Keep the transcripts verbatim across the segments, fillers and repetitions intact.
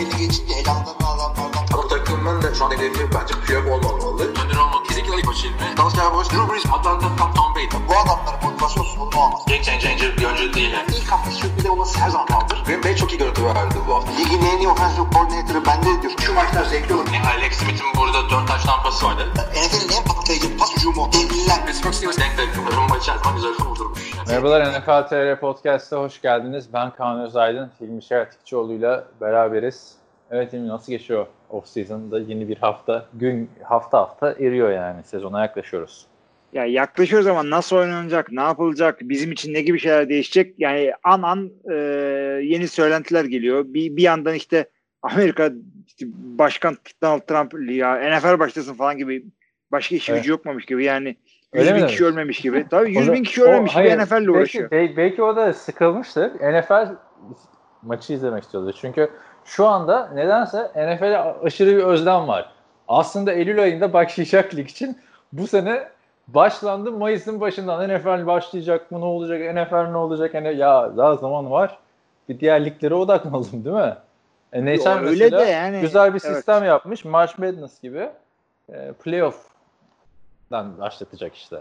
belli geçince elanlarını alanlardan. Ama takımın da şu an hedefi bence Piyok olmamalı. Önder olmalı. Kesinlikle ilk başı ilmi. Dalsya Boş, Drew Brees, Atlanta, Tom Brady. Bu adamların motivasyon sorunu olmaz. Game changer bir oyuncu değil. Yani. İlk hafta sürpriz olması her zaman kaldır. Green Bay çok iyi görüntü verdi bu hafta. Ligin en iyi offensive coordinator'ı bende diyor. Şu maçlar zevkli olur. Yani Alex Smith'in burada dört taş tampası vardı. N F L'in en patlayıcı pas hücumu. Devliler. Pittsburgh Steelers denk denk. Rumba içerisinde güzel kurdurmuş. Merhabalar, N F L T R Podcast'a hoş geldiniz. Ben Kaan Özaydın, Hilmi Şeratikçioğlu'yla beraberiz. Evet Hilmi, nasıl geçiyor off-season'da? Yeni bir hafta, gün hafta hafta eriyor yani. Sezona yaklaşıyoruz. Ya yaklaşıyoruz ama nasıl oynanacak, ne yapılacak, bizim için ne gibi şeyler değişecek? Yani an an e, yeni söylentiler geliyor. Bir, bir yandan işte Amerika işte Başkan Donald Trump ya N F L başlasın falan gibi başka işi evet. gücü yokmamış gibi yani. Öyle yüz bin mi kişi ölmemiş gibi. Tabii yüz da, bin kişi ölmemiş o, gibi hayır, N F L ile uğraşıyor. Belki, belki o da sıkılmıştır. N F L maçı izlemek istiyordu. Çünkü şu anda nedense N F L'e aşırı bir özlem var. Aslında Eylül ayında başlayacak lig için bu sene başlandı. Mayıs'ın başından N F L başlayacak mı, ne olacak, N F L ne olacak? Yani ya daha zaman var. Bir diğer liglere odaklanalım değil mi? N H L mesela de yani, güzel bir sistem evet. yapmış. March Madness gibi. E, playoff'dan başlatacak işte.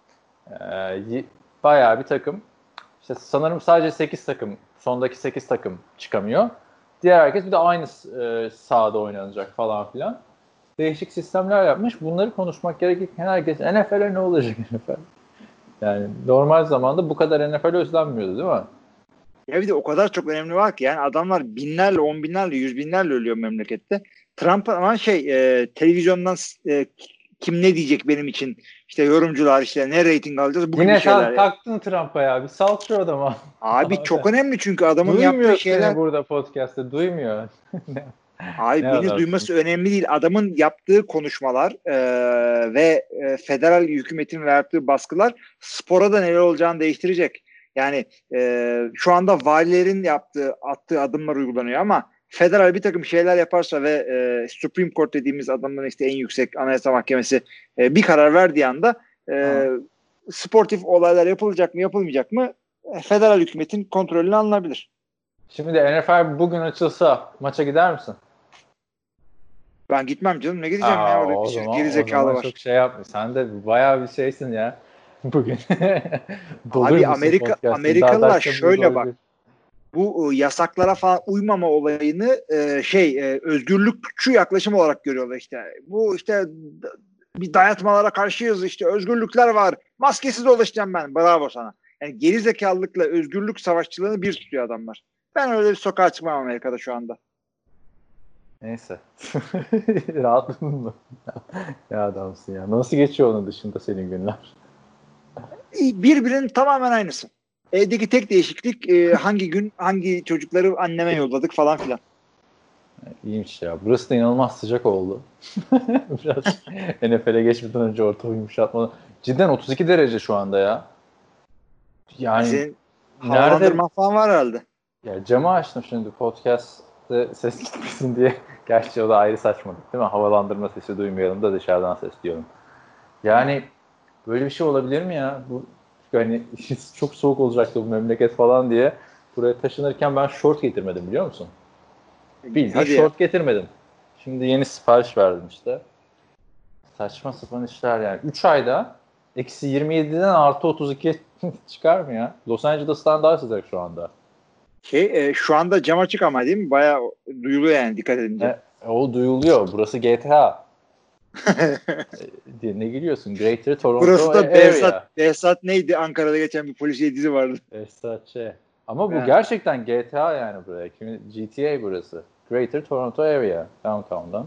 E, bayağı bir takım. İşte sanırım sadece sekiz takım, sondaki sekiz takım çıkamıyor. Diğer herkes bir de aynı e, sahada oynanacak falan filan. Değişik sistemler yapmış. Bunları konuşmak gerekirken herkes N F L'e ne olacak N F L? Yani normal zamanda bu kadar N F L özlenmiyordu değil mi? Ya bir de o kadar çok önemli var ki yani adamlar binlerle, on binlerle, yüz binlerle ölüyor memlekette. Trump ama şey e, televizyondan e, kim ne diyecek benim için? İşte yorumcular işte ne reyting alacağız? Bu Yine şeyler sen taktın Trump'a ya. Bir sal şu adama. Abi çok önemli çünkü adamın duymuyor yaptığı şeyler. Duymuyor seni burada podcast'te. Duymuyor. Abi beni adam? duyması önemli değil. Adamın yaptığı konuşmalar e, ve e, federal hükümetin verdiği baskılar spora da neler olacağını değiştirecek. Yani e, şu anda valilerin yaptığı, attığı adımlar uygulanıyor ama federal bir takım şeyler yaparsa ve e, Supreme Court dediğimiz adamların işte en yüksek anayasa mahkemesi e, bir karar verdiği anda e, sportif olaylar yapılacak mı yapılmayacak mı e, federal hükümetin kontrolüne alınabilir. Şimdi de N F L bugün açılsa maça gider misin? Ben gitmem canım. Ne gideceğim Aa, ya? Orada o bir zaman, geri zekalı o zaman var. Çok şey yapma. Sen de bayağı bir şeysin ya. Bugün. Abi Amerika Amerikalılar şöyle bak. Bu yasaklara falan uymama olayını e, şey e, özgürlükçü yaklaşım olarak görüyorlar işte. Bu işte bir dayatmalara karşıyız işte özgürlükler var. Maskesiz dolaşacağım ben. Bravo sana. Yani geri zekalılıkla özgürlük savaşçılığını bir tutuyor adamlar. Ben öyle bir sokağa çıkmam Amerika'da şu anda. Neyse. Rahatladın mı? Ya adamsın ya. Nasıl geçiyor onun dışında senin günler? Birbirinin tamamen aynısı. Evdeki tek değişiklik e, hangi gün hangi çocukları anneme yolladık falan filan. İyiymiş ya. Burası da inanılmaz sıcak oldu. Biraz N F L'e geçmeden önce ortamı yumuşatmalı. Cidden otuz iki derece şu anda ya. Yani senin havalandırma falan var herhalde. Ya camı açtım şimdi podcast'te ses gitmesin diye. Gerçi o da ayrı saçmalık değil mi? Havalandırma sesi duymayalım da dışarıdan ses diyorum. Yani böyle bir şey olabilir mi ya? Bu hani çok soğuk olacaktı bu memleket falan diye. Buraya taşınırken ben şort getirmedim biliyor musun? Bildiğin şort getirmedim. Şimdi yeni sipariş verdim işte. Saçma sapan işler yani. üç ayda eksi yirmi yediden artı otuz iki çıkar mı ya? Los Angeles'tan daha sıcak şu anda. Şey, e, şu anda cam açık ama değil mi? Bayağı duyuluyor yani dikkat edince. E, o duyuluyor. Burası G T A. e, ne gülüyorsun? Greater Toronto Burası da Area. Behzat, Behzat neydi? Ankara'da geçen bir polisiye dizi vardı. Behzat şey. Ama bu yani. Gerçekten G T A yani buraya. G T A burası. Greater Toronto Area. Downtown'dan.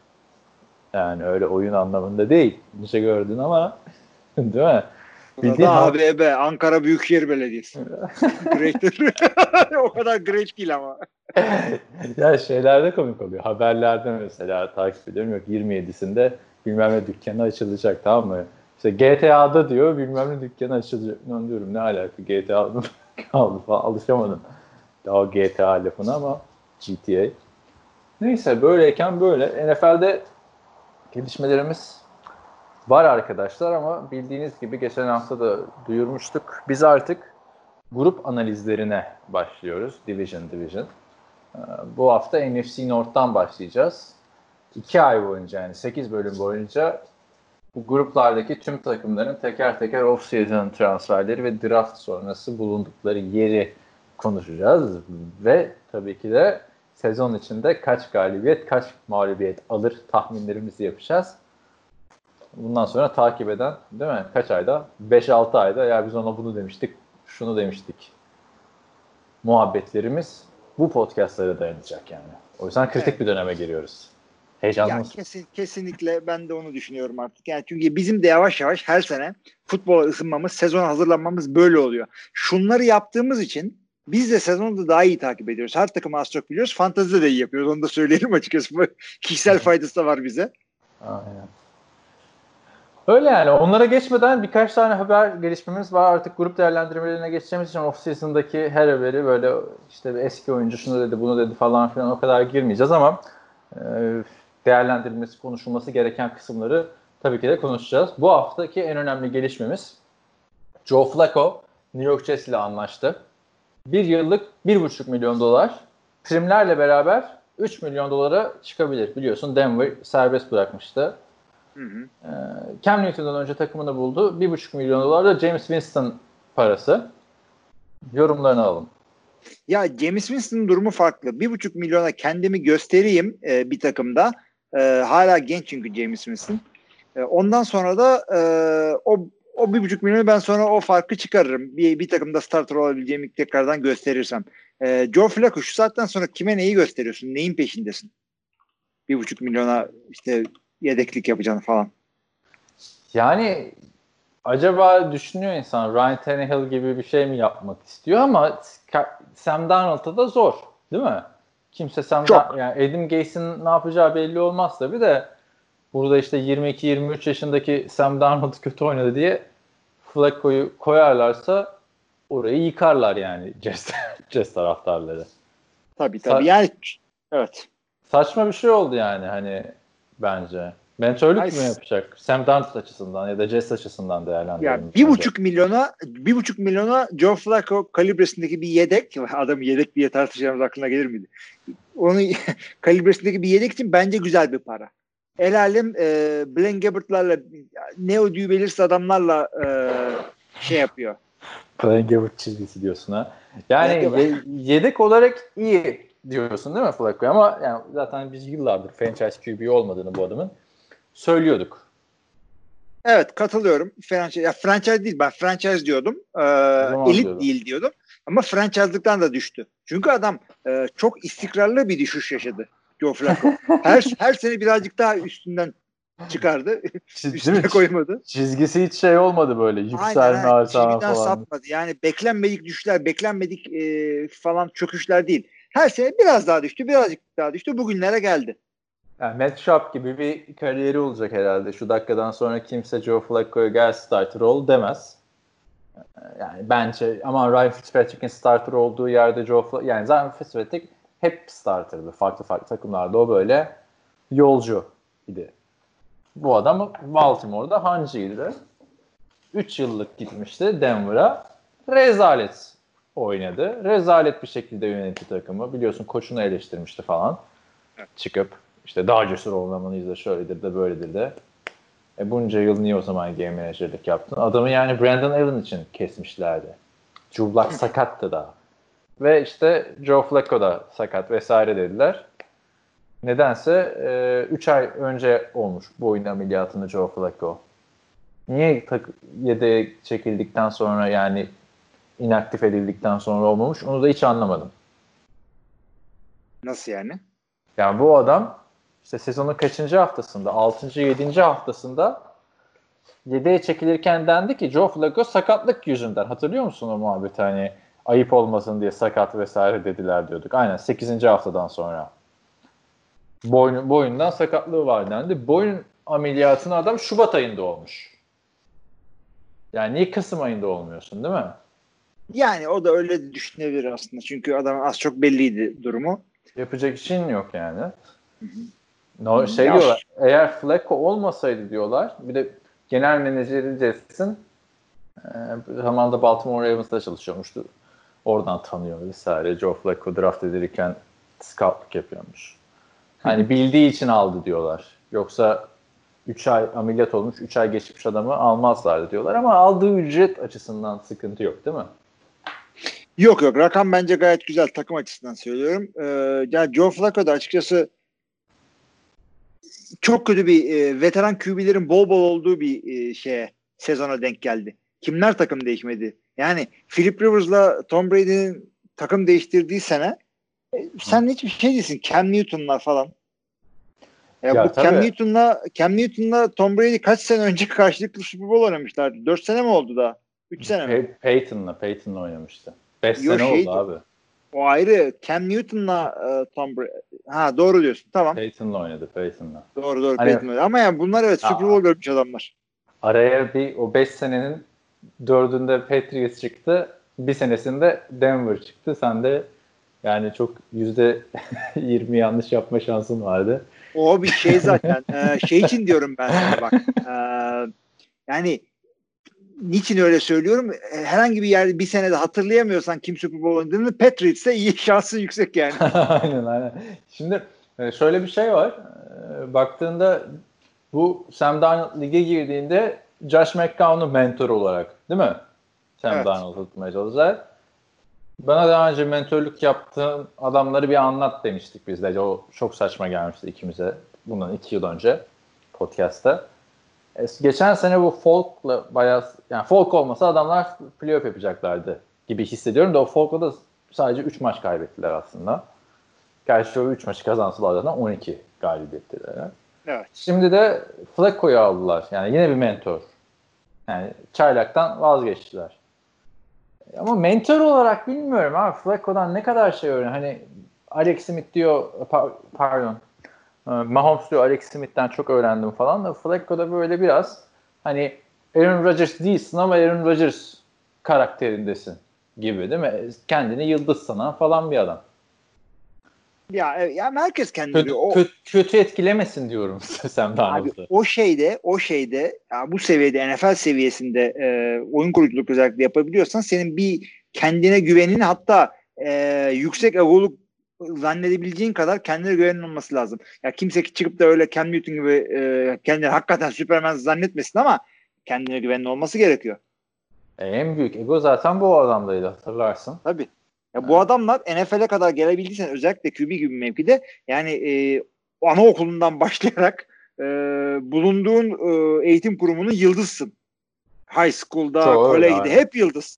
Yani öyle oyun anlamında değil. Bir şey gördün ama değil mi? Bildiğin A B B, Ankara Büyükşehir Belediyesi. Greater. O kadar great değil ama. Ya şeylerde komik oluyor. Haberlerde mesela takip ediyorum. Yok yirmi yedisinde bilmem ne dükkanı açılacak, tamam mı? İşte G T A'da diyor bilmem ne dükkanı açılacak. Ne diyorum, ne alaka G T A'da kaldı falan, alışamadım. Daha G T A lafına ama G T A. Neyse böyleyken böyle. N F L'de gelişmelerimiz var arkadaşlar ama bildiğiniz gibi geçen hafta da duyurmuştuk. Biz artık grup analizlerine başlıyoruz. Division Division. Bu hafta N F C North'tan başlayacağız. iki ay boyunca yani sekiz bölüm boyunca bu gruplardaki tüm takımların teker teker off-season transferleri ve draft sonrası bulundukları yeri konuşacağız. Ve tabii ki de sezon içinde kaç galibiyet, kaç mağlubiyet alır tahminlerimizi yapacağız. Bundan sonra takip eden, değil mi? Kaç ayda? beş altı ayda ya biz ona bunu demiştik, şunu demiştik. Muhabbetlerimiz bu podcastlara dayanacak yani. O yüzden kritik evet. bir döneme giriyoruz. Heyecanlı mısın? Kesin, kesinlikle ben de onu düşünüyorum artık. Yani çünkü bizim de yavaş yavaş her sene futbola ısınmamız, sezona hazırlanmamız böyle oluyor. Şunları yaptığımız için biz de sezonu da daha iyi takip ediyoruz. Her takımı az çok biliyoruz. Fantezide de iyi yapıyoruz. Onu da söyleyelim açıkçası. Kişisel faydası da var bize. Aynen. Öyle yani. Onlara geçmeden birkaç tane haber gelişmemiz var. Artık grup değerlendirmelerine geçeceğimiz için off-season'daki her haberi böyle işte eski oyuncu şunu dedi, bunu dedi falan filan o kadar girmeyeceğiz ama e, değerlendirilmesi, konuşulması gereken kısımları tabii ki de konuşacağız. Bu haftaki en önemli gelişmemiz Joe Flacco New York Jets ile anlaştı. Bir yıllık bir buçuk milyon dolar primlerle beraber üç milyon dolara çıkabilir. Biliyorsun Denver serbest bırakmıştı. Hı hı. Ee, Cam Newton'dan önce takımını buldu. bir buçuk milyon dolar da James Winston parası. Yorumlarını alalım. Ya James Winston'ın durumu farklı. bir buçuk milyona kendimi göstereyim e, bir takımda. E, hala genç çünkü James Winston. E, ondan sonra da e, o o bir buçuk milyonu ben sonra o farkı çıkarırım. Bir, bir takımda starter olabileceğimi tekrardan gösterirsem. E, Joe Flacco şu saatten sonra kime neyi gösteriyorsun? Neyin peşindesin? Bir buçuk milyona işte yedeklik yapacaksın falan. Yani acaba düşünüyor insan Ryan Tannehill gibi bir şey mi yapmak istiyor ama Sam Darnold'a da zor değil mi? Kimse Sam Dar- yani Adam Gase'in ne yapacağı belli olmaz tabii de burada işte yirmi iki yirmi üç yaşındaki Sam Darnold kötü oynadı diye Flacco'yu koyarlarsa orayı yıkarlar yani Jets taraftarları. Tabii tabii. Sa- yani evet. Saçma bir şey oldu yani hani bence. Mentörlük mü yapacak? Sam Darnold açısından ya da Jets açısından değerlendirelim. Ya bir buçuk milyona bir buçuk milyona Joe Flacco kalibresindeki bir yedek, adam yedek diye tartışacağımız aklına gelir miydi? Onu kalibresindeki bir yedek için bence güzel bir para. El alem e, Blaine Gabbert'larla ne ödüğü belirsiz adamlarla e, şey yapıyor. Blaine Gabbert çizgisi diyorsun ha. Yani ye, yedek olarak iyi diyorsun değil mi Flacco? Ama yani zaten biz yıllardır franchise Q B olmadığını bu adamın söylüyorduk. Evet katılıyorum. Franchise, ya franchise değil ben franchise diyordum. Ee, elit diyordum. Değil diyordum. Ama franchise'lıktan da düştü. Çünkü adam e, çok istikrarlı bir düşüş yaşadı. Joe Flacco. her, her sene birazcık daha üstünden çıkardı. Üstüne koymadı. Çizgisi hiç şey olmadı böyle. Yükselme alçalma falan. Sapmadı. Yani beklenmedik düşüşler, beklenmedik e, falan çöküşler değil. Her sene biraz daha düştü, birazcık daha düştü. Bugünlere geldi. Yani Matt Schaub gibi bir kariyeri olacak herhalde. Şu dakikadan sonra kimse Joe Flacco'ya gel starter ol demez. Yani bence ama Ryan Fitzpatrick'in starter olduğu yerde Joe Flacco, yani zaten Fitzpatrick hep starterdı. Farklı farklı takımlarda o böyle yolcu idi. Bu adam Baltimore'da hancıydı. üç yıllık gitmişti Denver'a. Rezalet oynadı. Rezalet bir şekilde yönetti takımı. Biliyorsun koçunu eleştirmişti falan. Çıkıp işte daha cesur olmalıyız da şöyledir de böyledir de. E bunca yıl niye o zaman game manager'lık yaptın? Adamı yani Brandon Allen için kesmişlerdi. Drew Lock sakattı da. Ve işte Joe Flacco da sakat vesaire dediler. Nedense üç e, ay önce olmuş bu oyun ameliyatını Joe Flacco. Niye tak- yedeğe çekildikten sonra yani inaktif edildikten sonra olmamış onu da hiç anlamadım. Nasıl yani? Yani bu adam işte sezonun kaçıncı haftasında? altıncı yedinci haftasında yedeğe çekilirken dendi ki Joe Flacco sakatlık yüzünden. Hatırlıyor musun o muhabbeti? Hani ayıp olmasın diye sakat vesaire dediler diyorduk. Aynen sekizinci haftadan sonra. Boyun, boyundan sakatlığı var dendi. Boyun ameliyatını adam Şubat ayında olmuş. Yani niye Kasım ayında olmuyorsun değil mi? Yani o da öyle düşünebilir aslında. Çünkü adam az çok belliydi durumu. Yapacak işin yok yani. Hı hı. No, şey ya diyorlar, eğer Flacco olmasaydı diyorlar, bir de genel menajeri Jets'in e, zamanında Baltimore Ravens'da çalışıyormuştu. Oradan tanıyor vesaire. Joe Flacco draft edilirken scoutlık yapıyormuş. Hani bildiği için aldı diyorlar. Yoksa üç ay ameliyat olmuş, üç ay geçmiş adamı almazlardı diyorlar ama aldığı ücret açısından sıkıntı yok değil mi? Yok yok. Rakam bence gayet güzel. Takım açısından söylüyorum. Ee, yani Joe Flacco da açıkçası çok kötü bir e, veteran Q B'lerin bol bol olduğu bir e, şeye sezona denk geldi. Kimler takım değişmedi? Yani Philip Rivers'la Tom Brady'nin takım değiştirdiği sene e, sen hiçbir şey değilsin. Cam Newton'lar falan. Ya, ya bu tabii. Cam Newton'la Cam Newton'la Tom Brady kaç sene önce karşılıklı Super Bowl oynamışlardı? dört sene mi oldu daha? üç sene mi? Pey- Peyton'la Peyton'la oynamıştı. beş Yo, sene şeydi, oldu abi. O ayrı. Cam Newton'la uh, Tom Brady. Ha doğru diyorsun. Tamam. Peyton'la oynadı. Peyton'la. Doğru doğru. Hani, Peyton'la oynadı. Ama yani bunlar evet Super Bowl görmüş adamlar. Araya bir o beş senenin dördünde Patriots çıktı. Bir senesinde Denver çıktı. Sen de yani çok yüzde yirmi yanlış yapma şansın vardı. O bir şey zaten. ee, şey için diyorum ben sana bak. Ee, yani niçin öyle söylüyorum? Herhangi bir yerde bir senede hatırlayamıyorsan kim Super Bowl oynadığını Patriots'e iyi şansı yüksek yani. aynen aynen. Şimdi şöyle bir şey var. Baktığında bu Sam Darnold lige girdiğinde Josh McCown'un mentor olarak değil mi? Sam evet. Darnold'u tutmaya çalışacak. Bana daha önce mentörlük yaptığın adamları bir anlat demiştik biz de. O çok saçma gelmişti ikimize. Bundan iki yıl önce podcast'ta. Geçen sene bu Falk'la bayağı yani Falk olmasa adamlar playoff yapacaklardı gibi hissediyorum da o Falk'la da sadece üç maç kaybettiler aslında. Gerçi o üç maçı kazansalar da on iki galibiyettiler. Evet. Şimdi de Flacco'yu aldılar. Yani yine bir mentor. Yani çaylaktan vazgeçtiler. Ama mentor olarak bilmiyorum abi. Flacco'dan ne kadar şey öğren. Hani Alex Smith diyor pardon. Mahomes diyor Alex Smith'ten çok öğrendim falan da Flacco'da böyle biraz hani Aaron Rodgers değilsin ama Aaron Rodgers karakterindesin gibi değil mi? Kendini yıldız sanan falan bir adam. Ya, ya herkes kendini kötü, o kötü, kötü etkilemesin diyorum Sam Darnold'u. O şeyde o şeyde ya bu seviyede N F L seviyesinde e, oyun kuruculuk özellikle yapabiliyorsan senin bir kendine güvenin hatta e, yüksek egoluk zannedebileceğin kadar kendine güvenin olması lazım. Ya kimse çıkıp da öyle Cam Newton gibi e, kendini hakikaten Superman zannetmesin ama kendine güvenin olması gerekiyor. E, en büyük ego zaten bu adamdaydı hatırlarsın. Tabii. Ya bu adamlar N F L'e kadar gelebildiysen özellikle Q B gibi mevkide yani e, anaokulundan başlayarak e, bulunduğun e, eğitim kurumunun yıldızsın. High school'da, kolejde hep yıldız.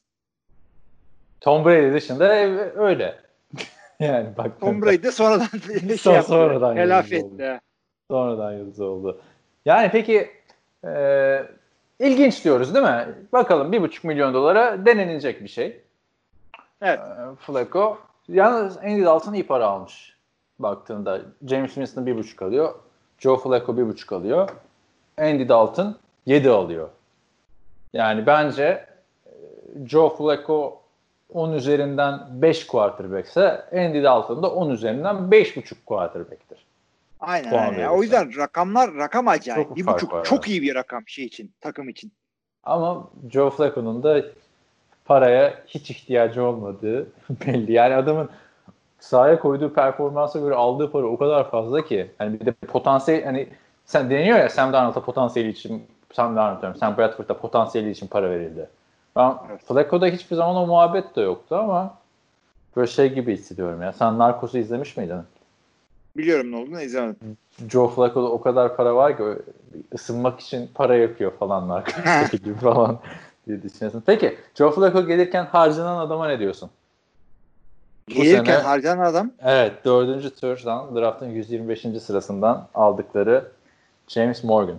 Tom Brady dışında öyle. yani bak. Tom Brady de sonradan şey Son, yaptı. Sonradan helaf etti. Sonradan yıldız oldu. Yani peki e, ilginç diyoruz değil mi? Bakalım bir buçuk milyon dolara denenilecek bir şey. Evet. E, Flacco. Yalnız Andy Dalton iyi para almış. Baktığında James Winston bir buçuk alıyor. Joe Flacco bir buçuk alıyor. Andy Dalton yedi alıyor. Yani bence Joe Flacco on üzerinden beş quarterback'se Andy Dalton da on üzerinden beş buçuk quarterback'tir. Aynen aynen. Yani. O yüzden rakamlar rakam acayip. Çok bir buçuk çok iyi bir rakam şey için, takım için. Ama Joe Flacco'nun da paraya hiç ihtiyacı olmadığı belli. Yani adamın sahaya koyduğu performansa göre aldığı para o kadar fazla ki. Hani bir de potansiyel hani sen deniyor ya Sam Darnold'a potansiyeli için Sam Darnold diyorum. Sam Bradford'a potansiyeli için para verildi. Ben evet. Flacco'da hiçbir zaman o muhabbet de yoktu ama böyle şey gibi hissediyorum ya. Sen Narcos'u izlemiş miydin? Biliyorum ne olduğunu izlemedim. Joe Flacco'da o kadar para var ki ısınmak için para yakıyor falan Narcos'taki gibi falan diye düşünüyorsun. Peki Joe Flacco gelirken harcanan adama ne diyorsun? Gelirken sene, harcanan adam? Evet. Dördüncü turdan draft'ın yüz yirmi beşinci sırasından aldıkları James Morgan.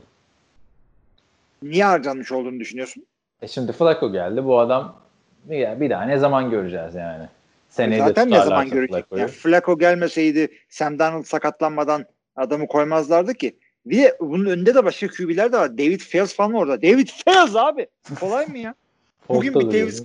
Niye harcanmış olduğunu düşünüyorsun? E şimdi Flacco geldi. Bu adam bir, bir daha ne zaman göreceğiz yani? Seneye zaten ne zaman görecek? Yani Flacco gelmeseydi Sam Darnold sakatlanmadan adamı koymazlardı ki. Bir de bunun önünde de başka Q B'ler de var. David Fales falan orada. David Fales abi. Kolay mı ya? Bugün bir David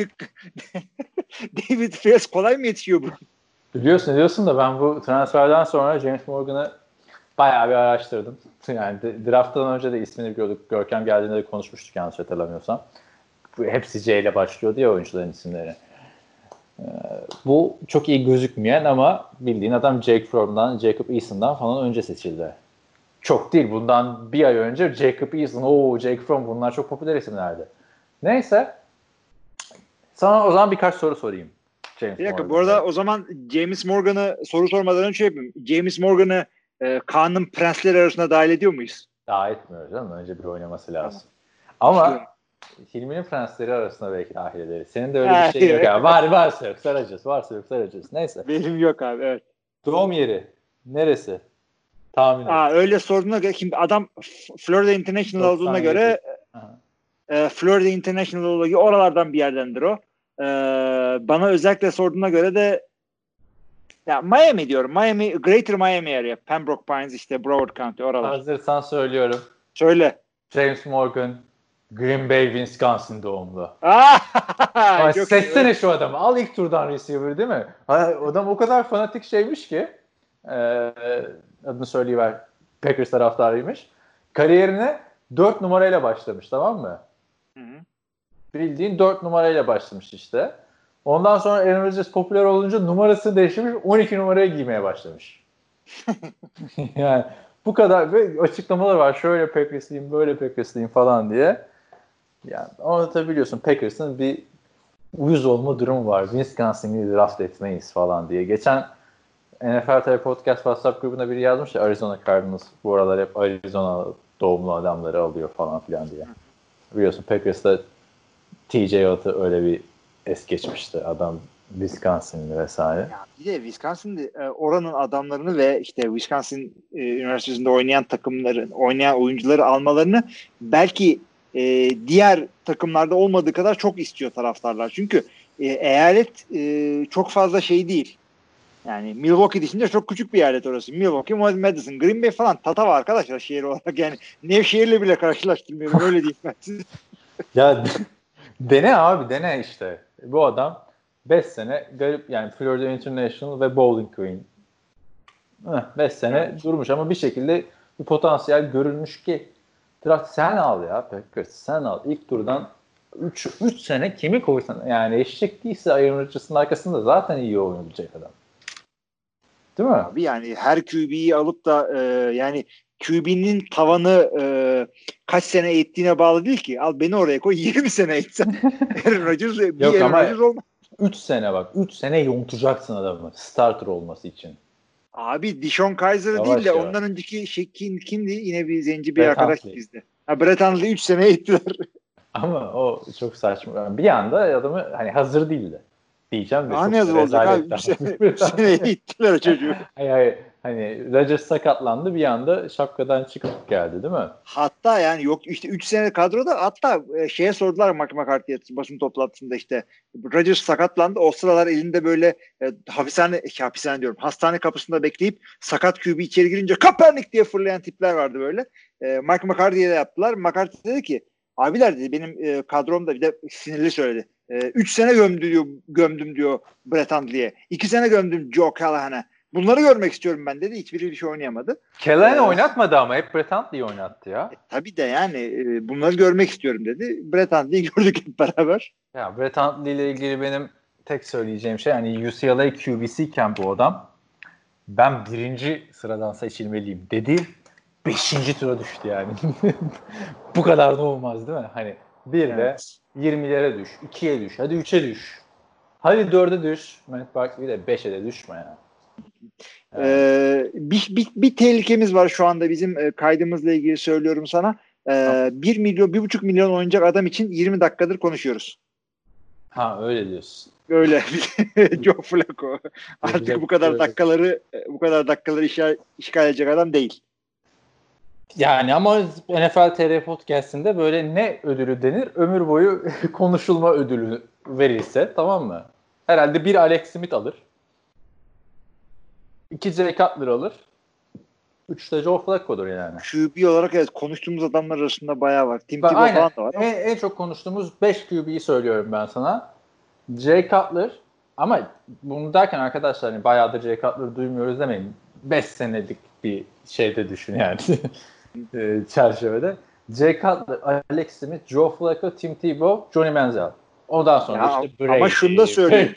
David Fales kolay mı yetişiyor bu? Biliyorsun diyorsun da ben bu transferden sonra James Morgan'ı bayağı bir araştırdım. Yani draft'tan önce de ismini biliyorduk. Görkem geldiğinde de konuşmuştuk yanlış hatırlamıyorsam. Hepsi C ile başlıyordu ya oyuncuların isimleri. Ee, bu çok iyi gözükmeyen ama bildiğin adam Jake Fromm'dan, Jacob Eason'dan falan önce seçildi. Çok değil. Bundan bir ay önce Jacob Eason, ooo Jake Fromm bunlar çok popüler isimlerdi. Neyse. Sana o zaman birkaç soru sorayım. James bir dakika. Bu arada o zaman James Morgan'ı soru sormadan önce şey yapayım. James Morgan'ı e, Kaan'ın prensleri arasında dahil ediyor muyuz? Dahil etmiyoruz değil mi? Önce bir oynaması lazım. Tamam. Ama Hilmi'nin prensleri arasında belki dahil ederiz. Senin de öyle bir şey yok abi. Var varsa yok saracağız. Varsa yok saracağız. Neyse. Benim yok abi evet. Doğum yeri. Neresi? Tahmin et. Aa, öyle sorduğuna göre şimdi adam Florida International olduğuna göre e, Florida International olduğu oralardan bir yerdendir o. E, bana özellikle sorduğuna göre de ya Miami diyorum. Miami, Greater Miami area. Pembroke Pines işte Broward County oralar. Hazırsan söylüyorum. Söyle. James Morgan Green Bay, Wisconsin doğumlu. Aa, seçsene şu adamı. Al ilk turdan receiver değil mi? Adam o kadar fanatik şeymiş ki e, adını söyleyiver. Packers taraftarıymış. Kariyerine dört numarayla başlamış, tamam mı? Hı hı. Bildiğin dört numarayla başlamış işte. Ondan sonra Aaron Rodgers popüler olunca numarasını değiştirmiş, on iki numaraya giymeye başlamış. Yani bu kadar ve açıklamalar var. Şöyle Packers'liyim, böyle Packers'liyim falan diye. Yani ama tabii biliyorsun Packers'ın bir uyuz olma durumu var. Wisconsin'i draft etmeyiz falan diye. Geçen N F L T V Podcast WhatsApp grubuna biri yazmış ya, Arizona Cardinals bu aralar hep Arizona doğumlu adamları alıyor falan filan diye. Biliyorsun Packers'ta T J Watt'ı öyle bir es geçmişti. Adam Wisconsin'li vesaire. Ya bir de Wisconsin'de oranın adamlarını ve işte Wisconsin e, Üniversitesi'nde oynayan takımların, oynayan oyuncuları almalarını belki e, diğer takımlarda olmadığı kadar çok istiyor taraftarlar. Çünkü e, eyalet e, çok fazla şey değil. Yani Milwaukee dışında çok küçük bir eyalet orası. Milwaukee, Madison, Green Bay falan tatava arkadaşlar şehir olarak. Yani Nevşehir'le bile karşılaştırmıyorum. Öyle diyeyim ben size. Ya dene abi dene işte. Bu adam beş sene garip yani Florida International ve Bowling Green. beş sene evet. durmuş ama bir şekilde bir potansiyel görülmüş ki draft sen al ya Packers sen al. İlk turdan üç sene kimi koysan yani eşek değilse Aaron Rodgers'ın arkasında zaten iyi oynayabilecek adam. Değil mi? Abi yani her Q B'yi alıp da e, yani Q B'nin tavanı e, kaç sene eğittiğine bağlı değil ki. Al beni oraya koy yirmi sene eğitsen. Aaron Rodgers bir Yok Aaron Rodgers olmaz. üç sene bak. üç sene yonturacaksın adamı starter olması için. Abi Dishon Kaiser'ı değil de yavaş. Ondan önceki şey kim, kimdi? Yine bir zenci bir Brett arkadaş Huntley. Bizde. Ha Brett Hundley üç sene eğittiler. Ama o çok saçma. Bir anda adamı hani hazır değildi. Diyeceğim de. Hani hazır olacak abi. üç sene, üç sene eğittiler çocuğu. Hayır hayır. Hani Rodgers sakatlandı bir anda şapkadan çıkıp geldi değil mi? Hatta yani yok işte üç sene kadroda hatta şeye sordular Mike McCarthy'ye basın toplantısında işte Rodgers sakatlandı. O sıralar elinde böyle e, hapishane, hapishane diyorum hastane kapısında bekleyip sakat Q B içeri girince Kaepernick diye fırlayan tipler vardı böyle. E, Mike McCarthy'ye de yaptılar. McCarthy dedi ki abiler dedi benim e, kadromda bir de sinirli söyledi. üç sene gömdü diyor, gömdüm diyor Brett Hundley'e. iki sene gömdüm Joe Callahan'a. Bunları görmek istiyorum ben dedi. Hiçbiri bir şey oynayamadı. Callahan ee, oynatmadı ama hep Brett Hundley'i oynattı ya. E, tabii de yani e, bunları görmek istiyorum dedi. Brett Hundley'i gördük hep beraber. Ya Brett Hundley ile ilgili benim tek söyleyeceğim şey yani U C L A Q B'si iken bu adam ben birinci sıradan seçilmeliyim dedi. Beşinci tura düştü yani. Bu kadar da olmaz değil mi? Hani bir de evet. yirmilere düş, ikiye düş, hadi üçe düş. Hadi dörde düş. Matt Barkley de beşe de düşme yani. Evet. Ee, bir, bir, bir tehlikemiz var şu anda bizim e, kaydımızla ilgili söylüyorum sana. Ee, bir milyon, bir buçuk milyon oynayacak adam için yirmi dakikadır konuşuyoruz. Ha öyle diyorsun. Öyle. Joe Flacco. Artık bu kadar dakikaları bu kadar dakikaları işgal, işgal edecek adam değil. Yani ama N F L T R Podcast'inde böyle ne ödülü denir? Ömür boyu konuşulma ödülü verilse tamam mı? Herhalde bir Alex Smith alır. İki Jay Cutler alır. Üç de Joe Flacco'dur yani. Q B olarak evet konuştuğumuz adamlar arasında bayağı var. Tim Tebow falan da var. En, en çok konuştuğumuz beş Q B'yi söylüyorum ben sana. Jay Cutler ama bunu derken arkadaşlar hani bayağıdır Jay Cutler'ı duymuyoruz demeyin. beş senelik bir şeyde düşün yani. çerçevede. Jay Cutler, Alex Smith, Joe Flacco, Tim Tebow, Johnny Manziel. Ondan sonra ya, işte Brady, ama şunu da söyleyeyim.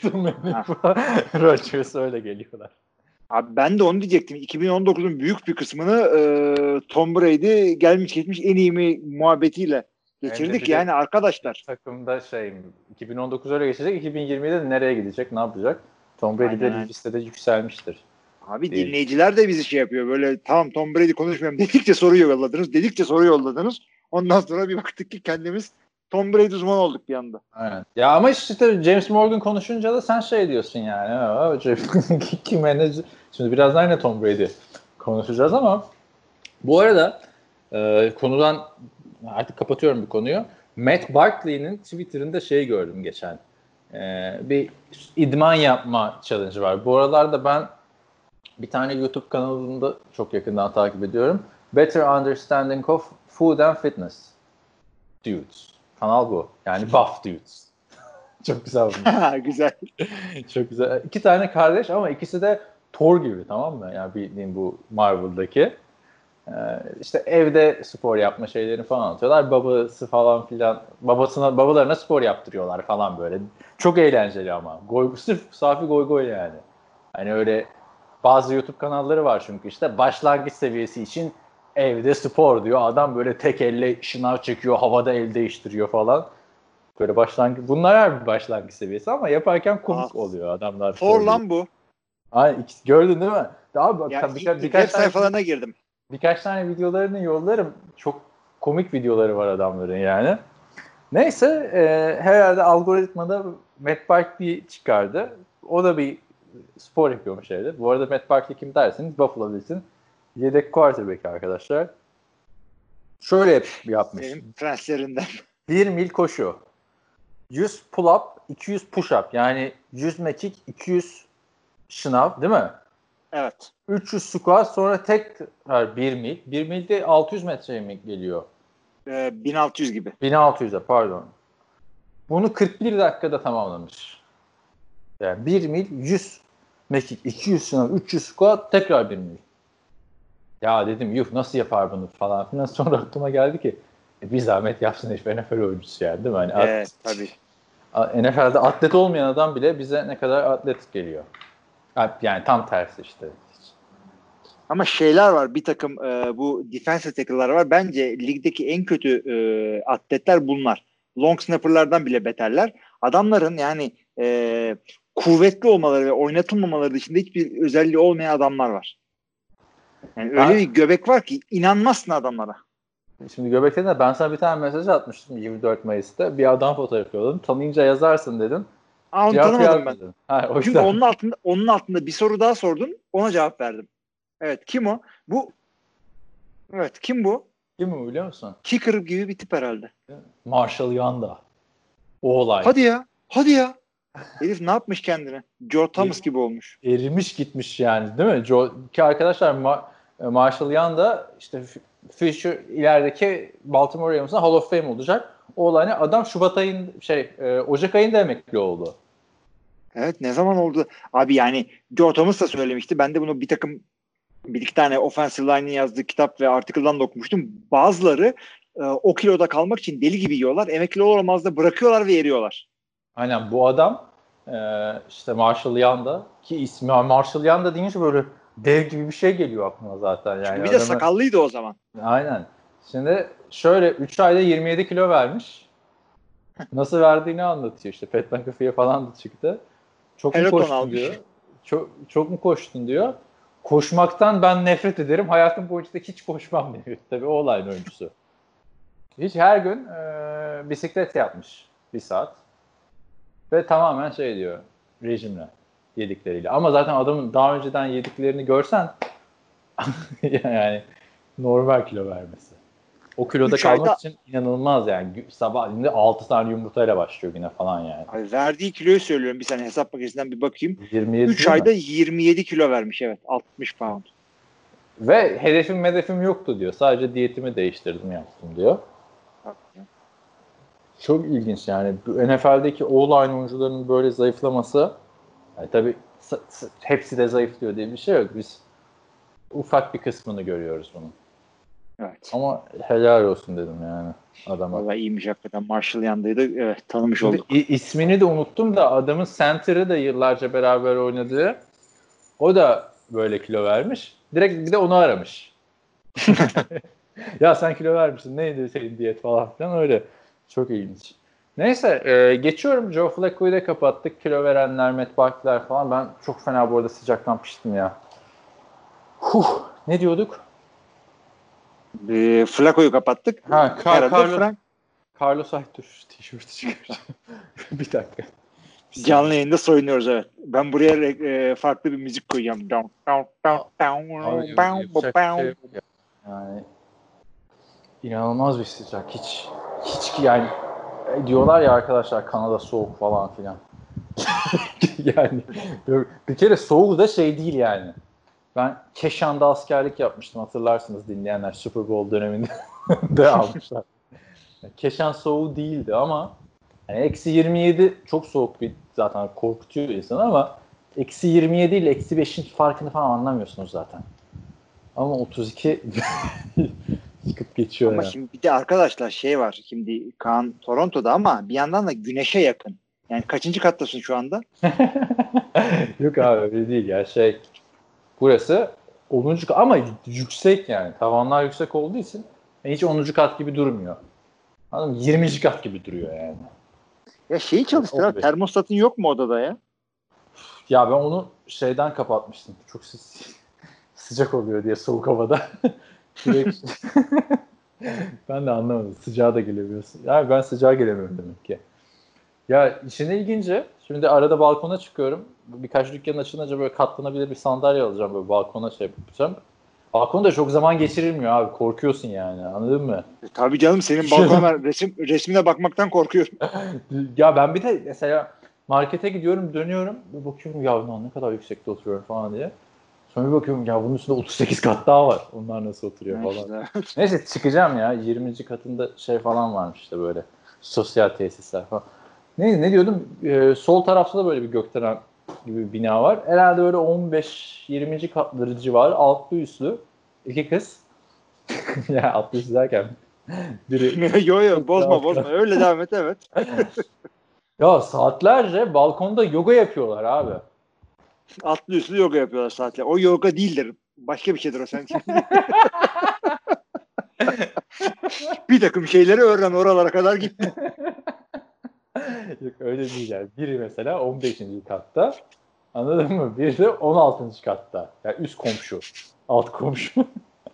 Rodgers öyle geliyorlar. Abi ben de onu diyecektim. iki bin on dokuzun büyük bir kısmını e, Tom Brady gelmiş geçmiş en iyi mi muhabbetiyle geçirdik yani arkadaşlar. Takımda şey iki bin on dokuz öyle geçecek. iki bin yirmide de nereye gidecek? Ne yapacak? Tom Brady de listede yükselmiştir. Abi değil. Dinleyiciler de bizi şey yapıyor. Böyle tamam Tom Brady konuşmuyorum dedikçe soru yolladınız. Dedikçe soru yolladınız. Ondan sonra bir baktık ki kendimiz Tom Brady uzmanı olduk bir anda. Aynen. Ya ama işte James Morgan konuşunca da sen şey diyorsun yani. Kime ne? Şimdi birazdan yine Tom Brady konuşacağız ama bu arada e, konudan artık kapatıyorum bu konuyu. Matt Barkley'nin Twitter'ında şey gördüm geçen. E, bir idman yapma challenge var. Bu aralarda ben bir tane YouTube kanalında çok yakından takip ediyorum. Better Understanding of Food and Fitness Dudes. Kanal bu. Yani buff dudes. Çok güzel bu. Güzel. Çok güzel. İki tane kardeş ama ikisi de Thor gibi, tamam mı? Yani bildiğin bu Marvel'daki. Ee, işte evde spor yapma şeylerini falan anlatıyorlar. Babası falan filan. Babasına, babalarına spor yaptırıyorlar falan böyle. Çok eğlenceli ama. Goy, sırf safi goy goy yani. Hani öyle bazı YouTube kanalları var çünkü işte başlangıç seviyesi için evde spor diyor. Adam böyle tek elle şınav çekiyor, havada el değiştiriyor falan. Böyle başlangıç. Bunlar her bir başlangıç seviyesi ama yaparken komik Aa, oluyor adamlar. For lan bu. Ay, gördün değil mi? Abi bak, ya, birka- ilk, birkaç web sayfalarına girdim. Birkaç tane videolarını yollarım. Çok komik videoları var adamların yani. Neyse e, herhalde algoritmada Matt Barkley çıkardı. O da bir spor yapıyormuş evde. Bu arada Matt Barkley kim dersiniz? Buffalo Bills'in yedek quarterback arkadaşlar. Şöyle yap, yapmış. Benim prenslerinden. Bir mil koşu. yüz pull-up, iki yüz push-up. Yani yüz mekik, iki yüz şınav değil mi? Evet. üç yüz squat, sonra tekrar bir mil. bir milde altı yüz metreye mi geliyor? Ee, bin altı yüz gibi. bin altı yüze pardon. Bunu kırk bir dakikada tamamlamış. Yani bir mil, yüz mekik, iki yüz şınav, üç yüz squat, tekrar bir mil. Ya dedim yuh nasıl yapar bunu falan filan. Sonra aklıma geldi ki e, bir zahmet yapsın hiçbir N F L oyuncusu yani değil mi? Hani evet at, tabii. N F L'de atlet olmayan adam bile bize ne kadar atlet geliyor. Yani tam tersi işte. Ama şeyler var, bir takım e, bu defensive tackle'lar var. Bence ligdeki en kötü e, atletler bunlar. Long snapper'lardan bile beterler. Adamların yani e, kuvvetli olmaları ve oynatılmamaları dışında hiçbir özelliği olmayan adamlar var. Yani öyle ben, bir göbek var ki inanmazsın adamlara. Şimdi göbekte de ben sana bir tane mesaj atmıştım yirmi dört Mayıs'ta. Bir adam fotoğrafı yolladım. Tanıyınca yazarsın dedim. Aa, onu tanımadım ben. Ha, o Çünkü onun altında, onun altında bir soru daha sordun. Ona cevap verdim. Evet, kim o? Bu Evet, kim bu? Kim bu biliyor musun? Kicker gibi bir tip herhalde. Marshall Yanda. O olay. Hadi ya. Hadi ya. Herif ne yapmış kendine? Joe Thomas gibi olmuş. Erimiş gitmiş yani değil mi? Joe, ki arkadaşlar Ma- Marshall Yanda işte Fisher ilerideki Baltimore Ravens'ın Hall of Fame olacak. O olay ne? Adam Şubat ayın şey e, Ocak ayında emekli oldu. Evet, ne zaman oldu? Abi yani Joe Thomas da söylemişti. Ben de bunu bir takım bir iki tane offensive line'in yazdığı kitap ve article'dan da okumuştum. Bazıları e, o kiloda kalmak için deli gibi yiyorlar. Emekli olamaz da bırakıyorlar ve eriyorlar. Aynen, bu adam e, işte Marshall Yanda, ki ismi Marshall Yanda deyince böyle dev gibi bir şey geliyor aklıma zaten. Yani çünkü bir de adamı, sakallıydı o zaman. Aynen. Şimdi şöyle üç ayda yirmi yedi kilo vermiş. Nasıl verdiğini anlatıyor işte. Pat McAfee'ye falan da çıktı. Çok Peloton mu koştun almış. diyor. Çok, çok mu koştun diyor. Koşmaktan ben nefret ederim. Hayatım boyunca da hiç koşmam diyor. Tabii o olayın oyuncusu. Hiç her gün e, bisiklet yapmış. Bir saat. Ve tamamen şey diyor. Rejimle. Yedikleriyle. Ama zaten adamın daha önceden yediklerini görsen yani normal kilo vermesi. O kiloda kalmak ayda, için inanılmaz yani. Sabahleyin altı tane yumurtayla başlıyor yine falan yani. Abi verdiği kiloyu söylüyorum. Bir saniye hesap makinesinden bir bakayım. yirmi yedi üç ayda yirmi yedi kilo vermiş, evet. altmış pound. Ve hedefim hedefim yoktu diyor. Sadece diyetimi değiştirdim yaptım diyor. Çok ilginç yani. N F L'deki all-line oyuncuların böyle zayıflaması, yani tabii s- s- hepsi de zayıflıyor diye bir şey yok. Biz ufak bir kısmını görüyoruz bunun. Evet. Ama helal olsun dedim yani adama. Vallahi iyiymiş hakikaten. Marshall yandıydı. Evet, tanımış Şimdi olduk. ismini de unuttum da adamın center'ı da yıllarca beraber oynadığı. O da böyle kilo vermiş. Direkt bir de onu aramış. Ya sen kilo vermişsin. Neydi senin diyet falan filan öyle. Çok ilginç. Neyse e, geçiyorum. Joe Flacco'yu da kapattık. Kilo verenler, Matt Barkley'ler falan. Ben çok fena bu arada sıcaktan piştim ya. Huh, ne diyorduk? E, Flacco'yu kapattık. Ha, Car- Herhalde Carlos, Frank Carlos ay dur tişörtü çıkaracağım. Bir dakika. Bir canlı yayında soyunuyoruz evet. Ben buraya e, farklı bir müzik koyacağım. Down, down, down, Abi, down, down, yapacak bir şey down. yok ya. Yani inanılmaz bir sıcak. Hiç hiç yani e, diyorlar ya arkadaşlar Kanada soğuk falan filan. Yani bir kere soğuğu da şey değil yani. Ben Keşan'da askerlik yapmıştım hatırlarsınız dinleyenler Super Bowl döneminde de almışlar. Keşan soğuğu değildi ama yani eksi yirmi yedi çok soğuk bir zaten korkutuyor insanı ama eksi yirmi yedi ile eksi beşin farkını falan anlamıyorsunuz zaten. Ama otuz iki çıkıp geçiyor Ama yani. şimdi bir de arkadaşlar şey var. Şimdi Kaan Toronto'da ama bir yandan da güneşe yakın. Yani kaçıncı kattasın şu anda? Yok abi öyle değil ya şey burası onuncu kat ama yüksek yani tavanlar yüksek olduğu için hiç onuncu kat gibi durmuyor. Anladın mı? yirminci kat gibi duruyor yani. Ya şeyi çalıştır abi. on beş. Termostatın yok mu odada ya? Ya ben onu şeyden kapatmıştım. Çok sı- sıcak oluyor diye soğuk havada. Direkt ben de anlamadım. Sıcağa da gelemiyorsun. Yani ben sıcağa gelemiyorum demek ki. Ya işin ilginci. Şimdi arada balkona çıkıyorum. Birkaç dükkan açılınca böyle katlanabilir bir sandalye alacağım. Böyle balkona şey yapacağım. Balkonda çok zaman geçirilmiyor abi. Korkuyorsun yani. Anladın mı? E, tabii canım senin balkona resim, resmine bakmaktan korkuyorum. Ya ben bir de mesela markete gidiyorum dönüyorum. Bir bakıyorum ya lan ne kadar yüksekte oturuyorum falan diye. Sonra bir bakıyorum ya bunun üstünde otuz sekiz kat daha var. Onlar nasıl oturuyor falan. İşte. Neyse çıkacağım ya. yirminci katında şey falan varmış işte böyle. Sosyal tesisler falan. Neyse ne diyordum? Ee, sol tarafta da böyle bir gökdelen gibi bir bina var. Herhalde böyle on beş yirminci katları civarı altlı üstlü. İki kız. Ya altlı üstlü derken biri yo yo bozma bozma. Öyle devam et evet. ya saatlerce balkonda yoga yapıyorlar abi. Altlı üstlü yoga yapıyorlar saatler. O yoga değildir. Başka bir şeydir o sen. Bir takım şeyleri öğren oralara kadar gitti. Yok öyle değil yani. Biri mesela on beşinci katta. Anladın mı? Biri de on altıncı katta. Yani üst komşu. Alt komşu.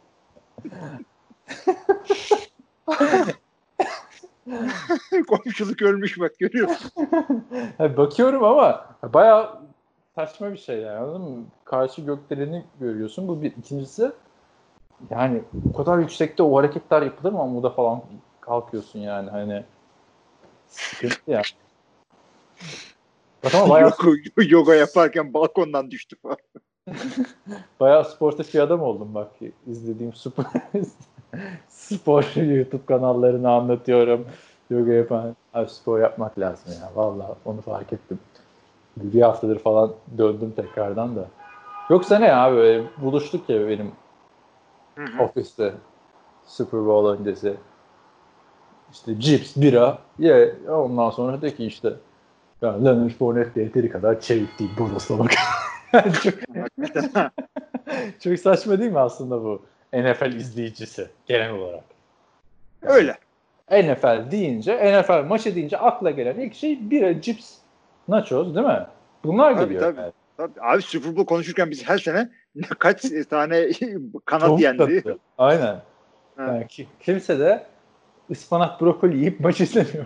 Komşuluk ölmüş bak görüyorsun. Yani bakıyorum ama bayağı saçma bir şey yani. Anladın mı? Karşı gökdeleni görüyorsun. Bu bir. İkincisi yani o kadar yüksekte o hareketler yapılır mı? Amuda falan kalkıyorsun yani. Hani sıkıntı ya. Bak ama bayağı, yoga, yoga yaparken balkondan düştü falan. bayağı sportif bir adam oldum bak. İzlediğim spor, spor YouTube kanallarını anlatıyorum. Yoga yapan abi spor yapmak lazım ya. Vallahi onu fark ettim. Bir haftadır falan döndüm tekrardan da. Yoksa ne ya böyle buluştuk ya benim Hı hı. ofiste Super Bowl öncesi. İşte cips, bira ye. Ondan sonra de ki işte ya Leonard Fournette de yeteri kadar çevik değil bodoslamak. çok, çok saçma değil mi aslında bu N F L izleyicisi genel olarak? Yani Öyle. N F L deyince, N F L maçı deyince akla gelen ilk şey bira, cips, nachos değil mi? Bunlar Tabii geliyor. tabii. Yani. Tabii. Abi Super Bowl konuşurken biz her sene kaç tane kanat Tavuk yendi. tatlı. Aynen. Ha. Yani ki, kimse de ıspanak brokoli yiyip maç izlemiyor.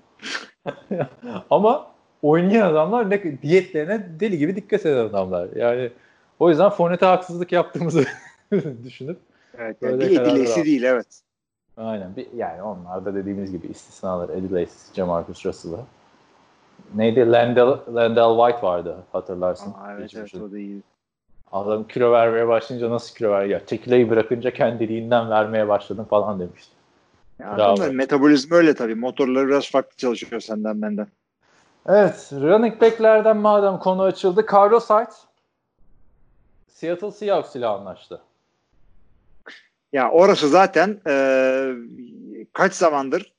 Ama oynayan adamlar ne diyetlerine deli gibi dikkat eden adamlar. Yani o yüzden Fournette'e haksızlık yaptığımızı düşünüp Evet, yani böyle bir kararlar edilesi aldık. değil evet. Aynen. Bir, yani onlar da dediğimiz gibi istisnalar. Eddie Lacy, Jamarcus Russell'ı. Neydi? Landell, Landell White vardı hatırlarsın. Aa, evet evet Geçmişin. o da iyi. Adam kilo vermeye başlayınca nasıl kilo ver? Ya tekileyi bırakınca kendiliğinden vermeye başladım falan demişti. Ya Bravo. adamların metabolizmi öyle tabii. Motorları biraz farklı çalışıyor senden benden. Evet. Running back'lerden madem konu açıldı. Carlos Hyde Seattle Seahawks ile anlaştı. Ya orası zaten e, kaç zamandır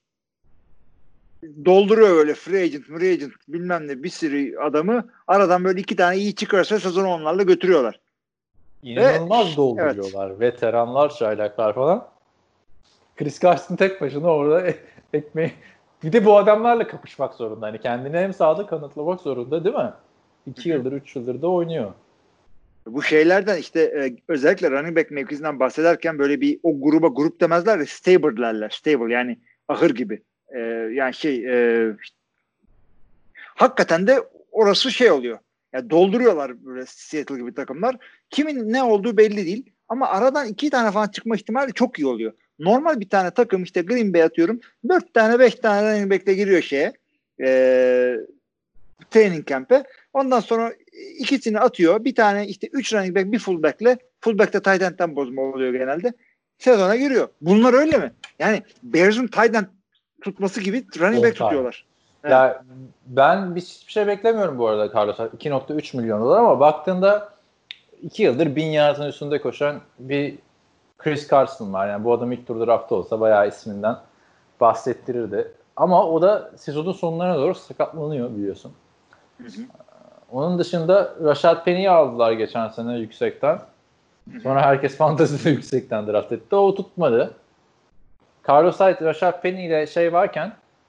dolduruyor öyle free agent, free agent bilmem ne bir sürü adamı aradan böyle iki tane iyi çıkarsa sezonu onlarla götürüyorlar. İnanılmaz Ve, dolduruyorlar. Evet. Veteranlar, çaylaklar falan. Chris Carson tek başına orada ekmeği. Bir de bu adamlarla kapışmak zorunda. Hani kendini hem sahada kanıtlamak zorunda değil mi? İki yıldır, üç yıldır da oynuyor. Bu şeylerden işte e, özellikle running back mevkisinden bahsederken böyle bir o gruba grup demezler de stable derler. Stable yani ahır gibi. E, yani şey e, hakikaten de orası şey oluyor. Yani dolduruyorlar böyle Seattle gibi takımlar. Kimin ne olduğu belli değil. Ama aradan iki tane falan çıkma ihtimali çok iyi oluyor. Normal bir tane takım işte Green Bay atıyorum. Dört tane beş tane running back'le giriyor şeye. E, training camp'e. Ondan sonra ikisini atıyor. Bir tane işte üç running back bir fullback'le fullback'te tight end'den bozma oluyor genelde. Sezona giriyor. Bunlar öyle mi? Yani Bears'ın tight end tutması gibi running back tutuyorlar. Evet. Ya ben hiçbir şey beklemiyorum bu arada Carlos. iki nokta üç milyon dolar ama baktığında iki yıldır bin yardın üstünde koşan bir Chris Carson var. Yani bu adam ilk tur draft'ta olsa bayağı isminden bahsettirirdi. Ama o da sezonun sonlarına doğru sakatlanıyor biliyorsun. Hı hı. Onun dışında Rashad Penny'i aldılar geçen sene yüksekten. Sonra herkes fantezide yüksekten draft etti. O tutmadı. Carlos Hyde, Rashad Penny ile şey varken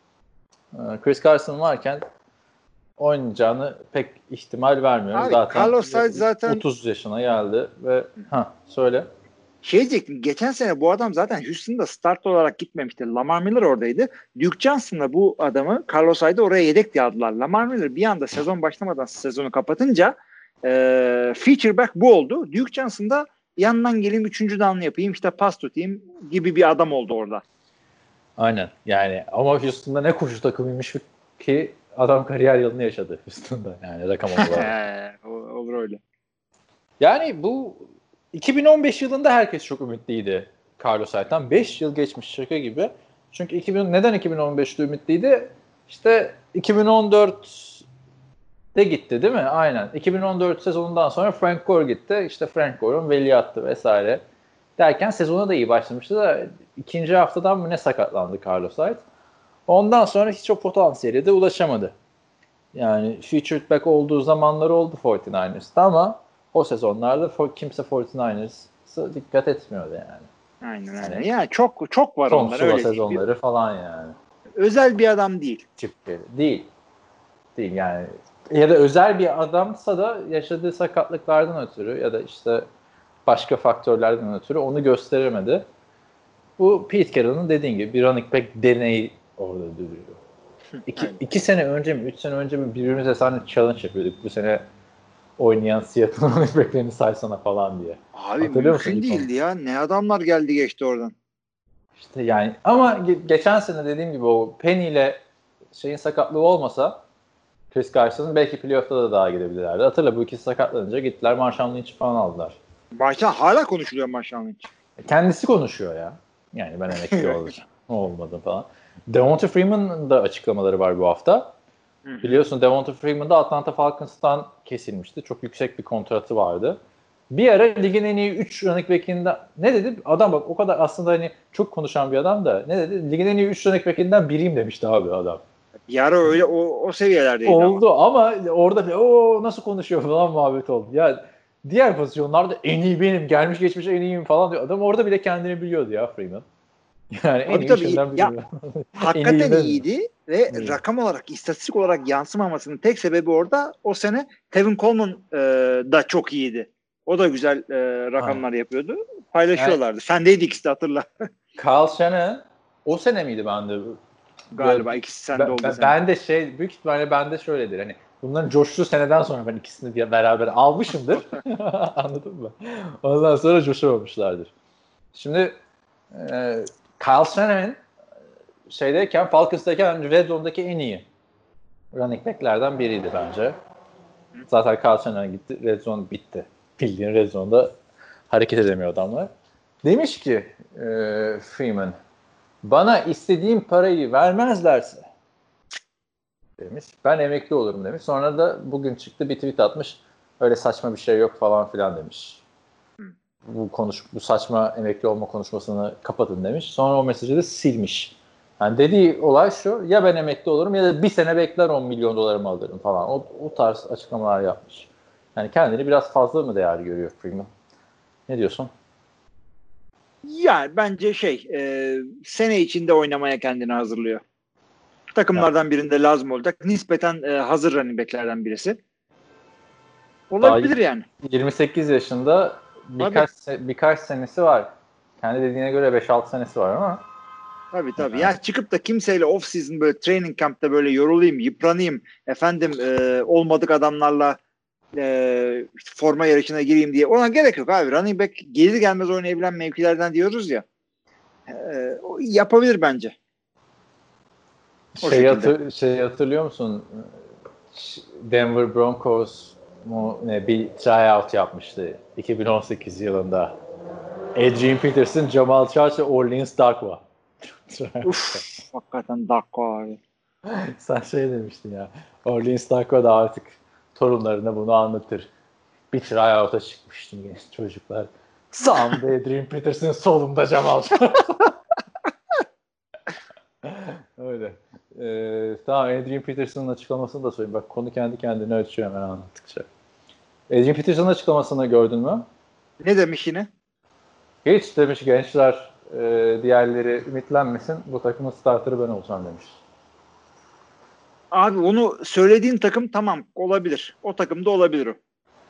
Chris Carson varken oynayacağını pek ihtimal vermiyorum. Abi, zaten Carlos Hyde zaten otuz yaşına geldi ve ha söyle. Şey diyecektim. Geçen sene bu adam zaten Houston'da start olarak gitmemişti. Lamar Miller oradaydı. Duke Johnson'la bu adamı Carlos Hyde'ı oraya yedek diye aldılar. Lamar Miller bir anda sezon başlamadan sezonu kapatınca e, feature back bu oldu. Duke Johnson da yandan geleyim üçüncü down yapayım işte pas tutayım gibi bir adam oldu orada. Aynen. Yani ama Houston'da ne koşu takımıymış ki adam kariyer yılını yaşadı Houston'da. Yani rakam olarak. Olur öyle. Yani bu iki bin on beş yılında herkes çok ümitliydi Carlos Hyde'dan. beş yıl geçmiş şaka gibi. Çünkü iki bin, neden iki bin on beşte ümitliydi? İşte iki bin on dörtte gitti değil mi? Aynen. iki bin on dört sezonundan sonra Frank Gore gitti. İşte Frank Gore'un veliahtı vesaire. Derken sezona da iyi başlamıştı da ikinci haftadan mı ne sakatlandı Carlos Hyde. Ondan sonra hiç o potansiyele de ulaşamadı. Yani featured back olduğu zamanlar oldu kırk dokuzlar'da ama o sezonlarda kimse kırk dokuzlar'a dikkat etmiyordu yani. Aynen aynen. Yani, yani çok çok var onlar öyle sezonları değil. Falan yani. Özel bir adam değil. Tipleri. Değil. Değil yani. Ya da özel bir adamsa da yaşadığı sakatlıklardan ötürü ya da işte başka faktörlerden ötürü onu gösteremedi. Bu Pete Carroll'ın dediğin gibi bir running back deneyi orada duruyor. İki, iki sene önce mi, üç sene önce mi birbirimize seninle challenge yapıyorduk. Bu sene oynayan Seattle running back'lerini saysana falan diye. Abi mümkün değildi ya. Ne adamlar geldi geçti oradan. İşte yani ama ge- geçen sene dediğim gibi o Penny ile şeyin sakatlığı olmasa Chris Carson'ın belki playoff'ta da daha gidebilirlerdi. Hatırla bu ikisi sakatlanınca gittiler Marshawn Lynch falan aldılar. Marshawn hala konuşuluyor Marshawn Lynch. Kendisi konuşuyor ya. Yani ben emekli olacağım. Olmadı falan. Devonta Freeman'ın da açıklamaları var bu hafta. Hı-hı. Biliyorsun Devonta Freeman da Atlanta Falcons'tan kesilmişti. Çok yüksek bir kontratı vardı. Bir ara ligin en iyi üç running back'inden ne dedi? Adam bak o kadar aslında hani çok konuşan bir adam da ne dedi? Ligin en iyi üç running back'inden biriyim demişti abi adam. Bir ara öyle o, o seviyelerdeydi oldu ama. ama orada o nasıl konuşuyor falan muhabbet oldu. Ya diğer pozisyonlarda en iyi benim, gelmiş geçmiş en iyiyim falan diyor. Adam orada bile kendini biliyordu ya Freeman. Yani en iyi işinden biri. Hakikaten iyiydi ve evet. Rakam olarak, istatistik olarak yansımamasının tek sebebi orada o sene Tevin Coleman e, da çok iyiydi. O da güzel e, rakamlar ha. yapıyordu. Paylaşıyorlardı. Yani, sendeydi ikisi de hatırla. Carl Shannon o sene miydi bende? Galiba ben, ikisi sende ben, oldu. Ben, ben de şey büyük ihtimalle bende şöyledir. Hani bunların coştuğu seneden sonra ben ikisini bir beraber almışımdır. Anladın mı? Ondan sonra coşamamışlardır. Şimdi e, Kyle Shanahan şeydeyken, Falcons'tayken Red Zone'daki en iyi running back'lerden biriydi bence. Zaten Kyle Shanahan gitti, Red Zone bitti. Bildiğin Red Zone'da hareket edemiyor adamlar. Demiş ki e, Freeman, bana istediğim parayı vermezlerse demiş, ben emekli olurum demiş. Sonra da bugün çıktı bir tweet atmış, öyle saçma bir şey yok falan filan demiş. bu konuş bu saçma emekli olma konuşmasını kapatın demiş. Sonra o mesajı da silmiş. Yani dediği olay şu, ya ben emekli olurum ya da bir sene bekler on milyon dolarımı alırım falan. O, o tarz açıklamalar yapmış. Yani kendini biraz fazla mı değerli görüyor Freeman? Ne diyorsun? Yani bence şey e, sene içinde oynamaya kendini hazırlıyor. Takımlardan birinde lazım olacak. Nispeten e, hazır running back'lerden birisi. Olabilir Daha yani. yirmi sekiz yaşında birkaç se- birkaç senesi var. Kendi dediğine göre beş altı senesi var ama. Tabii tabii. Yani çıkıp da kimseyle off season böyle training camp'ta böyle yorulayım, yıpranayım, efendim e, olmadık adamlarla e, forma yarışına gireyim diye ona gerek yok abi. Running back gelir gelmez oynayabilen mevkilerden diyoruz ya. E, yapabilir bence. O Şey, hatır, şey hatırlıyor musun? Denver Broncos mu ne bir tryout yapmıştı iki bin on sekiz yılında. Adrian Peterson, Jamal Charles ve Orleans Darkwa. Uf, hakikaten Darkwa abi. Sen şey demiştin ya. Orleans Darkwa da artık torunlarına bunu anlatır. Bir tryout'a çıkmıştım genç çocuklar. Sağımda Adrian Peterson, solumda Jamal Charles. Öyle. Ee, tamam, Adrian Peterson'ın açıklamasını da söyleyeyim. Bak konu kendi kendine açıyor hemen anlattıkça. Adrian Peterson'ın açıklamasını gördün mü? Ne demiş yine? Hiç demiş, gençler e, diğerleri ümitlenmesin. Bu takımın starterı ben olacağım demiş. Abi onu söylediğin takım tamam olabilir. O takımda olabilir o.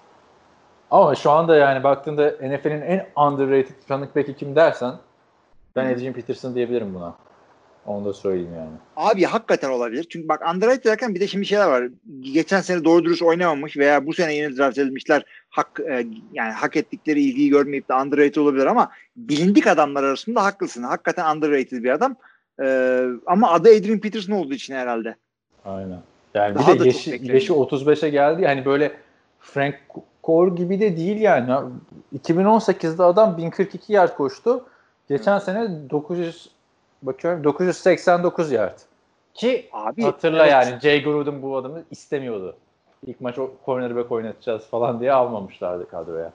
Ama şu anda yani baktığında N F L'in en underrated running back'i kim dersen ben Adrian Peterson diyebilirim buna. Onu da söyleyeyim yani. Abi hakikaten olabilir. Çünkü bak underrated derken bir de şimdi şeyler var. Geçen sene doğru dürüst oynamamış veya bu sene yeni draft edilmişler. Hak, e, yani hak ettikleri ilgiyi görmeyip de underrated olabilir ama bilindik adamlar arasında haklısın. Hakikaten underrated bir adam. E, ama adı Adrian Peterson olduğu için herhalde. Aynen. Yani Daha bir de yaşı, yaşı otuz beşe geldi. Hani böyle Frank Gore gibi de değil yani. iki bin on sekizde adam bin kırk iki yard koştu. Geçen sene dokuz yüz bakıyorum dokuz yüz seksen dokuz yard. Ki abi, hatırla evet. Yani Jay Gruden bu adamı istemiyordu. İlk maç o cornerback oynatacağız falan diye almamışlardı kadroya.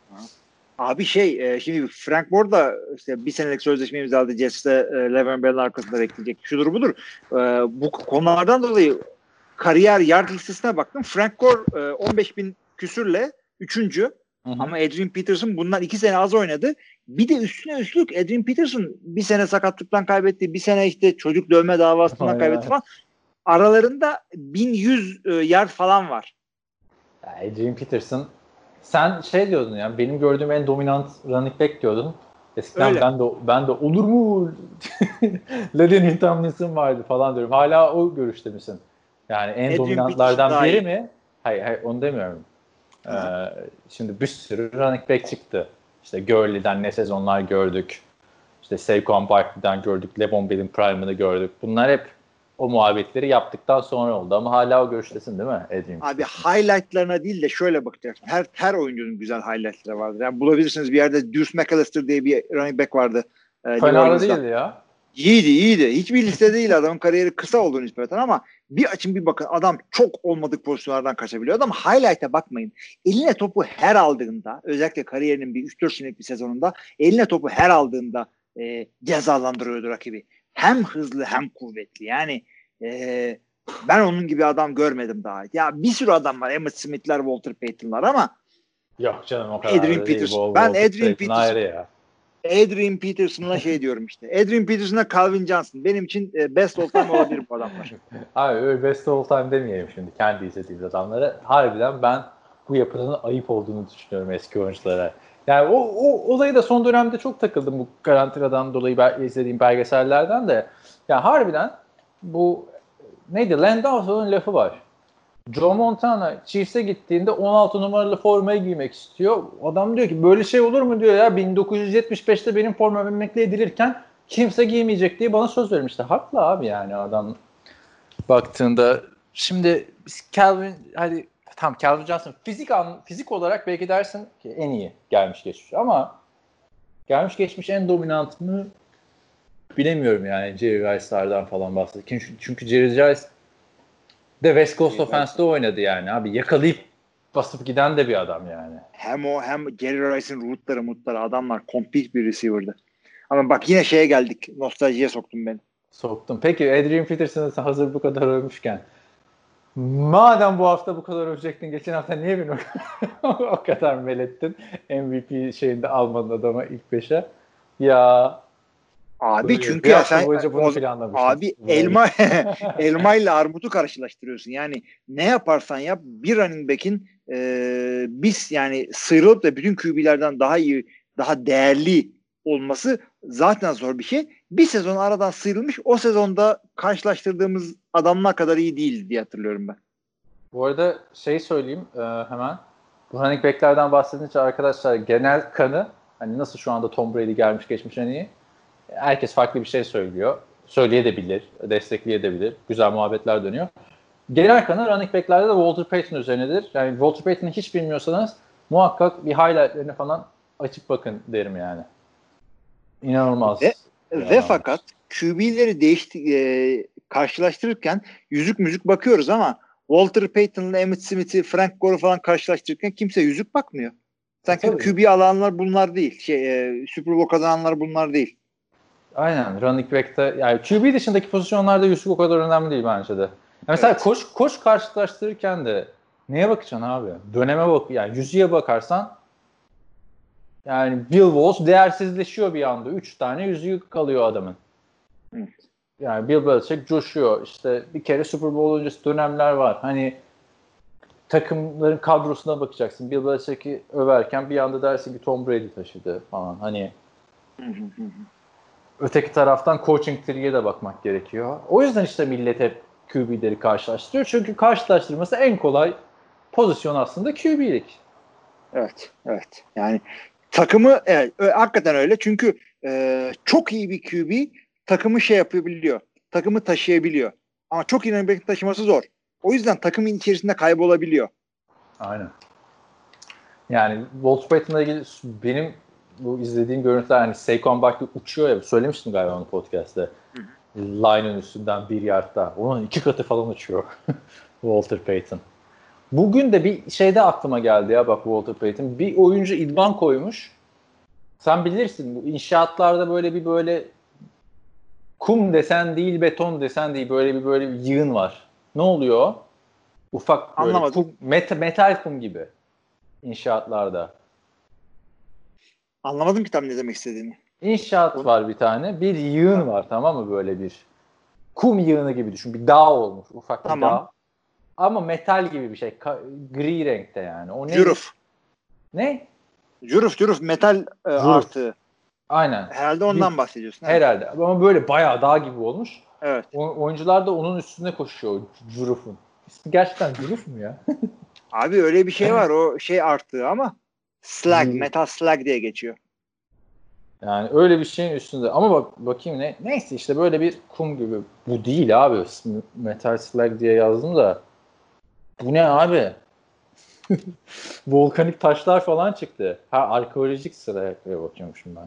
Abi şey şimdi Frank Gore da işte bir senelik sözleşme imzaladı. Jets'te Le'Veon Bell'in arkasında bekleyecek. Şudur budur. Bu konulardan dolayı kariyer yard listesine baktım. Frank Gore on beş bin küsürle üçüncü. Hı hı. Ama Adrian Peterson bundan iki sene az oynadı. Bir de üstüne üstlük Adrian Peterson bir sene sakatlıktan kaybetti. Bir sene işte çocuk dövme davasından kaybetti falan. Aralarında bin yüz yard falan var. Ya Adrian Peterson, sen şey diyordun ya, benim gördüğüm en dominant running back diyordun. Eskiden öyle. ben de ben de olur mu? LaDainian Tomlinson vardı falan diyorum. Hala o görüşte misin? Yani en Adrian dominantlardan biri mi? Hayır, hayır onu demiyorum. Ee, şimdi bir sürü running back çıktı. İşte Gurley'den ne sezonlar gördük. İşte Saquon Barkley'den gördük. Le'Veon Bell'in prime'ını gördük. Bunlar hep o muhabbetleri yaptıktan sonra oldu. Ama hala o görüştesin değil mi Adrian? Abi highlightlarına değil de şöyle bakacaksın. Her her oyuncunun güzel highlightları vardır. Yani bulabilirsiniz bir yerde Deuce McAllister diye bir running back vardı. Fena değildi ya. İyiydi iyiydi. Hiçbir liste değil, adamın kariyeri kısa olduğu nispeten ama bir açın bir bakın adam çok olmadık pozisyonlardan kaçabiliyor. Adam highlight'a bakmayın. Eline topu her aldığında, özellikle kariyerinin bir üç dört senelik bir sezonunda eline topu her aldığında e, cezalandırıyordu rakibi. Hem hızlı hem kuvvetli. Yani e, ben onun gibi adam görmedim daha. Ya bir sürü adam var. Emmitt Smith'ler, Walter Payton'lar ama yok canım o kadar Adrian Peterson. Ben Adrian Peterson. Ya. Adrian Peterson'la şey diyorum işte. Adrian Peterson'la Calvin Johnson. Benim için best all time olabilir bu adamlar. Abi öyle best all time demeyelim şimdi kendi izlediğimiz adamlara. Harbiden ben bu yapının ayıp olduğunu düşünüyorum eski oyunculara. Yani o, o olayı da son dönemde çok takıldım bu Garantiradan dolayı ben izlediğim belgesellerden de. Yani harbiden bu neydi? Landau'nun lafı var. Joe Montana Chiefs'e gittiğinde on altı numaralı formayı giymek istiyor. Adam diyor ki böyle şey olur mu diyor ya, bin dokuz yüz yetmiş beşte benim formam emekli edilirken kimse giymeyecek diye bana söz vermişti. Haklı abi yani adam baktığında. Şimdi Calvin hadi tam Calvin Johnson fizik an, fizik olarak belki dersin ki en iyi gelmiş geçmiş ama gelmiş geçmiş en dominant mı bilemiyorum yani. Jerry Rice'lardan falan bahsediyor. Çünkü, çünkü Jerry Rice de West Coast Offense'da oynadı yani abi. Yakalayıp basıp giden de bir adam yani. Hem o hem Jerry Rice'in rootları mutları adamlar complete bir receiver'dı. Ama bak yine şeye geldik. Nostaljiye soktun beni. Soktum. Peki Adrian Peterson'ı hazır bu kadar övmüşken madem bu hafta bu kadar övecektin, geçen hafta niye beni o kadar melettin? M V P şeyinde almadın adama ilk beşe. Ya abi böyle, çünkü ya sen bunu o, abi elma elma ile armutu karşılaştırıyorsun. Yani ne yaparsan yap bir running back'in e, biz yani sıyrılıp da bütün Q B'lerden daha iyi, daha değerli olması zaten zor bir şey. Bir sezon aradan sıyrılmış. O sezonda karşılaştırdığımız adamlar kadar iyi değildi diye hatırlıyorum ben. Bu arada şey söyleyeyim e, hemen. Bu running back'lerden bahsedince arkadaşlar genel kanı hani nasıl şu anda Tom Brady gelmiş geçmiş en iyi. Herkes farklı bir şey söylüyor. Söyleyebilir, destekleyebilir. Güzel muhabbetler dönüyor. Genel kanı running back'lerde de Walter Payton üzerinedir. Yani Walter Payton'ı hiç bilmiyorsanız muhakkak bir highlight'lerini falan açıp bakın derim yani. İnanılmaz. Ve, ve fakat Q B'leri değişti, e, karşılaştırırken yüzük müzik bakıyoruz ama Walter Payton'la Emmitt Smith'i, Frank Gore'u falan karşılaştırırken kimse yüzük bakmıyor. Sanki Tabii. Q B alanlar bunlar değil. Şey, e, Super Bowl kazananlar bunlar değil. Aynen. Running back'te yani Q B dışındaki pozisyonlarda yüzük o kadar önemli değil bence de. Yani mesela evet. koş koş karşılaştırırken de neye bakacaksın abi? Döneme bak yani yüzüğe bakarsan yani Bill Walsh değersizleşiyor bir anda. Üç tane yüzüğü kalıyor adamın. Evet. Yani Bill Belichick coşuyor. İşte bir kere Super Bowl öncesi dönemler var. Hani takımların kadrosuna bakacaksın. Bill Belichick'i överken bir anda dersin ki Tom Brady taşıdı falan. Hani öteki taraftan coaching tree'ye de bakmak gerekiyor. O yüzden işte millet hep Q B'leri karşılaştırıyor. Çünkü karşılaştırması en kolay pozisyon aslında Q B'lik. Evet, evet. Yani takımı evet, hakikaten öyle. Çünkü e, çok iyi bir Q B takımı şey yapabiliyor. Takımı taşıyabiliyor. Ama çok iyi running back taşıması zor. O yüzden takımın içerisinde kaybolabiliyor. Aynen. Yani Walter Payton'la ilgili benim bu izlediğim görüntüler hani Saquon Barkley uçuyor ya, söylemiştim galiba onu podcast'te. Line'ın üstünden bir yardta. Onun iki katı falan uçuyor Walter Payton. Bugün de bir şeyde aklıma geldi ya bak Walter Payton. Bir oyuncu idman koymuş. Sen bilirsin bu inşaatlarda böyle bir böyle kum desen değil, beton desen değil, böyle bir böyle bir yığın var. Ne oluyor? Ufak böyle kum, met- metal kum gibi inşaatlarda. Anlamadım ki tam ne demek istediğini. İnşaat Onu... var bir tane. Bir yığın var, tamam mı, böyle bir kum yığını gibi düşün. Bir dağ olmuş. Ufak bir tamam. dağ. Ama metal gibi bir şey. Ka- gri renkte yani. O ne? Cüruf. Ne? Cüruf cüruf metal e, artığı. Aynen. Herhalde ondan bir, bahsediyorsun. Herhalde. Evet. Ama böyle bayağı dağ gibi olmuş. Evet. O, oyuncular da onun üstüne koşuyor. Cüruf'un. İsmi gerçekten Cüruf mu ya? Abi öyle bir şey var. O şey artığı ama slag, hmm. metal slag diye geçiyor. Yani öyle bir şeyin üstünde. Ama bak bakayım ne neyse işte böyle bir kum gibi. Bu değil abi. Metal slag diye yazdım da. Bu ne abi? Volkanik taşlar falan çıktı. Ha, arkeolojik sıraya bakıyormuşum ben.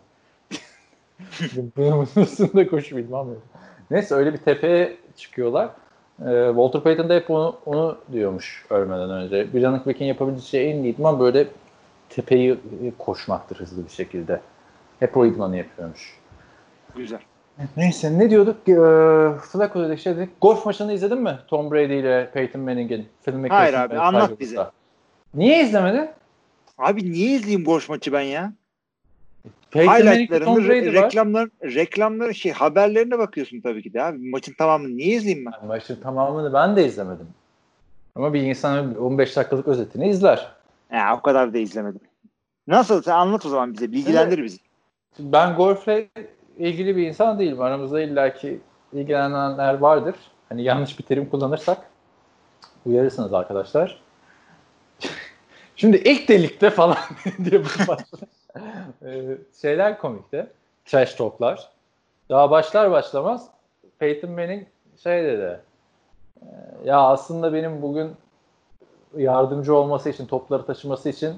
Bunun üstünde koşu bilmem. Neyse öyle bir tepeye çıkıyorlar. Ee, Walter Payton da hep onu, onu diyormuş ölmeden önce. Bir running back'in yapabileceği şey en iyi idman böyle tepeyi koşmaktır hızlı bir şekilde. Hep o idmanı yapıyormuş. Güzel. Neyse ne diyorduk? Ee, Flacco dedik şey dedik. Golf maçını izledin mi? Tom Brady ile Peyton Manning'in. Hayır abi anlat bize. Niye izlemedi? Abi niye izleyeyim golf maçı ben ya? Highlightlarını, re- reklamlar, reklamlar şey haberlerine bakıyorsun tabii ki de abi. Maçın tamamını niye izleyeyim ben? Yani maçın tamamını ben de izlemedim. Ama bir insan on beş dakikalık özetini izler. Ya o kadar da izlemedim. Nasıl? Sen anlat o zaman bize. Bilgilendir bizi. Ben golfle ilgili bir insan değilim. Aramızda illaki ilgilenenler vardır. Hani yanlış bir terim kullanırsak uyarırsınız arkadaşlar. Şimdi ilk delikte falan diye bu başlar. ee, şeyler komikti. Trash talk'lar. Daha başlar başlamaz Peyton Manning şey dedi. Ya aslında benim bugün yardımcı olması için, topları taşıması için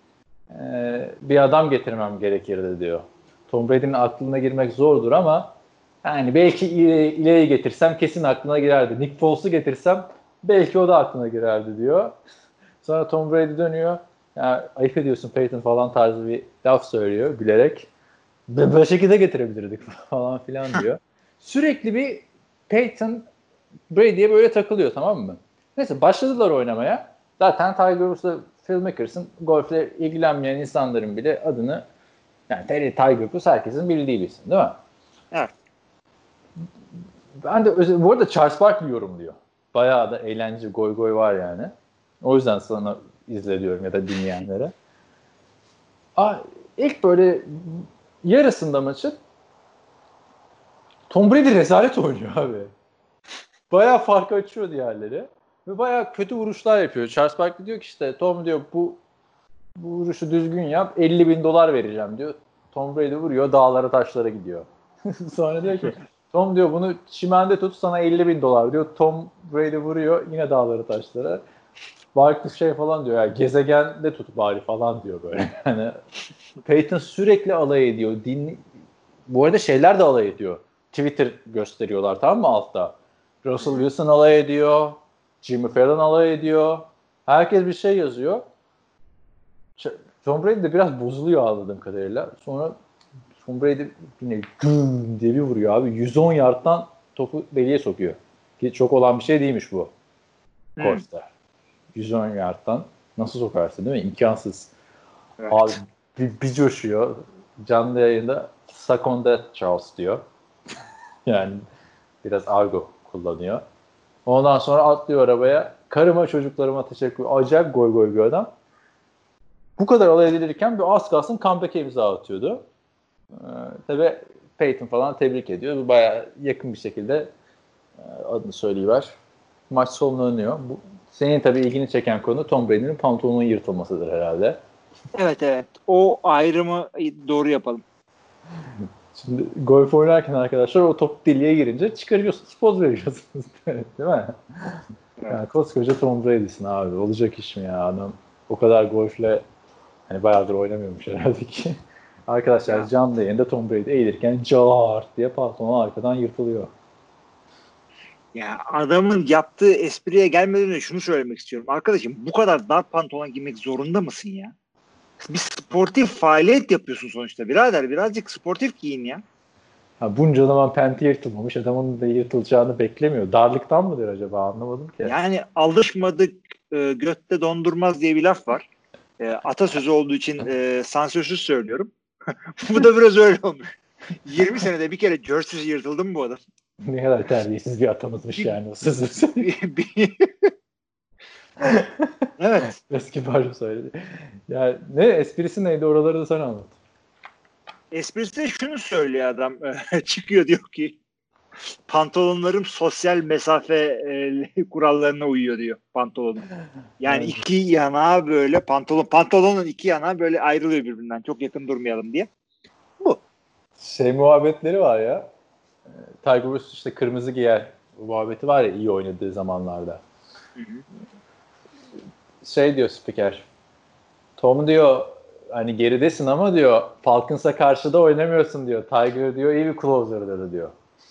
e, bir adam getirmem gerekirdi diyor. Tom Brady'nin aklına girmek zordur ama yani belki ileri, ileri getirsem kesin aklına girerdi. Nick Foles'u getirsem belki o da aklına girerdi diyor. Sonra Tom Brady dönüyor. Ya ayıp ediyorsun Peyton falan tarzı bir laf söylüyor gülerek. Böyle şekilde getirebilirdik falan filan diyor. Sürekli bir Peyton Brady'ye böyle takılıyor, tamam mı? Neyse başladılar oynamaya. Zaten Tiger Woods'la Phil Mickelson golfle ilgilenmeyen insanların bile adını, yani Tiger Woods herkesin bildiği bir isim değil mi? Evet. Ben de özel, bu arada Charles Barkley yorumluyor. Bayağı da eğlenceli, goy goy var yani. O yüzden sana izle diyorum ya da dinleyenlere. Aa, ilk böyle yarısında maçın Tom Brady rezalet oynuyor abi. Bayağı farkı açıyor diğerleri. Ve bayağı kötü vuruşlar yapıyor. Charles Barkley diyor ki işte Tom diyor bu, bu vuruşu düzgün yap, elli bin dolar vereceğim diyor. Tom Brady vuruyor, dağlara taşlara gidiyor. Sonra diyor ki Tom diyor bunu çimende tut, sana elli bin dolar diyor. Tom Brady vuruyor yine dağları taşlara. Barkley şey falan diyor ya, gezegende tut bari falan diyor böyle. Yani Peyton sürekli alay ediyor. Din... Bu arada şeyler de alay ediyor. Twitter gösteriyorlar, tamam mı, altta? Russell Wilson alay ediyor. Jimmy Fallon alay ediyor. Herkes bir şey yazıyor. Tom Brady de biraz bozuluyor anladığım kadarıyla. Sonra Tom Brady yine güm diye bir vuruyor abi. yüz on yardtan topu deliğe sokuyor. Ki çok olan bir şey değilmiş bu. Course'da. yüz on yardtan nasıl sokarsın değil mi? İmkansız. Evet. Abi bir, bir coşuyor. Canlı yayında suck on that Charles diyor. Yani biraz argo kullanıyor. Ondan sonra atlıyor arabaya. Karıma çocuklarıma teşekkür. Acayip goy goy bir adam. Bu kadar alay edilirken bir az kalsın comeback'e imza atıyordu. Ee, tabii Peyton falan tebrik ediyor. Bayağı yakın bir şekilde adını söyleyiver. Maç sonlanıyor. Bu, senin tabii ilgini çeken konu Tom Brady'nin pantolonunun yırtılmasıdır herhalde. Evet evet. O ayrımı doğru yapalım. Şimdi golf oynarken arkadaşlar o top deliğe girince çıkarıyorsunuz, poz veriyorsunuz. Değil mi? Evet. Yani koskoca Tom Brady'sin abi. Olacak iş mi ya adam? O kadar golfle hani bayağıdır oynamıyormuş herhalde ki. Arkadaşlar ya. Canlı yayında Tom Brady eğilirken cart diye pantolon arkadan yırtılıyor. Ya adamın yaptığı espriye gelmeden önce şunu söylemek istiyorum. Arkadaşım bu kadar dar pantolon giymek zorunda mısın ya? Bir sportif faaliyet yapıyorsun sonuçta birader. Birazcık sportif giyin ya. Ha, bunca zaman penti yırtılmamış. Adamın da yırtılacağını beklemiyor. Darlıktan mıdır acaba? Anlamadım ki. Yani alışmadık e, götte dondurmaz diye bir laf var. E, atasözü olduğu için e, sansürsüz söylüyorum. Bu da biraz öyle olmuş. yirmi senede bir kere jersey'si yırtıldı mı bu adam? Ne kadar terbiyesiz bir atamızmış yani o sözü. Evet. Eski parça söyledi. Ya ne esprisi neydi, oraları da sen anlat. Esprisi de şunu söylüyor adam. Çıkıyor diyor ki pantolonlarım sosyal mesafe e, kurallarına uyuyor diyor pantolonum. Yani evet. iki yana böyle pantolon pantolonun iki yana böyle ayrılıyor birbirinden. Çok yakın durmayalım diye. Bu. Şey muhabbetleri var ya. Tiger Woods işte kırmızı giyer muhabbeti var ya iyi oynadığı zamanlarda. Hı hı. Şey diyor spiker. Tom diyor hani geridesin ama diyor Falcons'a karşı da oynamıyorsun diyor. Tiger diyor iyi bir closer'dır diyor.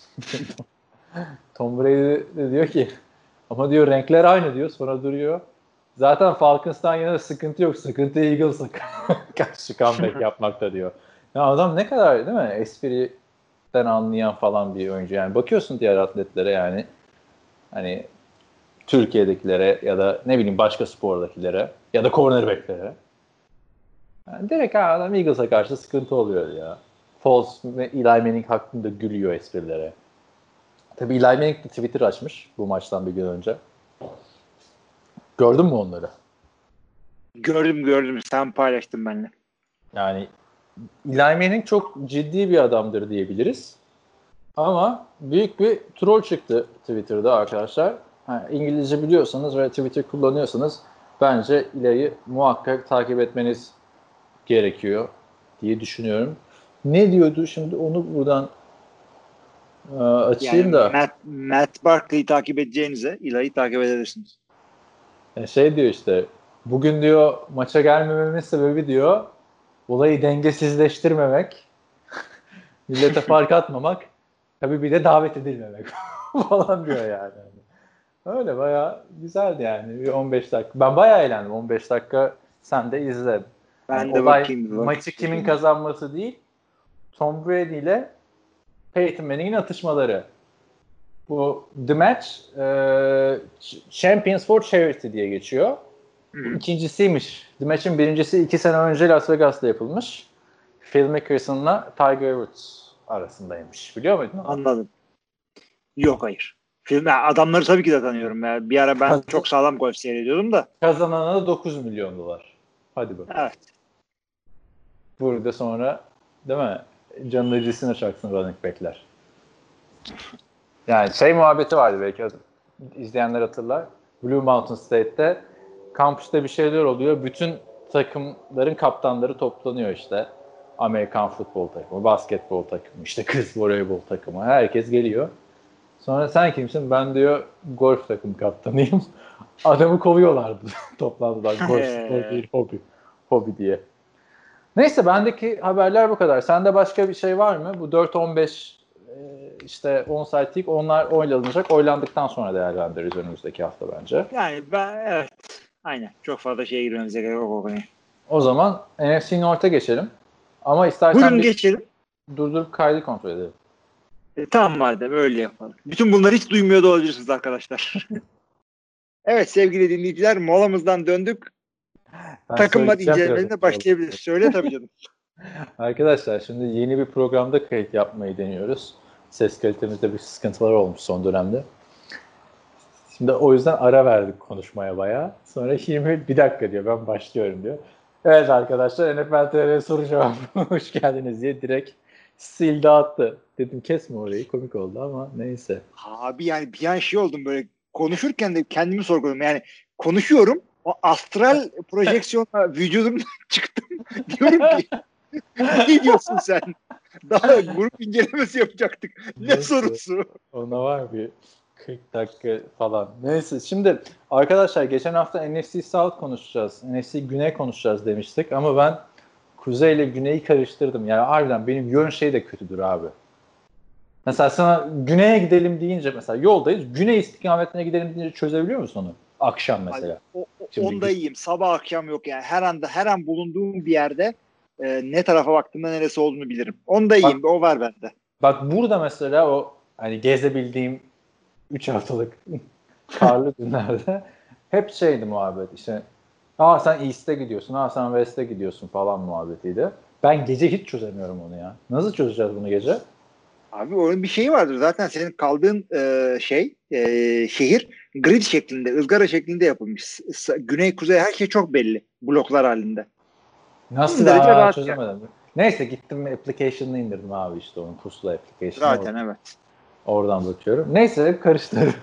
Tom Brady de diyor ki ama diyor renkler aynı diyor, sonra duruyor. Zaten Falcons'tan yana sıkıntı yok. Sıkıntı Eagles'a karşı comeback yapmakta diyor. Ya adam ne kadar değil mi? Espriden anlayan falan bir oyuncu. Yani bakıyorsun diğer atletlere yani hani Türkiye'dekilere ya da ne bileyim başka spordakilere ya da cornerback'lere. Yani direkt ha, adam Eagles'a karşı sıkıntı oluyor ya. Foles ve Eli Manning hakkında gülüyor esprilere. Tabii Eli Manning de Twitter açmış bu maçtan bir gün önce. Gördün mü onları? Gördüm gördüm. Sen paylaştın benimle. Yani Eli Manning çok ciddi bir adamdır diyebiliriz. Ama büyük bir troll çıktı Twitter'da arkadaşlar. Ha, İngilizce biliyorsanız ve Twitter kullanıyorsanız bence Eli'yi muhakkak takip etmeniz gerekiyor diye düşünüyorum. Ne diyordu şimdi onu buradan e, açayım yani da. Matt, Matt Barkley'i takip edeceğinize Eli'yi takip edebilirsiniz. Yani şey diyor işte bugün diyor maça gelmememin sebebi diyor olayı dengesizleştirmemek, millete fark atmamak, tabii bir de davet edilmemek falan diyor yani. Öyle bayağı güzeldi yani. Bir on beş dakika. Ben bayağı eğlendim. on beş dakika sen de izle. Ben Yani de olay bakayım. maçı kimin kazanması değil, Tom Brady ile Peyton Manning'in atışmaları. Bu The Match e, Champions for Charity diye geçiyor. Bu ikincisiymiş. The Match'in birincisi iki sene önce Las Vegas'ta yapılmış. Phil Mickelson'la Tiger Woods arasındaymış. Biliyor muydun? Anladım. Yok hayır. Film, yani adamları tabii ki de tanıyorum. Yani bir ara ben çok sağlam golf seyrediyordum da. Kazanana da dokuz milyon dolar. Hadi bakalım. Evet. Burada sonra değil mi? Canın acısına çaksın running back'ler. Yani şey muhabbeti vardı belki izleyenler hatırlar. Blue Mountain State'te kampüste bir şeyler oluyor. Bütün takımların kaptanları toplanıyor işte. Amerikan futbol takımı, basketbol takımı, işte kız voleybol takımı. Herkes geliyor. Sonra sen kimsin? Ben diyor golf takım kaptanıyım. Adamı kovuyorlardı toplantıdan. Golf spor değil, hobi. Hobi diye. Neyse bendeki haberler bu kadar. Sende başka bir şey var mı? Bu dört on beş işte onside kick onlar oylanacak. Oylandıktan sonra değerlendiririz önümüzdeki hafta bence. Yani ben evet. Aynen. Çok fazla şeye girmemize gerek yok o konuya. O zaman N F C North'a geçelim. Ama istersen Buyurun bir geçelim. durdurup kaydı kontrol edelim. E, tamam madem öyle yapalım. Bütün bunları hiç duymuyor da olabilirsiniz arkadaşlar. Evet sevgili dinleyiciler molamızdan döndük. Ben Takımlar incelemelerine başlayabiliriz. Söyle tabii canım. Arkadaşlar şimdi yeni bir programda kayıt yapmayı deniyoruz. Ses kalitemizde bir sıkıntılar olmuş son dönemde. Şimdi o yüzden ara verdik konuşmaya bayağı. Sonra yirmi bir dakika diyor ben başlıyorum diyor. Evet arkadaşlar N F L T R soru cevabı hoş geldiniz diye direkt sildi attı. Dedim kesme orayı komik oldu ama neyse. Abi yani bir an şey oldum böyle konuşurken de kendimi sorguladım. Yani konuşuyorum o astral projeksiyonla vücudumdan çıktım. Diyorum ki ne diyorsun sen? Daha grup incelemesi yapacaktık. Ne Neyse. sorusu? Ona var bir kırk dakika falan. Neyse şimdi arkadaşlar geçen hafta N F C South konuşacağız. N F C Güney konuşacağız demiştik ama ben Kuzey ile Güney'i karıştırdım. Yani harbiden benim yön şey de kötüdür abi. Mesela sana Güney'e gidelim deyince mesela yoldayız. Güney istikametine gidelim deyince çözebiliyor musun onu? Akşam mesela. Abi, o, o, Şimdi, onda iyiyim. Sabah akşam yok yani. Her anda her an bulunduğum bir yerde e, ne tarafa baktığımda neresi olduğunu bilirim. Onda iyiyim. Bak, o var bende. Bak burada mesela o hani gezebildiğim üç haftalık karlı günlerde hep şeydi muhabbet işte aa sen East'e gidiyorsun, aa sen West'e gidiyorsun falan muhabbetiydi. Ben gece hiç çözemiyorum onu ya. Nasıl çözeceğiz bunu gece? Abi onun bir şeyi vardır. Zaten senin kaldığın e, şey e, şehir grid şeklinde, ızgara şeklinde yapılmış. Güney, kuzey her şey çok belli. Bloklar halinde. Nasıl ya çözemedim. Yani. Neyse gittim application'ını indirdim abi işte onun pusula application'ı. Zaten oradan, evet. Oradan bakıyorum. Neyse hep karıştırdım.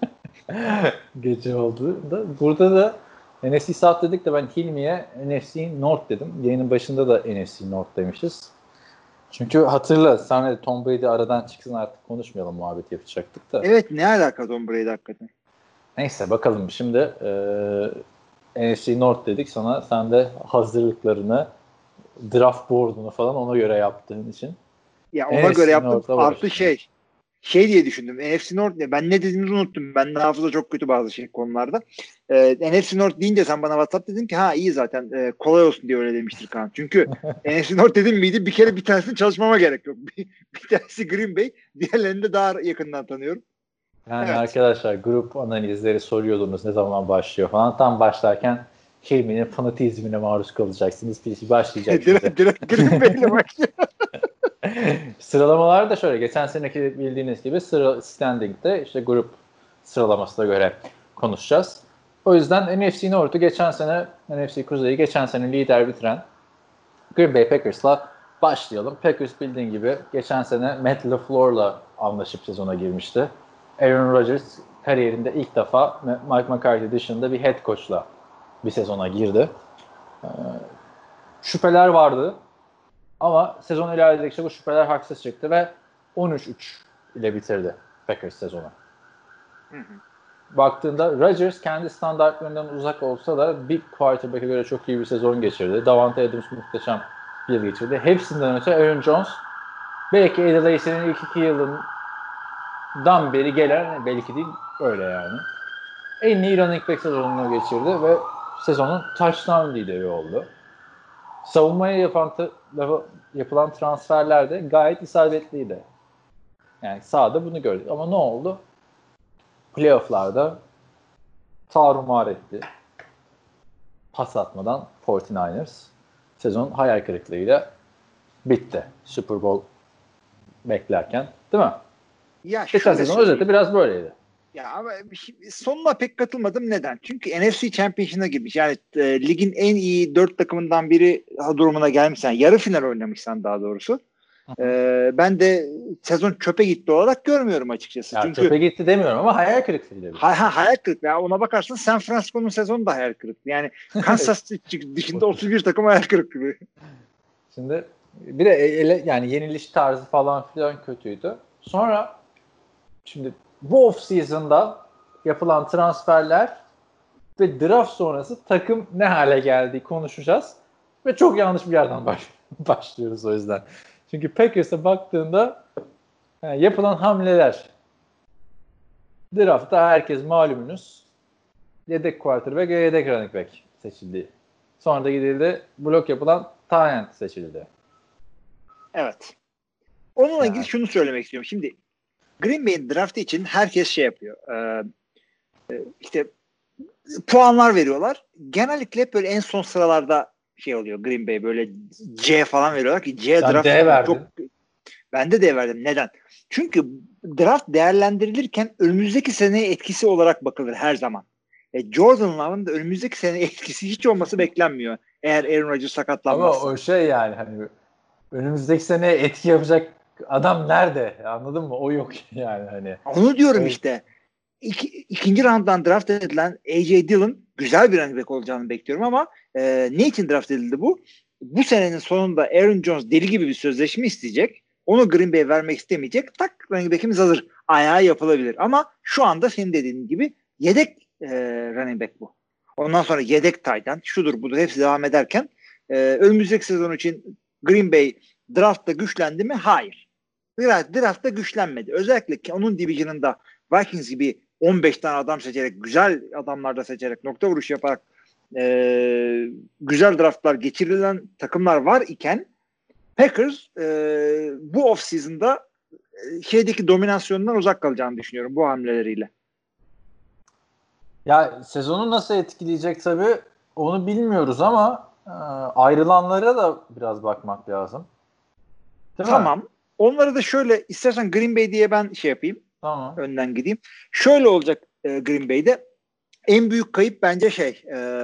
Gece oldu da. Burada da N F C South dedik de ben Hilmi'ye N F C North dedim. Yayının başında da N F C North demişiz. Çünkü hatırla sen de Tom Brady aradan çıksın artık konuşmayalım muhabbet yapacaktık da. Evet ne alaka Tom Brady hakikaten. Neyse bakalım şimdi e, N F C North dedik sana sen de hazırlıklarını draft board'unu falan ona göre yaptığın için. Ya ona N F C göre yaptım artı şey şey diye düşündüm. N F C North ne? Ben ne dediğimizi unuttum. Ben de hafıza çok kötü bazı şey konularda. Ee, N F C North deyince sen bana WhatsApp dedin ki ha iyi zaten e, kolay olsun diye öyle demiştir Kaan. Çünkü N F C North dedim miydi bir kere bir tanesini çalışmama gerek yok. Bir, bir tanesi Green Bay, diğerlerini de daha yakından tanıyorum. Yani evet. Arkadaşlar grup analizleri soruyordunuz ne zaman başlıyor falan. Tam başlarken Hilmi'nin fanatizmine maruz kalacaksınız. Bir şey başlayacak. direkt, direkt Green Bay'le başlıyor. Sıralamalar da şöyle. Geçen seneki bildiğiniz gibi sıra standing'de işte grup sıralamasına göre konuşacağız. O yüzden N F C North'u geçen sene N F C Kuzey'i geçen sene lider bitiren Green Bay Packers'la başlayalım. Packers bildiğin gibi geçen sene Matt LaFleur'la anlaşıp sezona girmişti. Aaron Rodgers kariyerinde ilk defa Mike McCarthy dışında bir head coach'la bir sezona girdi. Ee, şüpheler vardı. Ama sezon ilerledikçe bu şüpheler haksız çıktı ve on üç üç ile bitirdi Packers sezonu. Hı hı. Baktığında Rodgers kendi standartlarından uzak olsa da bir quarterback'e göre çok iyi bir sezon geçirdi. Davante Adams muhteşem bir yıl geçirdi. Hepsinden öte Aaron Jones belki Eddie Lacy'nin ilk iki yılından beri gelen belki değil öyle yani. en iyi running back sezonunu geçirdi ve sezonun touchdown lideri oldu. Savunmaya yapan yapılan transferler de gayet isabetliydi. Yani sahada bunu gördük. Ama ne oldu? Playoff'larda tarumar etti. Pas atmadan kırk dokuz ers. Sezon hayal kırıklığıyla bitti. Super Bowl beklerken. Değil mi? Ya geçen sezon özeti biraz böyleydi. Ya ama sonuna pek katılmadım. Neden? Çünkü N F C Championship'a girmiş. Yani e, ligin en iyi dört takımından biri durumuna gelmişsen, yarı final oynamışsan daha doğrusu. E, ben de sezon çöpe gitti olarak görmüyorum açıkçası. Ya Çünkü çöpe gitti demiyorum ama hayal kırıklığı. Ha, ha, hayal kırıklığı. Ya ona bakarsın San Francisco'nun sezonu da hayal kırıklığı. Yani Kansas dışında otuz bir takım hayal kırıklığı. Şimdi bir de ele, yani yeniliş tarzı falan filan kötüydü. Sonra şimdi bu off season'da yapılan transferler ve draft sonrası takım ne hale geldiği konuşacağız. Ve çok yanlış bir yerden baş, başlıyoruz o yüzden. Çünkü Packers'a baktığında yani yapılan hamleler, draftta herkes malumunuz yedek quarterback ve yedek running back seçildi. Sonra da gidildi blok yapılan tight end seçildi. Evet. Onunla ilgili yani. şunu söylemek istiyorum. Şimdi Green Bay'in draftı için herkes şey yapıyor. Ee, işte puanlar veriyorlar. Genellikle hep böyle en son sıralarda şey oluyor. Green Bay böyle C falan veriyorlar ki C Sen draft D verdin. çok. Ben de D verdim. Neden? Çünkü draft değerlendirilirken önümüzdeki seneye etkisi olarak bakılır her zaman. E, Jordan Love'ın da önümüzdeki sene etkisi hiç olması beklenmiyor. Eğer Aaron Rodgers sakatlanmazsa. Ama o şey yani hani önümüzdeki sene etki yapacak adam nerede? Anladın mı? O yok yani hani. Onu diyorum o... işte. İki, ikinci rounddan draft edilen A J Dillon güzel bir running back olacağını bekliyorum ama e, ne için draft edildi bu? Bu senenin sonunda Aaron Jones deli gibi bir sözleşme isteyecek. Onu Green Bay vermek istemeyecek. Tak running back'imiz hazır. Ayağı yapılabilir. Ama şu anda senin dediğin gibi yedek e, running back bu. Ondan sonra yedek tight end şudur budur hepsi devam ederken e, önümüzdeki sezon için Green Bay draftta güçlendi mi? Hayır. Draftta güçlenmedi. Özellikle onun division'ında Vikings gibi on beş tane adam seçerek, güzel adamlarda seçerek, nokta vuruş yaparak e, güzel draftlar geçirilen takımlar var iken Packers e, bu off-season'da e, şeydeki dominasyonundan uzak kalacağını düşünüyorum bu hamleleriyle. Ya sezonu nasıl etkileyecek tabii onu bilmiyoruz ama e, ayrılanlara da biraz bakmak lazım. Değil tamam. mi? Onları da şöyle istersen Green Bay diye ben şey yapayım. Tamam. Önden gideyim. Şöyle olacak e, Green Bay'de. En büyük kayıp bence şey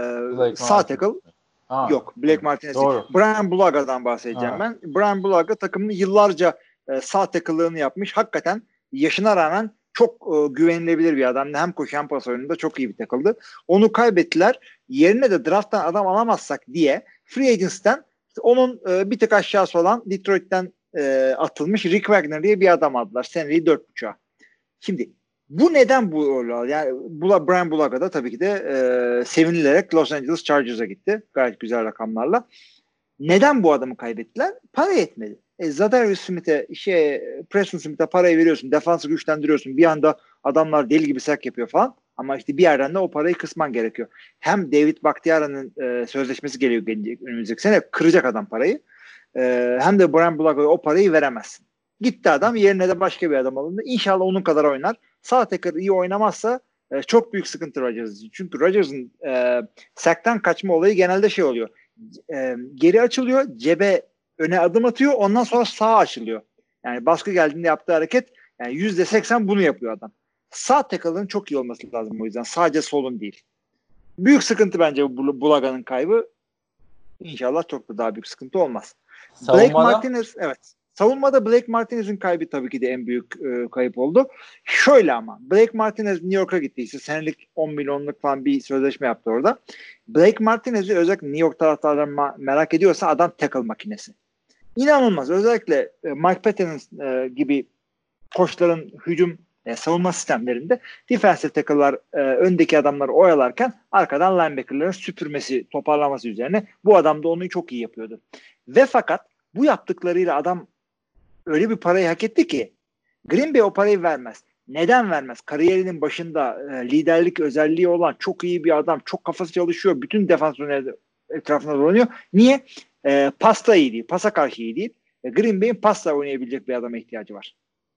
e, sağ tackle. Ha. Yok. Blake Martinez. Doğru. Brian Bulaga'dan bahsedeceğim ha. ben. Brian Bulaga takımının yıllarca e, sağ tackle'lığını yapmış. Hakikaten yaşına rağmen çok e, güvenilebilir bir adam. Hem koşu hem pas oyununda çok iyi bir tackle'dı. Onu kaybettiler. Yerine de drafttan adam alamazsak diye Free Agency'den onun e, bir tık aşağısı olan Detroit'ten e, atılmış Rick Wagner diye bir adam aldılar. Seneyi dört buçuğa. Şimdi bu neden bu oldu? Yani Bula, Brian Bulaga da tabii ki de e, sevinilerek Los Angeles Chargers'a gitti. Gayet güzel rakamlarla. Neden bu adamı kaybettiler? Para yetmedi. E, Zadarius Smith'e, şey, Preston Smith'e parayı veriyorsun. Defansı güçlendiriyorsun. Bir anda adamlar deli gibi sack yapıyor falan. Ama işte bir yerden de o parayı kısman gerekiyor. Hem David Bakhtiari'nin e, sözleşmesi geliyor gelecek, önümüzdeki sene. Kıracak adam parayı. E, hem de Brian Bulaga'ya o parayı veremezsin. Gitti adam. Yerine de başka bir adam alındı. İnşallah onun kadar oynar. Sağ tackle iyi oynamazsa e, çok büyük sıkıntı Rodgers için. Çünkü Rodgers'ın e, sack'tan kaçma olayı genelde şey oluyor. E, geri açılıyor. Cebe öne adım atıyor. Ondan sonra sağa açılıyor. Yani baskı geldiğinde yaptığı hareket yani yüzde seksen bunu yapıyor adam. Sağ tackle'ın çok iyi olması lazım o yüzden. Sadece solun değil. Büyük sıkıntı bence bu Bulaga'nın kaybı. İnşallah çok da daha büyük sıkıntı olmaz. Savunmada? Blake Martinez evet. Savunmada Blake Martinez'in kaybı tabii ki de en büyük e, kayıp oldu. Şöyle ama Blake Martinez New York'a gittiyse senelik on milyonluk falan bir sözleşme yaptı orada. Blake Martinez'i özellikle New York taraftarları ma- merak ediyorsa adam tackle makinesi. İnanılmaz. Özellikle e, Mike Patton'ın e, gibi koçların hücum e, savunma sistemlerinde defensive tackle'lar e, öndeki adamları oyalarken arkadan linebacker'ların süpürmesi, toparlaması üzerine bu adam da onu çok iyi yapıyordu. Ve fakat bu yaptıklarıyla adam öyle bir parayı hak etti ki Green Bay o parayı vermez. Neden vermez? Kariyerinin başında e, liderlik özelliği olan çok iyi bir adam, çok kafası çalışıyor, bütün defans etrafında dolanıyor. Niye? E, pasta iyi değil, pasa karşı iyi değil. E, Green Bay'in pasta oynayabilecek bir adama ihtiyacı var.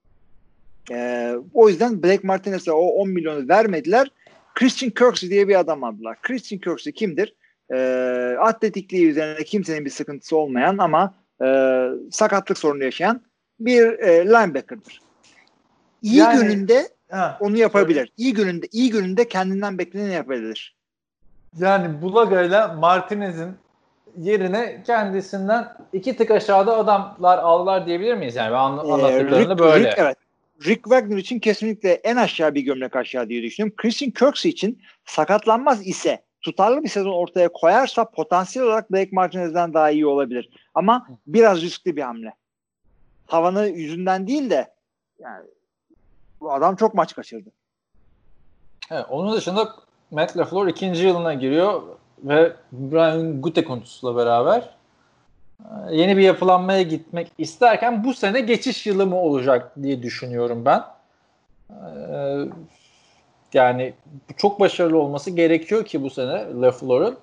E, o yüzden Blake Martinez'e o on milyonu vermediler. Christian Kirksey diye bir adam aldılar. Christian Kirksey kimdir? E, atletikliği üzerine kimsenin bir sıkıntısı olmayan ama e, sakatlık sorunu yaşayan bir e, linebacker'dır. İyi yani, gününde ha, onu yapabilir. Söyle. İyi gününde iyi gününde kendinden bekleneni yapabilir. Yani Bulaga'yla Martinez'in yerine kendisinden iki tık aşağıda adamlar aldılar diyebilir miyiz? Yani anla, anlattıklarında Rick, böyle. Rick, evet. Rick Wagner için kesinlikle en aşağı bir gömlek aşağı diye düşünüyorum. Christian Kirksey için sakatlanmaz ise, tutarlı bir sezon ortaya koyarsa potansiyel olarak Blake Martinez'den daha iyi olabilir. Ama biraz riskli bir hamle. Tavanı yüzünden değil de yani bu adam çok maç kaçırdı. Evet, onun dışında Matt LaFleur ikinci yılına giriyor ve Brian Gutekunst'la beraber yeni bir yapılanmaya gitmek isterken bu sene geçiş yılı mı olacak diye düşünüyorum ben. Ee, yani çok başarılı olması gerekiyor ki bu sene LaFleur'un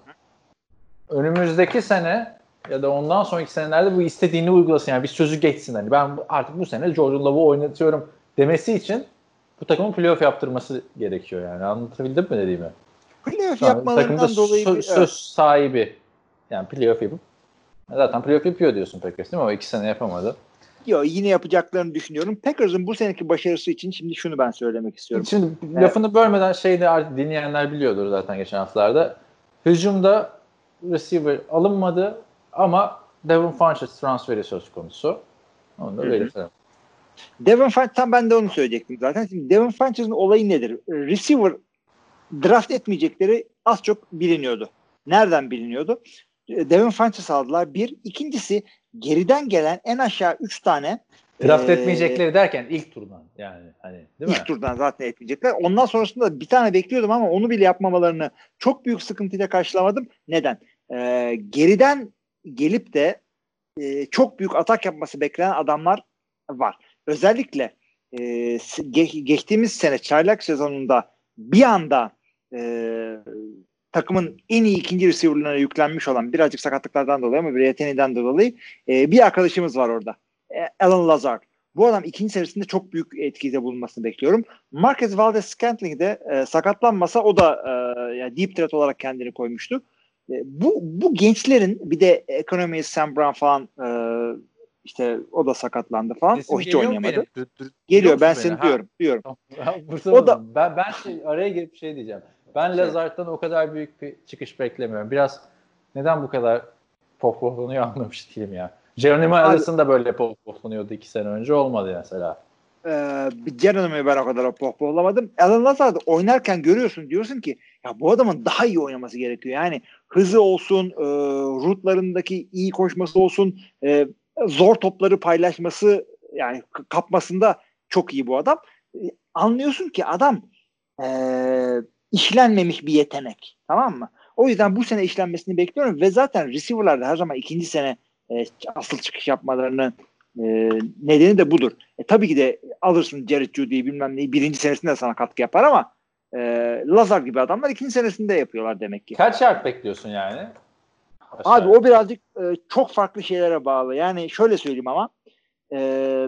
önümüzdeki sene ya da ondan sonraki senelerde bu istediğini uygulasın. Yani bir sözü geçsin. Hani ben artık bu sene Jordan Love'u oynatıyorum demesi için bu takımın playoff yaptırması gerekiyor yani. Anlatabildim mi dediğimi? Playoff yapmalarından dolayı söz, bir, söz sahibi. Yani playoff yapıp zaten playoff yapıyor diyorsun Packers değil mi? O iki sene yapamadı. Yok, yine yapacaklarını düşünüyorum. Packers'ın bu seneki başarısı için şimdi şunu ben söylemek istiyorum. Şimdi evet. Lafını bölmeden şeyde artık dinleyenler biliyordur zaten geçen haftalarda. Hücumda receiver alınmadı ama Devin Funchess transferi söz konusu. Onu da belirtelim. Devin Funchess, tam ben de onu söyleyecektim zaten. Şimdi Devin Funchess'ın olayı nedir? Receiver draft etmeyecekleri az çok biliniyordu. Nereden biliniyordu? Devin Funchess aldılar. Bir. İkincisi geriden gelen en aşağı üç tane draft ee, etmeyecekleri derken ilk turdan yani hani değil mi? İlk turdan zaten etmeyecekler. Ondan sonrasında bir tane bekliyordum ama onu bile yapmamalarını çok büyük sıkıntıyla karşılamadım. Neden? Ee, geriden gelip de e, çok büyük atak yapması beklenen adamlar var. Özellikle e, ge- geçtiğimiz sene çaylak sezonunda bir anda e, takımın en iyi ikinci receiver'larına yüklenmiş olan, birazcık sakatlıklardan dolayı ama bir yeteneğinden dolayı e, bir arkadaşımız var orada. E, Alan Lazard. Bu adam ikinci serisinde çok büyük etkide bulunmasını bekliyorum. Marquez Valdes-Scantling de e, sakatlanmasa o da e, yani deep threat olarak kendini koymuştu. E, bu bu gençlerin bir de ekonomi Sam Brown falan e, işte o da sakatlandı falan. Sesim o hiç oynamadı. Dur, dur, geliyor ben seni diyorum. diyorum. o da ben ben şey, araya girip şey diyeceğim. Ben Lazard'dan o kadar büyük bir çıkış beklemiyorum. Biraz neden bu kadar pohpohlanıyor anlamış değilim ya. Geronimo Allison da böyle pohpohlanıyordu iki sene önce. Olmadı mesela. Ee, Geronimo'yu ben o kadar pohpohlamadım. Alan Lazard oynarken görüyorsun, diyorsun ki ya bu adamın daha iyi oynaması gerekiyor. Yani hızı olsun, e, rutlarındaki iyi koşması olsun, e, zor topları paylaşması, yani kapmasında çok iyi bu adam. E, anlıyorsun ki adam e, işlenmemiş bir yetenek. Tamam mı? O yüzden bu sene işlenmesini bekliyorum ve zaten receiver'larda her zaman ikinci sene e, asıl çıkış yapmalarını e, nedeni de budur. E, tabii ki de alırsın Jared Judy'yi bilmem neyi, birinci senesinde sana katkı yapar ama e, Lazar gibi adamlar ikinci senesinde yapıyorlar demek ki. Kaç yard bekliyorsun yani? Aşağı. Abi o birazcık e, çok farklı şeylere bağlı. Yani şöyle söyleyeyim ama e,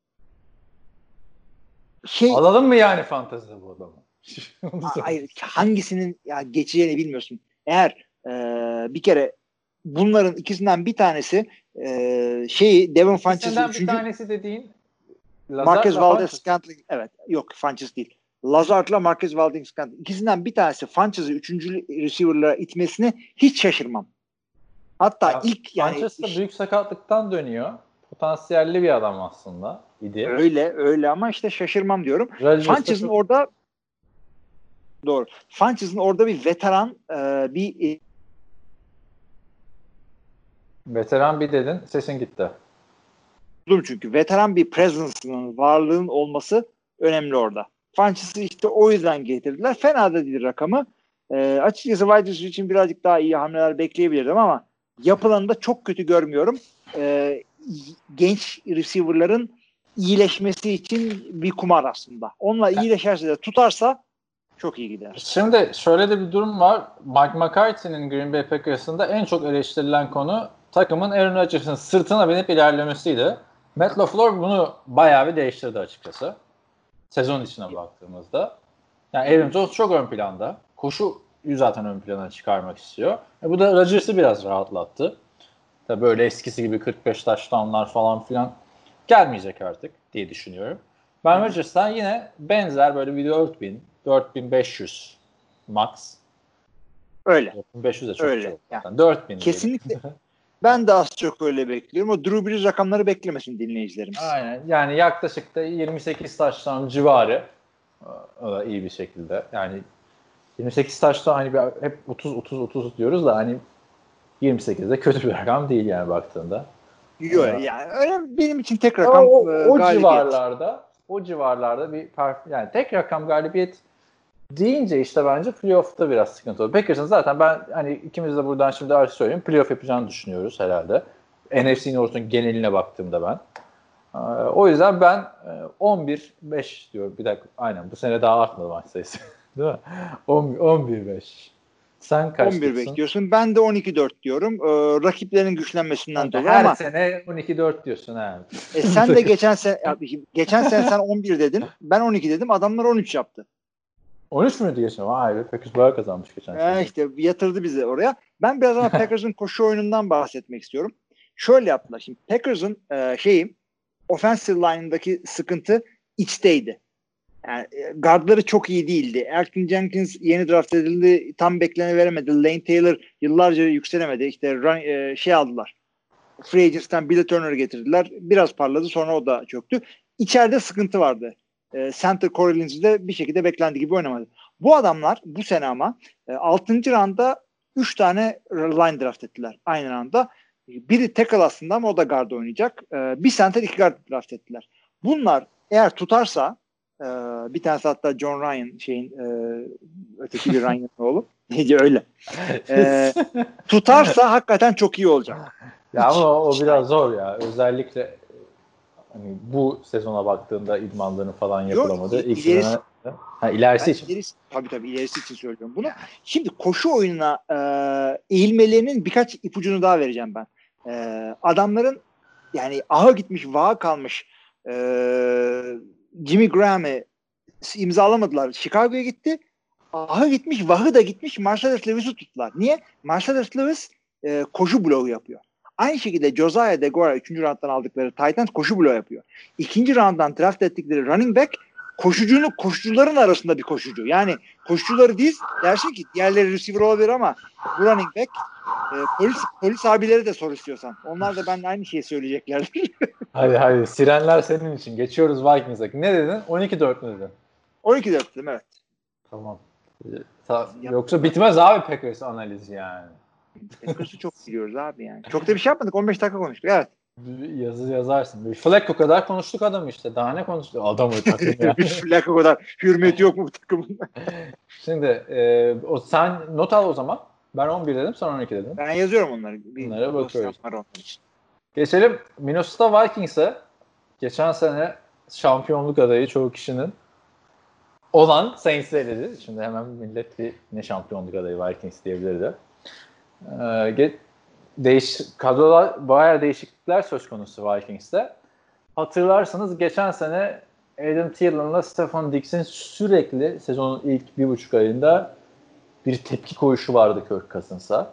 şey, alalım mı yani fantezide bu adamı? Hayır, hangisinin ya geçeceğini bilmiyorsun. Eğer e, bir kere bunların ikisinden bir tanesi e, şeyi Devin Funchess'ın İkisinden üçüncü... bir tanesi dediğin Marquez Valdes-Scantling, evet, yok Funchess değil. Lazard'la Marquez Valdes-Scantling. İkisinden bir tanesi Funchess'ı üçüncü receiver'lara itmesine hiç şaşırmam. Hatta ya, ilk yani Funchess da büyük sakatlıktan dönüyor. Potansiyelli bir adam aslında idi. Öyle öyle ama işte şaşırmam diyorum. Funchess'ın çok... orada doğru. Funchess'ın orada bir veteran e, bir veteran bir dedin, sesin gitti. Çünkü veteran bir presence'ının, varlığın olması önemli orada. Funchess'ı işte o yüzden getirdiler. Fena da değil rakamı. E, açıkçası wide receiver için birazcık daha iyi hamleler bekleyebilirdim ama yapılanı da çok kötü görmüyorum. E, genç receiver'ların iyileşmesi için bir kumar aslında. Onunla iyileşerse de tutarsa çok iyi gider. Şimdi şöyle de bir durum var. Mike McCarthy'nin Green Bay Packers'ında en çok eleştirilen konu takımın Aaron Rodgers'ın sırtına binip ilerlemesiydi. Matt LaFleur bunu bayağı bir değiştirdi açıkçası. Sezon içine baktığımızda. Yani Aaron Jones çok ön planda. Koşuyu zaten ön plana çıkarmak istiyor. E bu da Rodgers'ı biraz rahatlattı. Tabii böyle eskisi gibi kırk beş touchdownlar falan filan gelmeyecek artık diye düşünüyorum. Ben Rodgers'tan yine benzer böyle bir dört bin, dört bin beş yüz max. Öyle. dört bin beş yüz de çok öyle. çok. Yani, dört bin kesinlikle. Ben de az çok öyle bekliyorum. O Drew Brees rakamları beklemesin dinleyicilerimiz. Aynen. Yani yaklaşık da yirmi sekiz touchdown civarı. O da iyi bir şekilde. Yani yirmi sekiz touchdown hani bir, hep otuz otuz otuz diyoruz da hani yirmi sekiz de kötü bir rakam değil yani baktığında. Yok yani, yani öyle benim için tek rakam o, o, e, o galibiyet. civarlarda o civarlarda bir perf- yani tek rakam galibiyet deyince işte bence playoff'ta biraz sıkıntı olur. Packers'ın zaten ben hani ikimiz de buradan şimdi artık söyleyeyim playoff yapacağını düşünüyoruz herhalde. N F C North'un geneline baktığımda ben. Ee, o yüzden ben on bir beş diyorum. Bir dakika aynen bu sene daha artmadı maç sayısı. Değil mi? on bir beş. Sen kaç on bir bekliyorsun. Ben de on iki dört diyorum. Ee, rakiplerin güçlenmesinden dolayı her ama her sene on iki dört diyorsun ha. E sen de geçen sene geçen sene sen on bir dedin. Ben on iki dedim. Adamlar on üç yaptı. on üç müydü geçen? Vay be Packers bayağı kazanmış geçen sene. E işte yatırdı bizi oraya. Ben biraz ama Packers'ın koşu oyunundan bahsetmek istiyorum. Şöyle yaptılar. Şimdi Packers'ın e, şeyi offensive line'ındaki sıkıntı içteydi. Yani guardları çok iyi değildi. Elgton Jenkins yeni draft edildi. Tam beklene veremedi. Lane Taylor yıllarca yükselemedi. İşte run, e, şey aldılar. Free Agents'tan Billy Turner'ı getirdiler. Biraz parladı. Sonra o da çöktü. İçeride sıkıntı vardı. E, Center Corey Lindsey de bir şekilde beklendiği gibi oynamadı. Bu adamlar bu sene ama e, altıncı rounda üç tane line draft ettiler. Aynı anda. Biri tackle aslında ama o da guard oynayacak. E, bir center iki guard draft ettiler. Bunlar eğer tutarsa e, bir tanesi hatta John Ryan şeyin e, öteki bir Ryan'ın oğlu. Neydi öyle. E, tutarsa hakikaten çok iyi olacak. Ya ama o, o biraz zor ya. Özellikle hani bu sezona baktığında idmanlarını falan yapılamadı. Yok, İlk ilerisi, sene, ha, ilerisi ben için. Ilerisi, tabii tabii ilerisi için söylüyorum bunu. Şimdi koşu oyununa e, eğilmelerinin birkaç ipucunu daha vereceğim ben. E, adamların yani aha gitmiş, vaha kalmış e, Jimmy Graham'ı imzalamadılar. Chicago'ya gitti. Aha gitmiş, vahı da gitmiş. Marcellus Lewis'i tuttular. Niye? Marcellus Lewis e, koşu bloğu yapıyor. Aynı şekilde Josiah DeGuara üçüncü rounddan aldıkları Titans koşu bloğu yapıyor. İkinci rounddan draft ettikleri running back koşucunun koşucuların arasında bir koşucu. Yani koşucuları değil dersin ki diğerleri receiver olabilir ama bu running back e, polis polis abileri de sor istiyorsan. Onlar da benimle aynı şeyi söyleyeceklerdir. Hadi hadi sirenler senin için. Geçiyoruz Vikings'e. Ne dedin? on iki dört mü dedin? on iki dört dedim evet. Tamam. Ta- Yoksa bitmez abi Packers analizi yani. Packers'ı çok biliyoruz abi yani. Çok da bir şey yapmadık. on beş dakika konuştuk. Evet. Yazı yazarsın. Bir Flacco kadar konuştuk adamı işte. Daha ne konuştuk? Adamı takım yani. Bir Flacco kadar hürmeti yok mu bu takımın? Şimdi e, o sen not al o zaman. Ben on bir dedim, sonra on iki dedim. Ben yazıyorum onları. Bir Bunlara bakıyoruz. onlar Geçelim Minnesota Vikings'e. Geçen sene şampiyonluk adayı çoğu kişinin olan Saints'i eledi. Şimdi hemen millet bir ne şampiyonluk adayı Vikings diyebilirdi. Ee, değiş, kadrolar bayağı değişiklikler söz konusu Vikings'te. Hatırlarsanız geçen sene Adam Thielen'la Stephon Diggs'in sürekli sezonun ilk bir buçuk ayında bir tepki koyuşu vardı Kirk Cousins'a.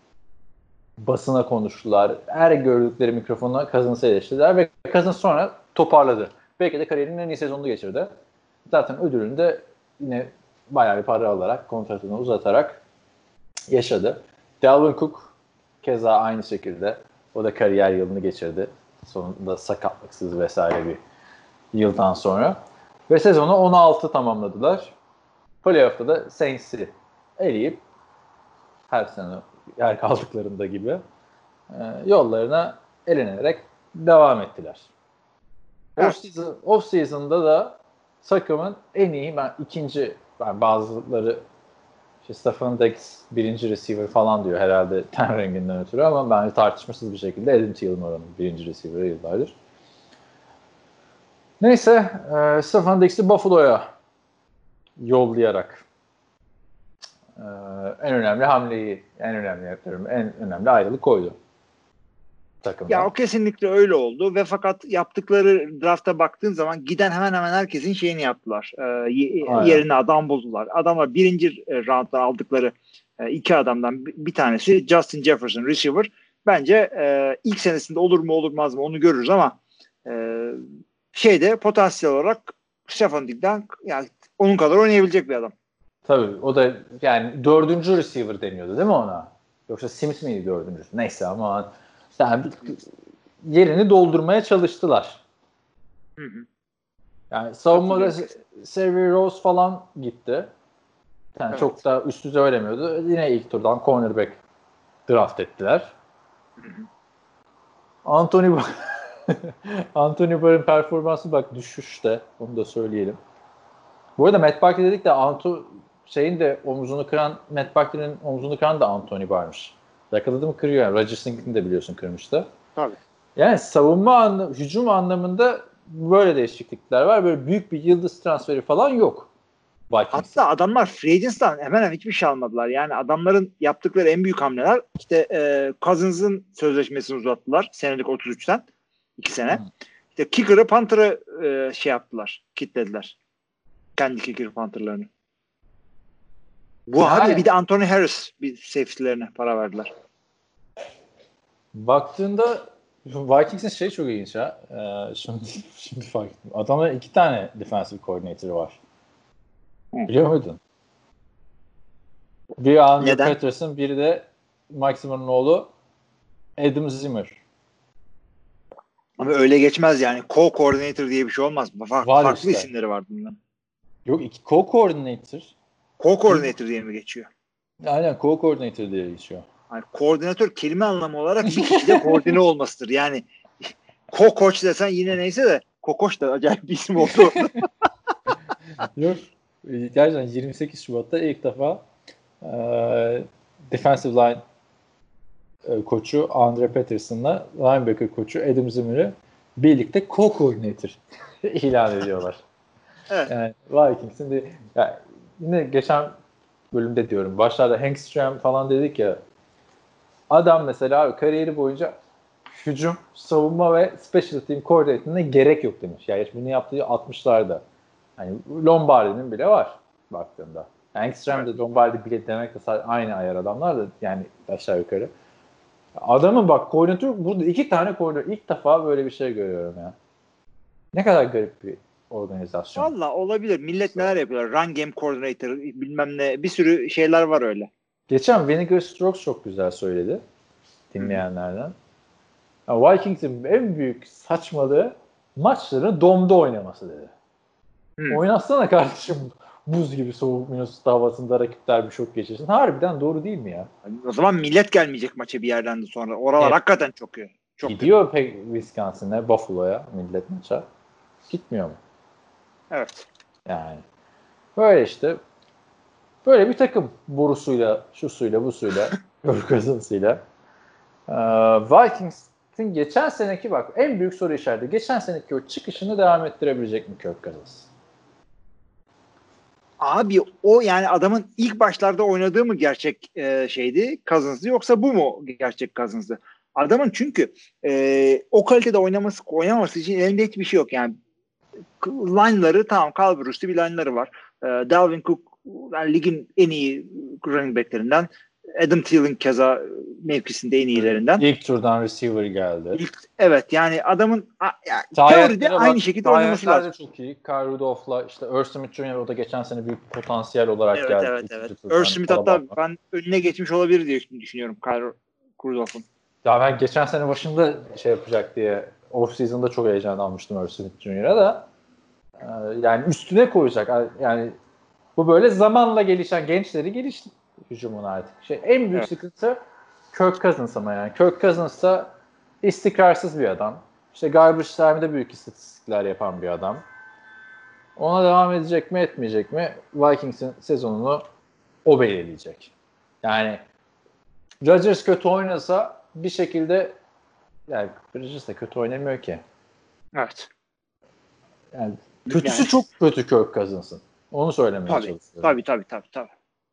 Basına konuştular. Her gördükleri mikrofonla Cousins'ı eleştirdiler ve Cousins sonra toparladı. Belki de kariyerinin en iyi sezonunu geçirdi. Zaten ödülünü de yine bayağı bir para alarak, kontratını uzatarak yaşadı. Dalvin Cook keza aynı şekilde. O da kariyer yılını geçirdi. Sonunda sakatlıksız vesaire bir yıldan sonra. Ve sezonu on altı tamamladılar. Playoff'ta da Saints'i eleyip her sene yer kaldıklarında gibi e, yollarına elenerek devam ettiler. Evet. Off-season, off-season'da da takımın en iyi, ben ikinci, ben bazıları işte Stephon Diggs birinci receiver falan diyor herhalde ten renginden ötürü ama bence tartışmasız bir şekilde Adam Thielen oranın birinci receiver'ı yıllardır. Neyse e, Stefan Diggs'i Buffalo'ya yollayarak e, en önemli hamleyi, en önemli yapıyorum, en önemli ayrılık koydu takımda. Ya o kesinlikle öyle oldu ve fakat yaptıkları drafta baktığın zaman giden hemen hemen herkesin şeyini yaptılar. E, yerine adam buldular. Adamlar birinci round'dan aldıkları e, iki adamdan bir tanesi Justin Jefferson receiver. Bence e, ilk senesinde olur mu olmaz mı onu görürüz ama e, şeyde potansiyel olarak Stefan Digg'den yani onun kadar oynayabilecek bir adam. Tabii o da yani dördüncü receiver deniyordu değil mi ona? Yoksa Sims miydi dördüncüsü? Neyse ama yani yerini doldurmaya çalıştılar. Hı hı. Yani savunmada Xavier Rose falan gitti. Yani evet. Çok da üst düzey oynamıyordu. Yine ilk turdan cornerback draft ettiler. Hı hı. Anthony Anthony Barr'ın performansı bak düşüşte. Onu da söyleyelim. Bu arada Matt Barkley dedik de Anto şeyin de omuzunu kıran Matt Barkley'nin omuzunu kıran da Anthony Barr'mış. Yakaladı mı kırıyor yani. Rodgers'ınkini de biliyorsun kırmıştı. Tabii. Yani savunma anlamı, hücum anlamında böyle değişiklikler var. Böyle büyük bir yıldız transferi falan yok. Vikings. Hatta adamlar free agency'dan hemen hemen hiçbir şey almadılar. Yani adamların yaptıkları en büyük hamleler işte e, Cousins'ın sözleşmesini uzattılar. Senelik otuz üçten iki sene. Hmm. İşte kicker'ı punter'ı e, şey yaptılar. Kitlediler. Kendi kicker punter'larını. Bu yani, abi bir de Anthony Harris bir safety'lerine para verdiler. Baktığında Vikings'in şey çok ilginç ha. Ee, şimdi, şimdi fark ettim. Adamların iki tane defensive coordinator'ı var. Hı. Biliyor muydun? Biri Andrew Peterson, biri de Mike Zimmer'ın oğlu Adam Zimmer. Ama öyle geçmez yani. Co-coordinator diye bir şey olmaz. Fark, var farklı işte. isimleri var bunların. Yok iki co-coordinator. Co-coordinator diye mi geçiyor? Aynen co-coordinator diye geçiyor. Yani koordinatör kelime anlamı olarak bir kişide koordine olmasıdır. Yani co-coach desen yine neyse de co-coach da acayip bir isim oldu. Yok. Gerçekten yirmi sekiz Şubat'ta ilk defa e, defensive line e, koçu Andre Peterson'la linebacker koçu Adam Zimmer'ı birlikte co-coordinator ilan ediyorlar. Evet. Yani Vikings'in de yani yine geçen bölümde diyorum. Başlarda Hank Stram falan dedik ya. Adam mesela abi kariyeri boyunca hücum, savunma ve special team coordinator'ına gerek yok demiş. Yani bunu yaptığı altmışlarda. Hani Lombardi'nin bile var baktığında. Hank Stram de Lombardi bile demek de aynı ayar adamlar da yani aşağı yukarı. Adamın bak koordinatör burada iki tane koordinatör. İlk defa böyle bir şey görüyorum ya. Ne kadar garip bir organizasyon. Valla olabilir. Millet neler yapıyorlar. Run game coordinator bilmem ne. Bir sürü şeyler var öyle. Geçen Vinegar Strokes çok güzel söyledi. Dinleyenlerden. Yani Vikings'in en büyük saçmalığı maçları domda oynaması dedi. Hmm. Oynatsana kardeşim buz gibi soğuk Minnesota havasında rakipler bir şok geçirsin. Harbiden doğru değil mi ya? O zaman millet gelmeyecek maça bir yerden de sonra. Oralar evet. Hakikaten çok iyi. Çok gidiyor iyi. Pek Wisconsin'e, Buffalo'ya millet maça. Gitmiyor mu? Evet. Yani böyle işte böyle bir takım borusuyla, şusuyla, busuyla, Kirk Cousins'ıyla. Ee, Vikings'in geçen seneki bak en büyük soru işareti. Geçen seneki o çıkışını devam ettirebilecek mi Kirk Cousins? Abi o yani adamın ilk başlarda oynadığı mı gerçek e, şeydi Cousins'dı yoksa bu mu gerçek Cousins'dı? Adamın çünkü e, o kalitede oynaması oynaması için elinde hiçbir şey yok yani. Line'ları tamam kalbur üstü bir line'ları var. E, Dalvin Cook yani ligin en iyi running back'lerinden. Adam Thielen keza mevkisinde en iyilerinden. İlk turdan receiver geldi. İlk, evet yani adamın yani teoride aynı bak, şekilde oynaması lazım. Çok iyi. Kyle Rudolph'la işte Irv Smith Junior o da geçen sene büyük bir potansiyel olarak evet, geldi. Evet evet evet. Irv Smith hatta ben önüne geçmiş olabilir diye düşünüyorum Kyle Rudolph'un. Ya ben geçen sene başında şey yapacak diye off season'da çok heyecanlanmıştım Irv Smith Junior'a da. Ee, yani üstüne koyacak. Yani bu böyle zamanla gelişen gençleri geliş hücumun artık. Şey, en büyük evet. sıkıntı Kirk Cousins ama yani. Kirk Cousins da istikrarsız bir adam. İşte garbage time'de büyük istatistikler yapan bir adam. Ona devam edecek mi etmeyecek mi? Vikings'in sezonunu o belirleyecek. Yani Rodgers kötü oynasa bir şekilde yani Rodgers da kötü oynamıyor ki. Evet. Yani kötüsü yani. çok kötü Kirk Cousins'ın. Onu söylemeye Tabii, çalışıyorum. tabii tabii tabii tabii.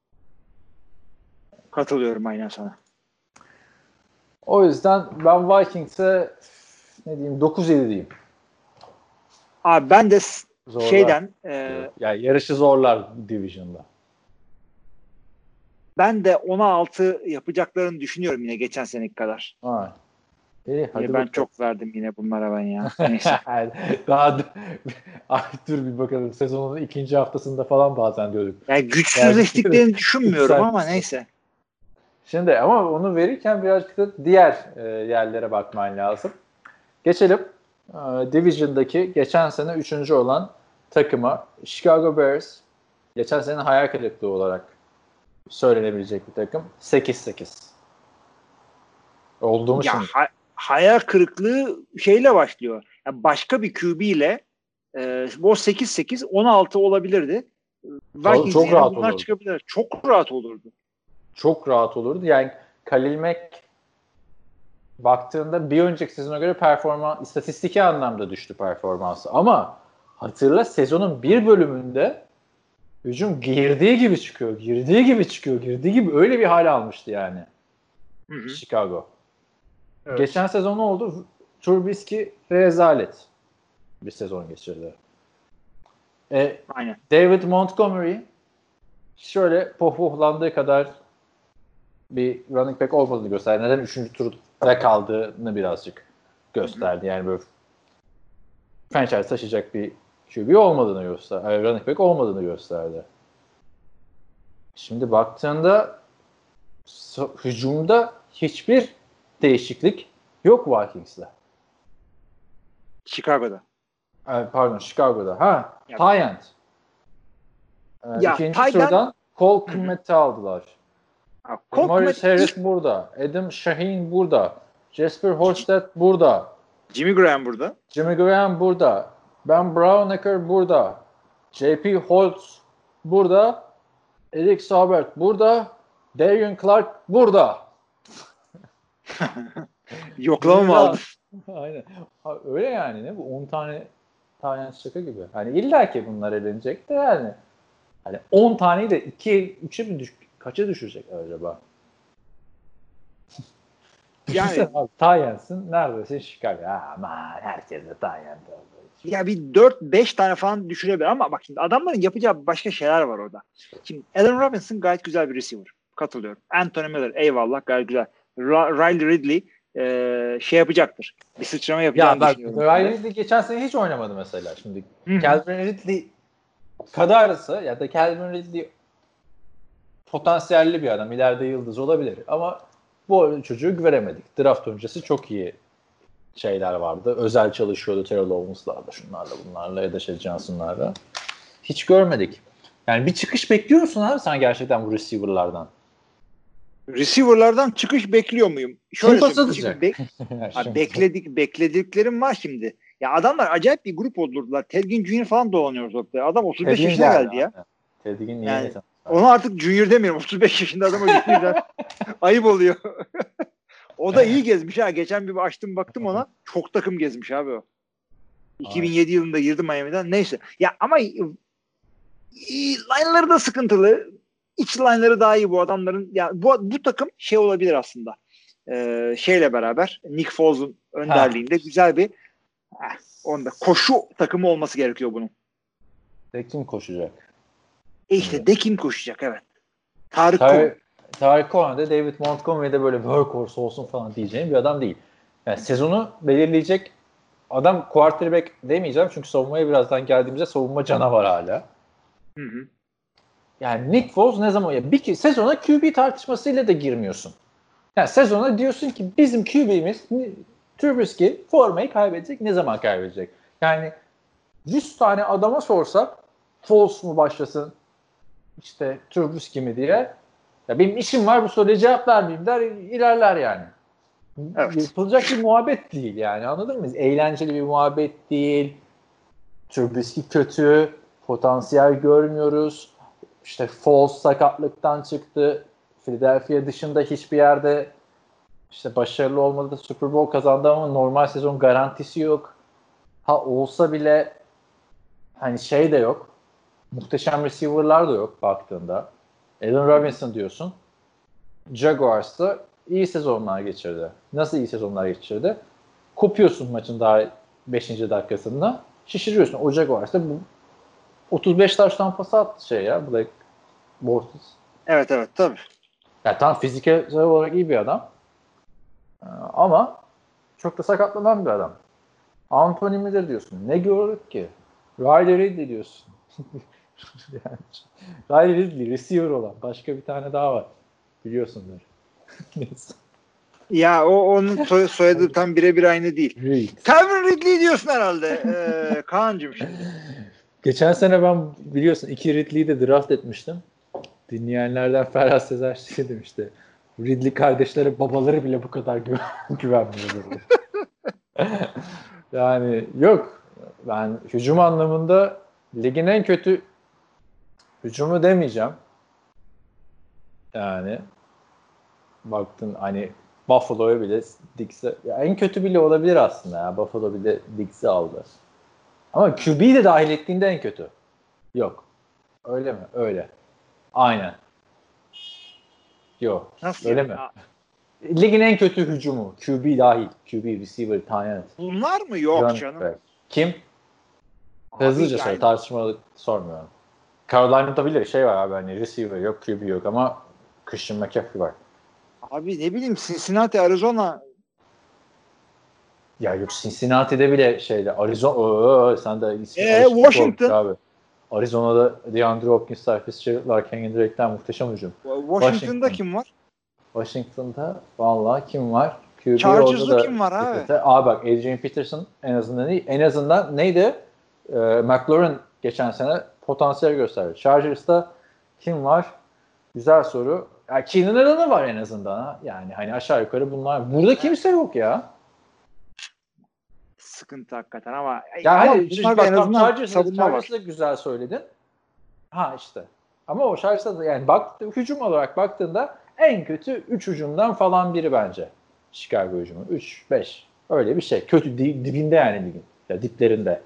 Katılıyorum aynen sana. O yüzden ben Vikings'e ne diyeyim dokuz yedi diyeyim. Abi ben de Zorlar. şeyden e, yani yarışı zorlar Division'da. Ben de ona altı yapacaklarını düşünüyorum yine geçen seneki kadar. Ha. İyi, hadi ben bakalım. çok verdim yine bunlara ben ya. Neyse. Daha Ay, dur bir bakalım. Sezonun ikinci haftasında falan bazen diyorduk. Yani güçsüzleştiklerini yani, düşünmüyorum ama neyse. Şimdi ama onu verirken birazcık da diğer e, yerlere bakman lazım. Geçelim. E, Division'daki geçen sene üçüncü olan takıma Chicago Bears. Geçen sene hayal kırıklığı olarak söylenebilecek bir takım. sekiz sekiz. Olduğunu ya şimdi. ha- hayal kırıklığı şeyle başlıyor. Yani başka bir Q B ile e, o sekiz sekiz on altı olabilirdi. Çok, çok rahat bunlar olurdu. çıkabilir. Çok rahat olurdu. Çok rahat olurdu. Yani Khalil Mack baktığında bir önceki sezona göre performans, istatistiki anlamda düştü performansı. Ama hatırla sezonun bir bölümünde hücum girdiği gibi çıkıyor, girdiği gibi çıkıyor, girdiği gibi öyle bir hal almıştı yani. Hı hı. Chicago. Evet. Geçen sezon ne oldu? Trubisky rezalet bir sezon geçirdi. E, Aynen. David Montgomery şöyle pohpohlandığı kadar bir running back olmadığını gösterdi. Neden üçüncü turda kaldığını birazcık gösterdi. Yani böyle franchise taşıyacak bir Q B olmadığını gösterdi. Running back olmadığını gösterdi. Şimdi baktığında hücumda hiçbir değişiklik yok Vikings'le. Chicago'da. Pardon Chicago'da. Ha, Ya, Tyent. Ya, İkinci Tyden, turdan Cole Kmet'i aldılar. Colt Morris Kmet, Harris burada. Adam Shaheen burada. Jasper Horsted burada. Jimmy Graham burada. Jimmy Graham burada. Ben Brownaker burada. J P Holtz burada. Eric Saubert burada. Darian Clark burada. Yoklama mı aldın? Aynen. Ha, öyle yani ne bu on tane tane şaka gibi. Hani illa ki bunlar elenecek de yani. Hani on taneyi de ikiye üçe mi düş kaça düşecek acaba? Yani Tyensin neredesin Chicago? Aman herkes de Tyent oldu. Ya bir dört beş tane falan düşürebilir ama bak şimdi adamların yapacağı başka şeyler var orada. Şimdi Allen Robinson gayet güzel bir receiver. Katılıyorum. Anthony Miller eyvallah gayet güzel. Ra- Riley Ridley e, şey yapacaktır. Bir sıçrama yapacağını ya bak, düşünüyorum. Riley Ridley geçen sene hiç oynamadı mesela şimdi. Hı-hı. Calvin Ridley kadarsa ya da Calvin Ridley potansiyelli bir adam. İleride yıldız olabilir. Ama bu çocuğu göremedik. Draft öncesi çok iyi şeyler vardı. Özel çalışıyordu Terrell Owens'larla, şunlarla, bunlarla ya da şey Johnson'larla. Hiç görmedik. Yani bir çıkış bekliyor musun abi sen gerçekten bu receiver'lardan? Receiver'lardan çıkış bekliyor muyum? Şöyle Kim pas atacak? Be- abi bekledik, beklediklerim var şimdi. Ya adamlar acayip bir grup oldular. Ted Ginn Junior falan dolanıyor ortalıkta. Adam otuz beş Ted yaşına geldi geldi ya. Ted Ginn niye yani, onu artık Junior demiyorum. otuz beş yaşında adama Junior ayıp oluyor. O da iyi gezmiş ha. Geçen bir açtım baktım ona. Çok takım gezmiş abi o. iki bin yedi yılında girdi Miami'den. Neyse. Ya ama line'ları da sıkıntılı. İç line'ları daha iyi bu adamların. Ya bu, bu takım şey olabilir aslında. Ee, şeyle beraber Nick Foles'un önderliğinde ha. güzel bir heh, onda koşu takımı olması gerekiyor bunun. De kim koşacak? E işte evet. De kim koşacak evet. Tarık Tar- Cohen. Tarık Cohen de David Montgomery'de böyle workhorse olsun falan diyeceğim bir adam değil. Yani sezonu belirleyecek adam quarterback demeyeceğim çünkü savunmaya birazdan geldiğimizde savunma canavar hala. Hı hı. Yani Nick Foles ne zaman ya bir ki sezona Q B tartışmasıyla da girmiyorsun. Yani sezona diyorsun ki bizim Q B'miz Trubisky formayı kaybedecek. Ne zaman kaybedecek? Yani yüz tane adama sorsak Foles mu başlasın işte Trubisky mi diye ya benim işim var bu soruya cevap vermeyeyim der ilerler yani. Evet. Yapılacak bir muhabbet değil yani anladın mı? Eğlenceli bir muhabbet değil. Trubisky kötü. Potansiyel görmüyoruz. İşte Foles sakatlıktan çıktı. Philadelphia dışında hiçbir yerde işte başarılı olmadı da Super Bowl kazandı ama normal sezon garantisi yok. Ha olsa bile hani şey de yok. Muhteşem receiver'lar da yok baktığında. Allen Robinson diyorsun. Jaguars'ta iyi sezonlar geçirdi. Nasıl iyi sezonlar geçirdi? Kopuyorsun maçın daha beşinci dakikasında. Şişiriyorsun. O Jaguars'ta bu otuz beş taştan pas attı şey ya. Blake Bortles. Evet evet tabii. Yani tam fiziksel olarak iyi bir adam. Ama çok da sakatlanan bir adam. Anthony Miller diyorsun. Ne gördük ki? Riley Ridley diyorsun. yani, Riley Ridley receiver olan. Başka bir tane daha var. Biliyorsundur. Ya o onun soy, soyadı tam birebir aynı değil. Reed. Calvin Ridley diyorsun herhalde. Ee, Kaan'cığım şimdi. Geçen sene ben biliyorsun iki Ridley'i de draft etmiştim. Dinleyenlerden Ferhat Sezer şey demişti. Ridley kardeşleri babaları bile bu kadar gü güvenmiyordu. Yani yok. Ben hücum anlamında ligin en kötü hücumu demeyeceğim. Yani baktın hani Buffalo'ya bile Diggs'e en kötü bile olabilir aslında ya. Buffalo bile Diggs'i aldı. Ama Q B'yi de dahil ettiğinde en kötü. Yok. Öyle mi? Öyle. Aynen. Yok. Nasıl Öyle yani? mi? Ligin en kötü hücumu. Q B dahil. Q B, receiver, tight end. Bunlar mı? Yok John canım. Back. Kim? Abi Hızlıca yani... söyle. Tartışmalı sormuyorum. Carolina'da bile şey var abi hani receiver yok, Q B yok ama Christian McCaffrey var. Abi ne bileyim Cincinnati, Arizona. Ya yok Cincinnati'de bile şeyde Arizona ooo, sen de ismi Ee, Washington. Abi. Arizona'da DeAndre Hopkins, Fitzgerald'lar, Kenyon Drake'den muhteşem hücum. Washington'da Washington. kim var? Washington'da vallahi kim var? Q B Chargers'da kim var abi? Dikkat. Aa bak Adrian Peterson en azından değil. En azından neydi? Ee, McLaurin geçen sene potansiyel gösterdi. Chargers'ta kim var? Güzel soru. Ya Keenan Allen'ı var en azından. Ha? Yani hani aşağı yukarı bunlar. Burada kimse yok ya. Sıkıntı hakikaten ama Yani ama bunlar bak, en azından Chargers'da, savunma var. Chargers'da güzel söyledin. Ha işte. Ama o Chargers'da da yani bak, hücum olarak baktığında en kötü üç hücumdan falan biri bence. Chicago hücumu. üç beş. Öyle bir şey. Kötü dibinde yani ligin. Ya diplerinde.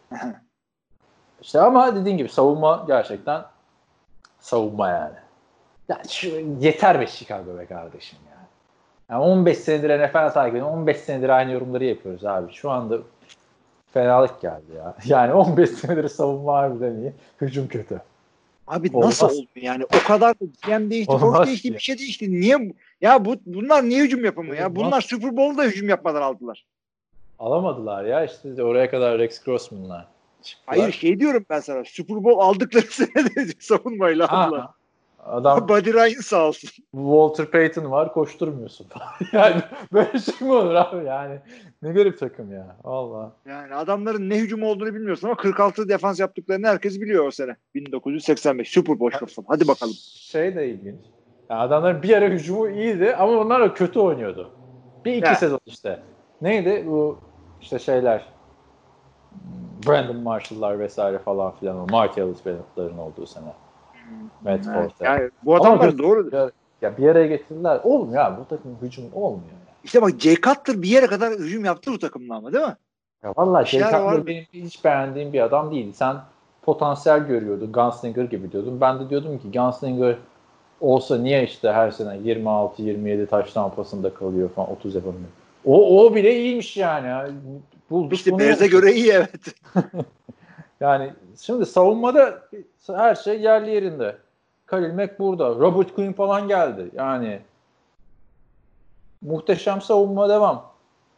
İşte ama dediğin gibi savunma gerçekten savunma yani. Ya şu, yeter be Chicago be kardeşim ya. Yani on beş senedir N F L takip ediyorum. on beş senedir aynı yorumları yapıyoruz abi. Şu anda fenalık geldi ya. Yani on beş senedir savunma harbiden iyi. Hücum kötü. Abi Olmaz. nasıl oldu yani? O kadar G M değişti, Olmaz koç değişti, ki. bir şey değişti. Niye? Ya bu bunlar niye hücum yapamıyor ya? Olmaz. Bunlar Super Bowl'da hücum yapmadan aldılar. Alamadılar ya işte oraya kadar Rex Grossman'lar çıktılar. Hayır şey diyorum ben sana. Super Bowl aldıkları sene savunmayla aldılar. Ha, adam Buddy Ryan sağ olsun. Walter Payton var koşturmuyorsun. Yani böyle şey mi olur abi yani? Ne garip takım ya. Vallahi. Yani adamların ne hücum olduğunu bilmiyorsun ama kırk altı defans yaptıklarını herkes biliyor o sene. bin dokuz yüz seksen beş Super Bowl şoförü. Hadi bakalım. Şey de ilginç. Yani adamların bir ara hücumu iyiydi ama onlar da kötü oynuyordu. Bir iki Evet. sezon işte. Neydi bu işte şeyler Brandon Marshall'lar vesaire falan filan o Mark Ellis Bennett'ların olduğu sene. Matt Evet. Forte. Yani bu adamlar Ama doğru. Ya, ya bir araya getirdiler. Olmuyor abi. Bu takım hücum olmuyor. Ya, İşte bak Jay Cutler bir yere kadar hücum yaptı bu takımla ama değil mi? ya vallahi Jay şeyler Cutler vardı. benim hiç beğendiğim bir adam değil. Sen potansiyel görüyordun. Gunslinger gibi diyordun. Ben de diyordum ki Gunslinger olsa niye işte her sene yirmi altı yirmi yedi taş tampasında kalıyor falan otuz yapamıyor. O, o bile iyiymiş yani. Bulduk İşte bunu Bears'e yaptık. göre iyi evet. Yani şimdi savunmada her şey yerli yerinde. Khalil Mack burada. Robert Quinn falan geldi. Yani muhteşem savunma devam.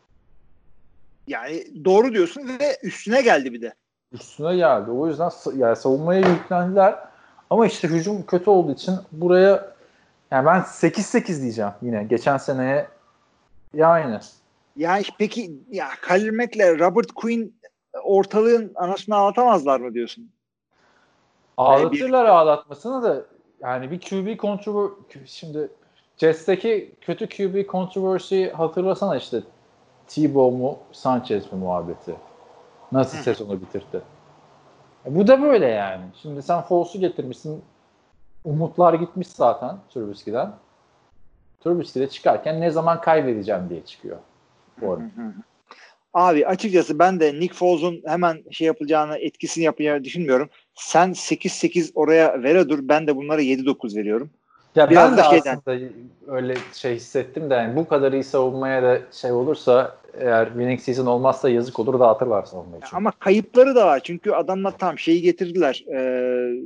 Yani doğru diyorsun ve üstüne geldi bir de. Üstüne geldi. O yüzden yani savunmaya yüklendiler. Ama işte hücum kötü olduğu için buraya yani ben sekiz sekiz diyeceğim yine. Geçen seneye ya aynı. Ya peki ya Khalil Mack'le Robert Quinn ortalığın anasını ağlatamazlar mı diyorsun? Ağlatırlar ağlatmasını da yani bir Q B kontrol şimdi Jets'teki kötü Q B kontroversiyi hatırlasana işte Tebow mu Sanchez mi muhabbeti. Nasıl Hı. sezonu bitirdi. E bu da böyle yani. Şimdi sen Foles'u getirmişsin. Umutlar gitmiş zaten Trubisky'den. Trubisky'de çıkarken ne zaman kaybedeceğim diye çıkıyor. Bu arada. Abi açıkçası ben de Nick Foles'un hemen şey yapacağını, etkisini yapacağını düşünmüyorum. Sen sekiz sekiz oraya vere dur. Ben de bunlara yedi dokuz veriyorum. Ya Biraz ben da de şeyden. aslında öyle şey hissettim de yani bu kadar iyi savunmaya da şey olursa eğer winning season olmazsa yazık olur, dağıtırlar savunma için. Ama kayıpları da var. Çünkü adamlar tam şeyi getirdiler. Ee,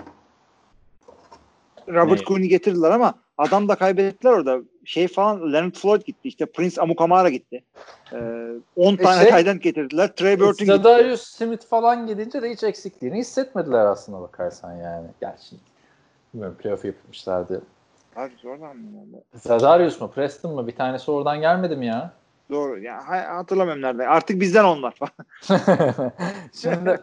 Robert Quinn'i getirdiler ama adam da kaybettiler orada. Şey falan Leonard Floyd gitti. İşte Prince Amukamara gitti. Ee, on E tane şey, tight getirdiler. Trey Burton gitti. Zadarius Smith falan gidince de hiç eksikliğini hissetmediler aslında bakarsan yani. Gerçi bilmiyorum, playoff yapmışlardı. Abi zorlan mı? Zadarius mu? Preston mu? Bir tanesi oradan gelmedi mi ya? Doğru. Ya, hatırlamıyorum nerede. Artık bizden onlar falan. Şimdi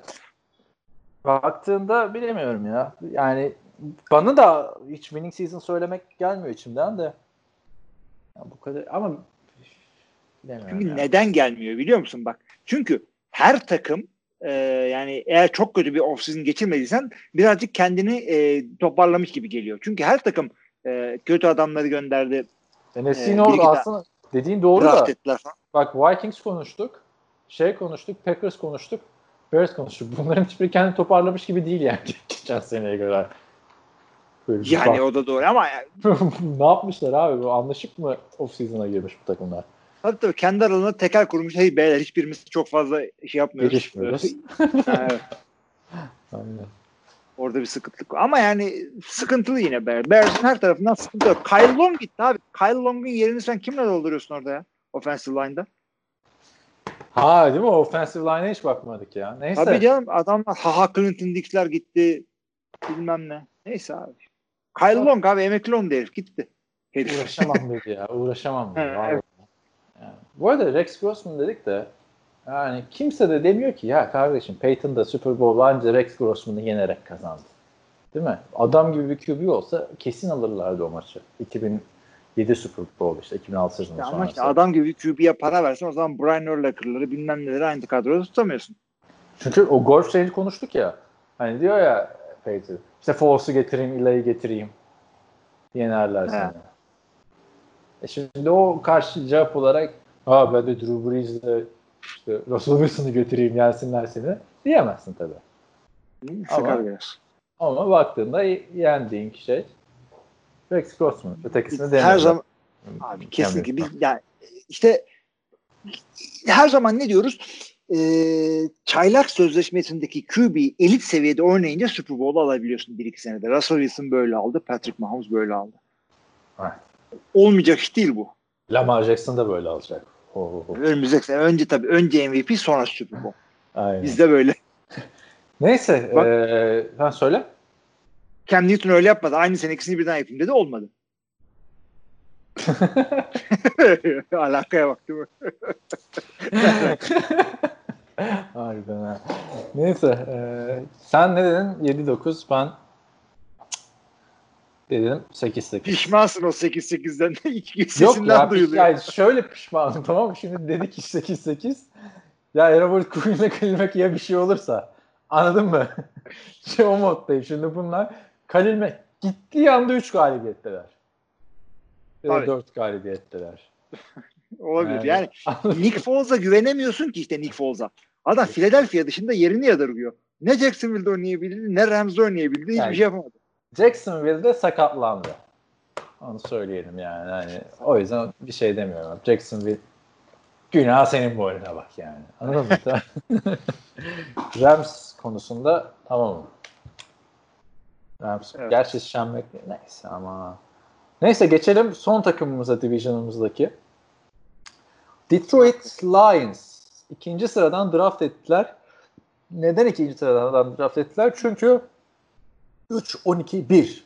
baktığında bilemiyorum ya. Yani bana da hiç winning season söylemek gelmiyor içimden de. Ya bu kadar ama Çünkü ya. neden gelmiyor biliyor musun bak? Çünkü her takım e, yani eğer çok kötü bir off-season geçirmediysen birazcık kendini e, toparlamış gibi geliyor. Çünkü her takım e, kötü adamları gönderdi. N F C E, North bir iki aslında dediğin doğru draft da. ettiler falan. Bak Vikings konuştuk. Şey konuştuk. Packers konuştuk. Bears konuştuk. Bunların hiçbiri kendini toparlamış gibi değil yani geçen seneye göre. Böyle Yani bak. o da doğru ama yani, ne yapmışlar abi? Bu anlaşıp mı off-season'a girmiş bu takımlar? tabii tabii kendi aralarında tekel kurmuş. Hey beyler hiçbirimiz çok fazla şey yapmıyoruz. Gelişmiyoruz. Evet. Aynen. Orada bir sıkıntılık var. Ama yani sıkıntılı yine Bears. Bears'ın her tarafından sıkıntı yok. Kyle Long gitti abi. Kyle Long'un yerini sen kimle dolduruyorsun orada ya? Offensive line'da. Ha değil mi? Offensive line'e hiç bakmadık ya. Neyse. Tabii canım adamlar Haha Clinton Dix'ler gitti. Bilmem ne. Neyse abi. Kyle Long abi emekli oldu herif gitti. Herif. Uğraşamam dedi ya. Uğraşamam dedi. Evet. Yani. Bu arada Rex Grossman dedik de yani kimse de demiyor ki ya kardeşim Peyton da Super Bowl anca Rex Grossman'ı yenerek kazandı. Değil mi? Adam gibi bir Q B olsa kesin alırlardı o maçı. iki bin yedi Super Bowl işte iki bin altı sezonu Ya ama sonrası. işte adam gibi Q B'ye para versen o zaman Brian Urlacher'ları bilmem neleri aynı kadroda tutamıyorsun. Çünkü o golf şeyini konuştuk ya. Hani diyor ya Peyton işte Foles'u getireyim, Eli'yi getireyim. Yenerler seni. E şimdi o karşı cevap olarak ha ben de Drew Brees'le işte Russell Wilson'ı götüreyim yensinler seni diyemezsin tabii. Sıkar Ama, biraz. ama baktığında yendiğin şey Rex Grossman. Ötekisini demiyorum. Her zaman abi kesinlikle biz yani işte her zaman ne diyoruz? Ee, çaylak sözleşmesindeki Q B elit seviyede oynayınca Super Bowl alabiliyorsun bir iki senede. Russell Wilson böyle aldı. Patrick Mahomes böyle aldı. Evet. Olmayacak iş değil bu. Lamar Jackson da böyle alacak. Oh, oh. Önümüzdeki sene önce tabii önce M V P sonra Super Bowl. Aynen. Bizde böyle. Neyse. Bak, ee, sen söyle. Cam Newton öyle yapmadı. Aynı sene ikisini birden yapayım dedi. Olmadı. Alakaya bak değil mi? Harbiden ha. Neyse. Ee, sen ne dedin? yedi dokuz ben dedim sekiz sekiz. Pişmansın o sekiz sekizden. İki Yok sesinden ya, duyuluyor. yani şöyle pişmanım tamam mı? Şimdi dedik ki sekiz sekiz. Ya Robert Quinn'le Khalil Mack'e bir şey olursa anladın mı? şey o moddayım. Şimdi bunlar Khalil Mack gittiği anda üç galibiyetteler. Ya da dört galibiyetteler. Olabilir. Yani, yani Nick Foles'a güvenemiyorsun ki işte Nick Foles'a. Adam Philadelphia dışında yerini yadırgıyor. Ne Jacksonville'de oynayabildi, ne Rams'da oynayabildi. Hiçbir yani, şey yapamadı. Jacksonville'de sakatlandı. Onu söyleyelim yani. yani. O yüzden bir şey demiyorum. Jacksonville günah senin boynuna bak yani. Anladın mı? Rams konusunda tamam. Rams. Evet. Gerçi Şenmek neyse ama. Neyse geçelim son takımımıza division'ımızdaki. Detroit Lions. İkinci sıradan draft ettiler. Neden ikinci sıradan draft ettiler? Çünkü üç on iki bir.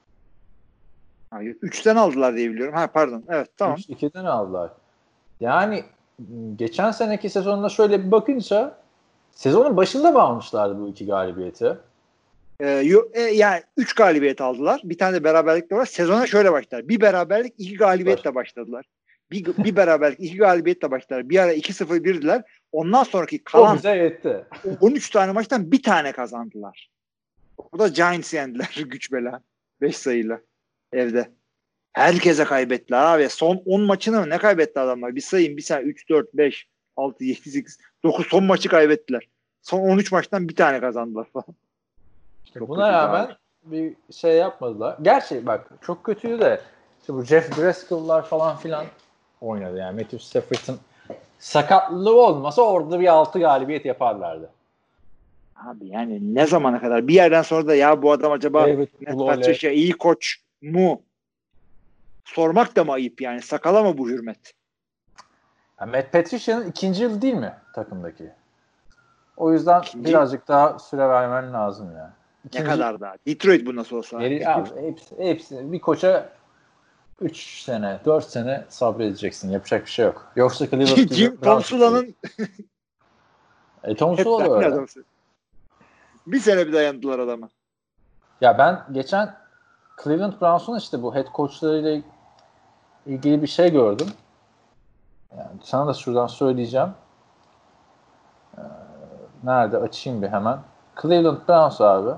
üçten aldılar diye biliyorum. Ha pardon. Evet tamam. üç ikiden aldılar. Yani geçen seneki sezonuna şöyle bir bakınca sezonun başında mı almışlardı bu iki galibiyeti? Ee, yo, e, yani üç galibiyet aldılar. Bir tane de beraberlik de var. Sezona şöyle başladılar. Bir beraberlik, iki galibiyetle başladılar. Bir, bir beraberlik, iki galibiyetle başladılar. Bir ara iki sıfır birdiler. Ondan sonraki kalan o bize yetti. on üç tane maçtan bir tane kazandılar. O da Giants'i yendiler güç bela. beş sayıyla evde. Herkese kaybettiler abi. Son on maçını mı ne kaybetti adamlar? Bir sayayım bir saniye. üç, dört, beş, altı, yedi, sekiz, dokuz son maçı kaybettiler. Son on üç maçtan bir tane kazandılar falan. Çok Buna rağmen abi. bir şey yapmadılar. Gerçi bak çok kötüydü de işte bu Jeff Driscoll'lar falan filan oynadı yani. Matthew Stafford'ın sakatlığı olmasa orada bir altı galibiyet yaparlardı. Abi yani ne zamana kadar? Bir yerden sonra da ya bu adam acaba Matt Patricia iyi koç mu? Sormak da mı ayıp yani? Sakala mı bu hürmet? Ya Matt Patricia'nın ikinci yılı değil mi takımdaki? O yüzden İkinci... birazcık daha süre vermen lazım ya. İkinci... Ne kadar daha? Detroit bu nasıl olsa. Geri, abi, hepsi, hepsi bir koça üç sene, dört sene sabredeceksin. Yapacak bir şey yok. Yoksa Cleveland Jim Tom Sula'nın e, Tom Sula da öyle. Bir sene bir dayandılar adama. Ya ben geçen Cleveland Browns'un işte bu head coachlarıyla ilgili bir şey gördüm. Yani sana da şuradan söyleyeceğim. Ee, nerede? Açayım bir hemen. Cleveland Browns abi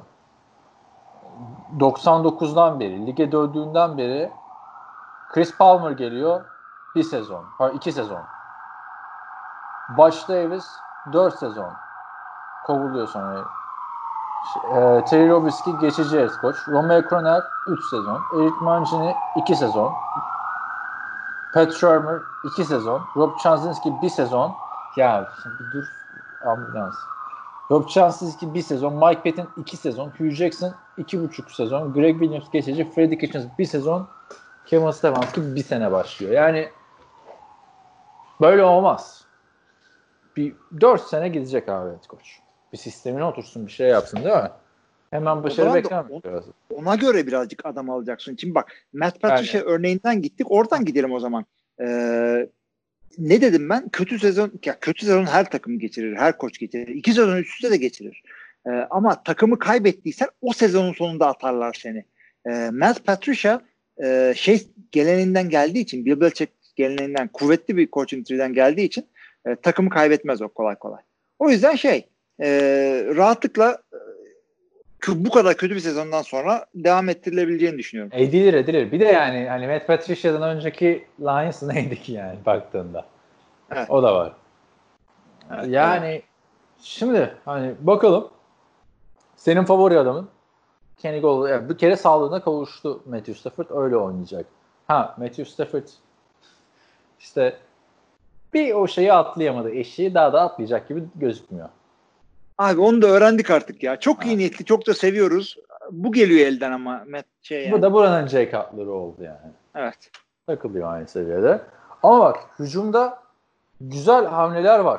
doksan dokuzdan beri, lige döndüğünden beri Chris Palmer geliyor. Bir sezon. Pardon, iki sezon. Butch Davis dört sezon. Kovuluyor sonra. E, Terry Robinski geçici head coach. Romeo Crennel üç sezon. Eric Mangini iki sezon. Pat Shurmur iki sezon. Rob Chaslinski bir sezon. Ya bir dur. Ambulans. Rob Chaslinski bir sezon. Mike Patton iki sezon. Hugh Jackson iki buçuk sezon. Greg Williams geçici. Freddie Kitchens bir sezon. Kevin Stefanski bir sene başlıyor. Yani böyle olmaz. Bir dört sene gidecek abi head coach. Bir sistemine otursun, bir şey yapsın değil mi? Hemen başarı beklememek lazım. Ona göre birazcık adam alacaksın. Şimdi bak Matt Patricia yani. Örneğinden gittik. Oradan gidelim o zaman. Ee, ne dedim ben? Kötü sezon, ya kötü sezon her takım geçirir. Her koç geçirir. İki sezon üst üste de geçirir. Ee, ama takımı kaybettiysen o sezonun sonunda atarlar seni. Ee, Matt Patricia e, şey geleneğinden geldiği için, Bill Belichick geleneğinden, kuvvetli bir coaching tree'den geldiği için e, takımı kaybetmez o kolay kolay. O yüzden şey e, rahatlıkla bu kadar kötü bir sezondan sonra devam ettirilebileceğini düşünüyorum. Edilir edilir. Bir de yani hani Matt Patricia'dan önceki Lions neydi ki yani baktığında. Evet. O da var. Evet, yani evet. Şimdi hani bakalım senin favori adamın Kenny Golladay. Yani bir kere sağlığına kavuştu Matthew Stafford. Öyle oynayacak. Ha Matthew Stafford işte bir o şeyi atlayamadı. Eşiği daha da atlayacak gibi gözükmüyor. Abi onu da öğrendik artık ya. Çok ha. iyi niyetli, çok da seviyoruz. Bu geliyor elden ama Matt şey yani. Bu da buranın Jay Cutler'ı oldu yani. Evet. Takılıyor aynı seviyede. Ama bak hücumda güzel hamleler var.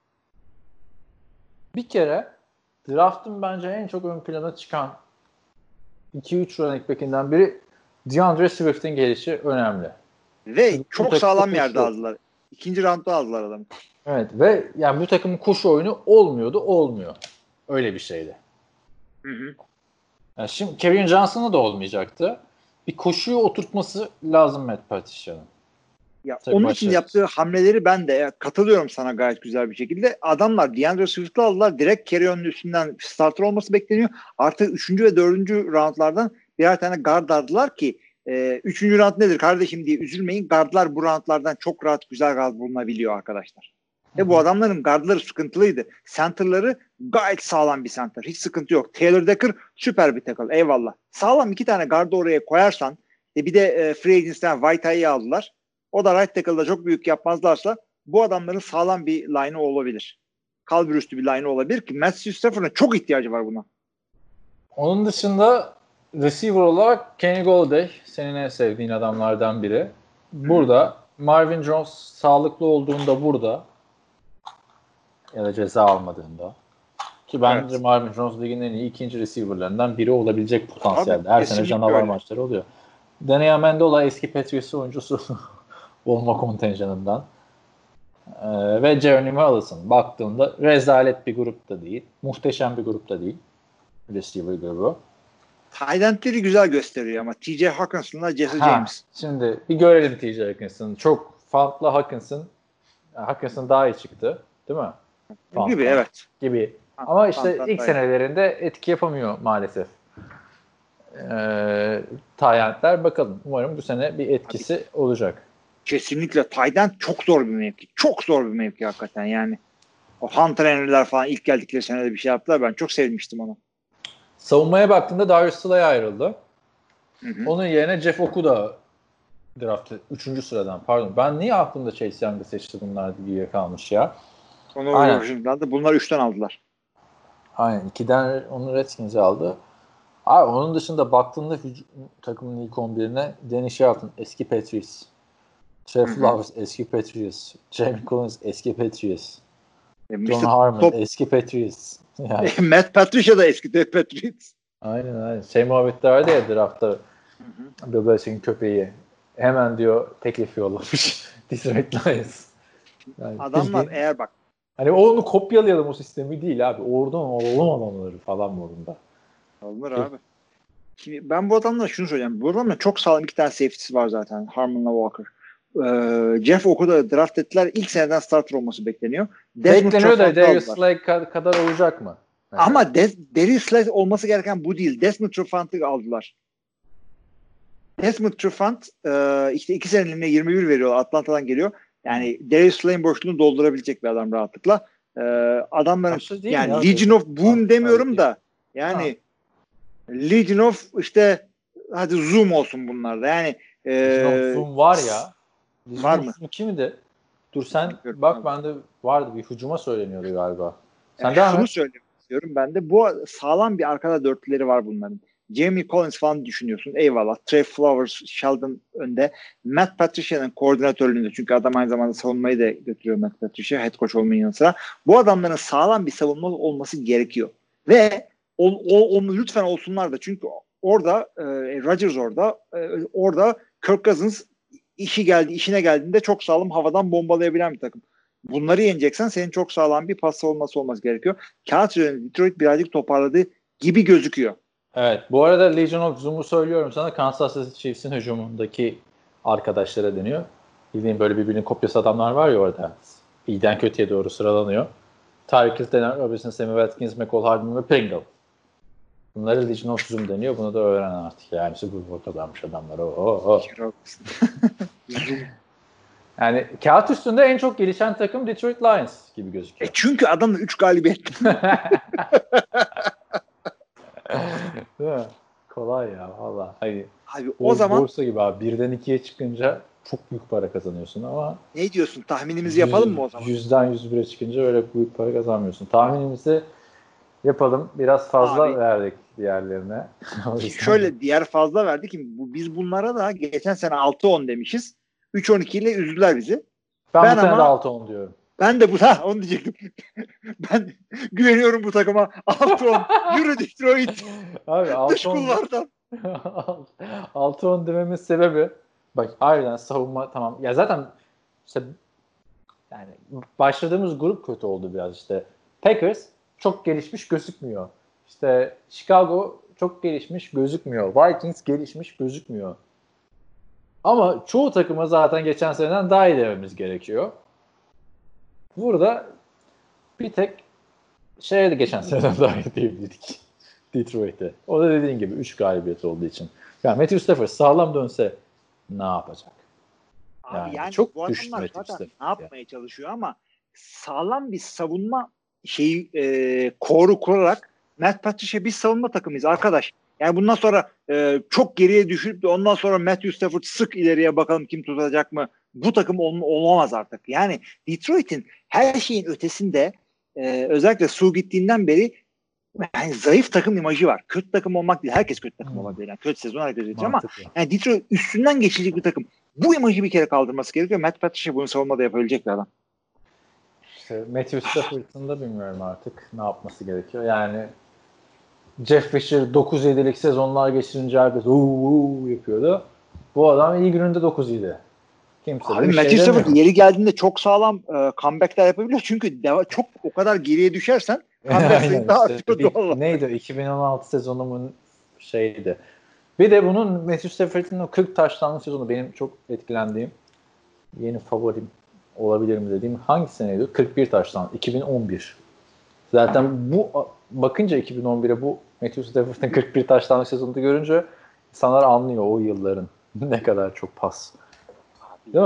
Bir kere draft'ın bence en çok ön plana çıkan iki üç running back'inden biri DeAndre Swift'in gelişi önemli. Ve Çünkü çok sağlam yerde aldılar. İkinci roundda aldılar adamı. Evet ve yani bu takımın koşu oyunu olmuyordu, olmuyor. Öyle bir şeydi. Hı hı. Yani şimdi Kevin Johnson'a da olmayacaktı. Bir koşuyu oturtması lazım Matt Patricia'nın. Ya Tabii onun için yaptığı hamleleri ben de ya, katılıyorum sana gayet güzel bir şekilde. Adamlar DeAndre Swift'ı aldılar. Direkt Kerryon'un üstünden starter olması bekleniyor. Artık üçüncü ve dördüncü roundlardan birer tane guard aldılar ki e, üçüncü round nedir kardeşim diye üzülmeyin. Guardlar bu roundlardan çok rahat güzel guard bulunabiliyor arkadaşlar. Hı-hı. Ve bu adamların guardları sıkıntılıydı. Center'ları gayet sağlam bir center. Hiç sıkıntı yok. Taylor Decker süper bir tackle. Eyvallah. Sağlam iki tane guard'ı oraya koyarsan e, bir de e, free agency'den Whitey'i aldılar. O da right tackle'da çok büyük yapmazlarsa bu adamların sağlam bir line'ı olabilir. Kalbur üstü bir line'ı olabilir ki Matthew Stafford'ın çok ihtiyacı var buna. Onun dışında receiver olarak Kenny Golladay senin en sevdiğin adamlardan biri. Burada hmm. Marvin Jones sağlıklı olduğunda burada ya da ceza almadığında ki bence evet. Marvin Jones ligin en iyi ikinci receiver'larından biri olabilecek potansiyelde. Her sene canavar öyle. Maçları oluyor. Danny Amendola eski Patriots oyuncusu olma kontenjanından. Ee, ve Jeremy Allison baktığında rezalet bir grupta değil. Muhteşem bir grupta değil. Receiver grubu. Tight güzel gösteriyor ama T J Hawkinson'la Jesse ha, James. Şimdi bir görelim T J Hawkinson'ı. Çok farklı Hawkinson. Hawkinson daha iyi çıktı. Değil mi? Fant, gibi evet. Gibi. Ama işte Fant, ilk Fant, senelerinde etki yapamıyor maalesef. Ee, Tayentler bakalım. Umarım bu sene bir etkisi Tabii. olacak. Kesinlikle tight end çok zor bir mevki. Çok zor bir mevki hakikaten yani. O Hunter Henry'ler falan ilk geldikleri senede bir şey yaptılar. Ben çok sevmiştim onu. Savunmaya baktığında Darius Slay ayrıldı. Hı hı. Onun yerine Jeff Okuda draftı. Üçüncü sıradan. Pardon. Ben niye aklımda Chase Young'ı seçti bunlar diye kalmış ya. Onu Aynen. Washington'da bunlar üçten aldılar. Aynen. İkiden onu Redskins aldı. Abi onun dışında baktığında takımın ilk on birine Danny Shelton eski Patriots. Trey Flowers eski Patriots. Jamie Collins eski Patriots. E, John Harmon top... eski Patriots. Yani. Matt Patricia da eski Patriots. Aynen aynen. Şey muhabbetler vardı ya draftta. Bill Belichick'in köpeği. Hemen diyor teklif yollamış. Detroit Lions. Yani adamlar bildiğin, eğer bak. Hani onu kopyalayalım o sistemi değil abi. Oradan alalım adamları falan modunda. Alınır abi. Şimdi ben bu adamla şunu söyleyeceğim. Bu adamla çok sağlam iki tane safety'si var zaten. Harmon'la Walker. Ee, Jeff Okuda draft ettiler. İlk seneden starter olması bekleniyor. Bekleniyor da Darius Slay kadar olacak mı? Evet. Ama Des- Darius Slay olması gereken bu değil. Desmond Trufant'ı aldılar. Desmond Trufant e, işte iki seneliğine yirmi bir veriyorlar. Atlanta'dan geliyor. Yani Darius Slay'in boşluğunu doldurabilecek bir adam rahatlıkla. E, adamların yani ya, Legion of Boom demiyorum ha, da yani ha. Legion of işte hadi Zoom olsun bunlarda. Yani e, Legion of Zoom var ya. Legion var of mı? Zoom kimdi? Dur sen Bilmiyorum bak abi. Bende vardı bir hücuma söyleniyordu galiba. Sen yani şunu söylemek istiyorum ben de. Bu sağlam bir arkada dörtlüleri var bunların. Jamie Collins falan düşünüyorsun. Eyvallah. Trey Flowers, Sheldon önde. Matt Patricia'nın koordinatörlüğünde. Çünkü adam aynı zamanda savunmayı da götürüyor Matt Patricia. Head coach olmanın yanı sıra. Bu adamların sağlam bir savunma olması gerekiyor. Ve o, o, o lütfen olsunlar da. Çünkü orada e, Rodgers orada e, orada Kirk Cousins işi geldi, işine geldiğinde çok sağlam havadan bombalayabilen bir takım. Bunları yeneceksen senin çok sağlam bir pas savunması olması gerekiyor. Kağıt üzerinde Detroit birazcık toparladı gibi gözüküyor. Evet. Bu arada Legion of Zoom'u söylüyorum sana. Kansas City Chiefs'in hücumundaki arkadaşlara deniyor. Bildiğin böyle birbirinin kopyası adamlar var ya orada. İyiden kötüye doğru sıralanıyor. Tyreek Hill, Daniel Robinson, Sammy Watkins, McCall Hardman ve Pringle. Bunlara Legion of Zoom deniyor. Bunu da öğren artık. Yani Super Bowl kazanmış adamlar. Oh, oh, oh. Yani kağıt üstünde en çok gelişen takım Detroit Lions gibi gözüküyor. E çünkü adamla üç galibiyet. Değil mi? Kolay ya valla. Hayır. Abi o, o zaman borsa gibi abi. Birden ikiye çıkınca çok büyük para kazanıyorsun ama ne diyorsun? Tahminimizi yapalım mı o zaman? Yüzden yüz bire çıkınca öyle büyük para kazanmıyorsun. Tahminimizi yapalım. Biraz fazla abi, verdik diğerlerine. Şöyle diğer fazla verdik ki bu, biz bunlara da geçen sene altı on demişiz. üç on iki ile üzdüler bizi. Ben, ben bu sene de altı on diyorum. Ben de bu ha onu diyecektim. Ben güveniyorum bu takıma. altı on yürü Detroit. Abi altı on altı on dememin sebebi bak harbiden savunma tamam. Ya zaten işte yani başladığımız grup kötü oldu biraz işte. Packers çok gelişmiş gözükmüyor. İşte Chicago çok gelişmiş gözükmüyor. Vikings gelişmiş gözükmüyor. Ama çoğu takıma zaten geçen seneden daha iyi dememiz gerekiyor. Burada bir tek şeye de geçen seneden daha iyi diyebilirdik. Detroit'e. O da dediğin gibi üç galibiyet olduğu için. Yani Matthew Stafford sağlam dönse ne yapacak? Abi yani, yani çok bu adamlar zaten ne yapmaya yani. çalışıyor ama sağlam bir savunma şeyi e, koru kurarak Matt Patricia bir savunma takımıyız arkadaş. Yani bundan sonra e, çok geriye düşürüp de ondan sonra Matthew Stafford sık ileriye bakalım kim tutacak mı? Bu takım ol, olamaz artık. Yani Detroit'in her şeyin ötesinde e, özellikle Su gittiğinden beri yani zayıf takım imajı var. Kötü takım olmak değil. Herkes kötü takım hmm. olabilir. Yani kötü sezon herkes geçiyor ama yani Detroit üstünden geçecek bir takım. Bu imajı bir kere kaldırması gerekiyor. Matt Patricia bunu savunmada yapabilecek bir adam. İşte Matthew Stafford'ın da bilmiyorum artık ne yapması gerekiyor. Yani Jeff Fisher dokuz yedilik sezonlar geçirince herkes uuu yapıyordu. Bu adam iyi gününde dokuz yedi. Kimse Abi Matthew şey Stafford yeri geldiğinde çok sağlam e, comeback'ler yapabiliyor. Çünkü deva, çok o kadar geriye düşersen comeback daha artıyor işte, doğal. Neydi o? iki bin on altı sezonumun şeydi. Bir de bunun Matthew Stafford'ın o kırk taştanlı sezonu benim çok etkilendiğim yeni favorim olabilir mi dediğim hangi seneydi? kırk bir taştan. iki bin on bir. Zaten bu bakınca iki bin on bire bu Matthew Stafford'ın kırk bir taştanlı sezonunu görünce insanlar anlıyor o yılların ne kadar çok pas. Değil mi?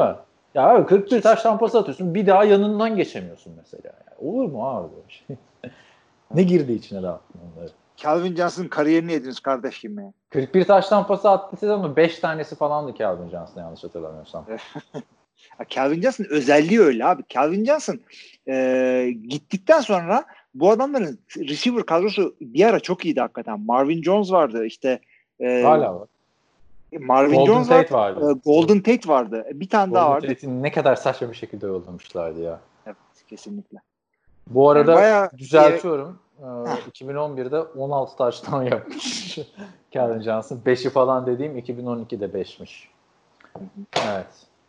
Ya abi kırk bir taş tampası atıyorsun. Bir daha yanından geçemiyorsun mesela. Yani. Olur mu abi böyle şey? Ne girdi içine daha onları? Calvin Johnson kariyerini yediniz kardeşim ya. kırk bir taş tampası attı ama beş tanesi falandı Calvin Johnson yanlış hatırlamıyorsam. Calvin Johnson özelliği öyle abi. Calvin Johnson e, gittikten sonra bu adamların receiver kadrosu bir ara çok iyiydi hakikaten. Marvin Jones vardı işte. E, Hala var. Marvin Golden Jones Tate vardı. vardı. E, Golden Tate vardı. Bir tane Golden daha vardı. Tate'i ne kadar saçma bir şekilde yollamışlardı ya. Evet, kesinlikle. Bu arada Yani bayağı, düzeltiyorum. E, ee, iki bin on birde on altı taştan yapmış Calvin Johnson. beşi falan dediğim iki bin on ikide beşmiş. Evet.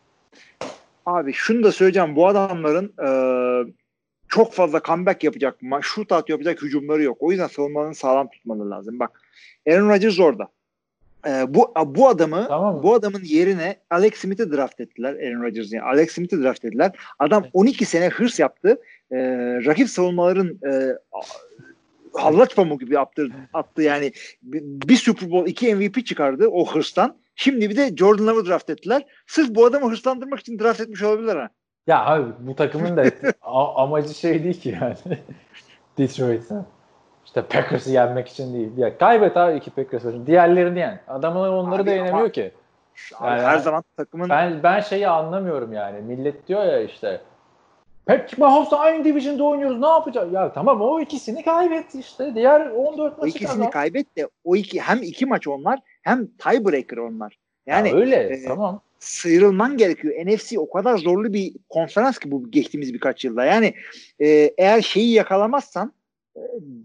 Abi şunu da söyleyeceğim. Bu adamların e, çok fazla comeback yapacak, shootout yapacak hücumları yok. O yüzden savunmalarını sağlam tutmaları lazım. Bak Aaron Rodgers orada. E, bu bu adamı Tamam. bu adamın yerine Alex Smith'i draft ettiler. Aaron Rodgers'ın yani Alex Smith'i draft ettiler. Adam on iki sene hırs yaptı. E, rakip savunmaların e, hallaç pamuğu gibi yaptı, attı yani bir, bir Super Bowl iki M V P çıkardı o hırstan. Şimdi bir de Jordan Love'ı draft ettiler. Sırf bu adamı hırslandırmak için draft etmiş olabilirler ha. Ya abi bu takımın da a- amacı şey değil ki yani. Detroit'ten. İşte Packers'ı yenmek için değil. Ya kaybet abi iki Packers için. Diğerlerini yen. Adamlar onları Abi da yenemiyor ama, ki. Abi Yani her zaman takımın ben ben şeyi anlamıyorum yani. Millet diyor ya işte Patrick Mahomes'la aynı division'da oynuyoruz. Ne yapacağız? Ya tamam o ikisini kaybetti işte. Diğer on dört o maçı ikisini kazan. kaybet de o iki hem iki maç onlar hem tiebreaker onlar. Yani ya öyle e, tamam. Sıyrılman gerekiyor. N F C o kadar zorlu bir konferans ki bu geçtiğimiz birkaç yılda. Yani e, eğer şeyi yakalamazsan e,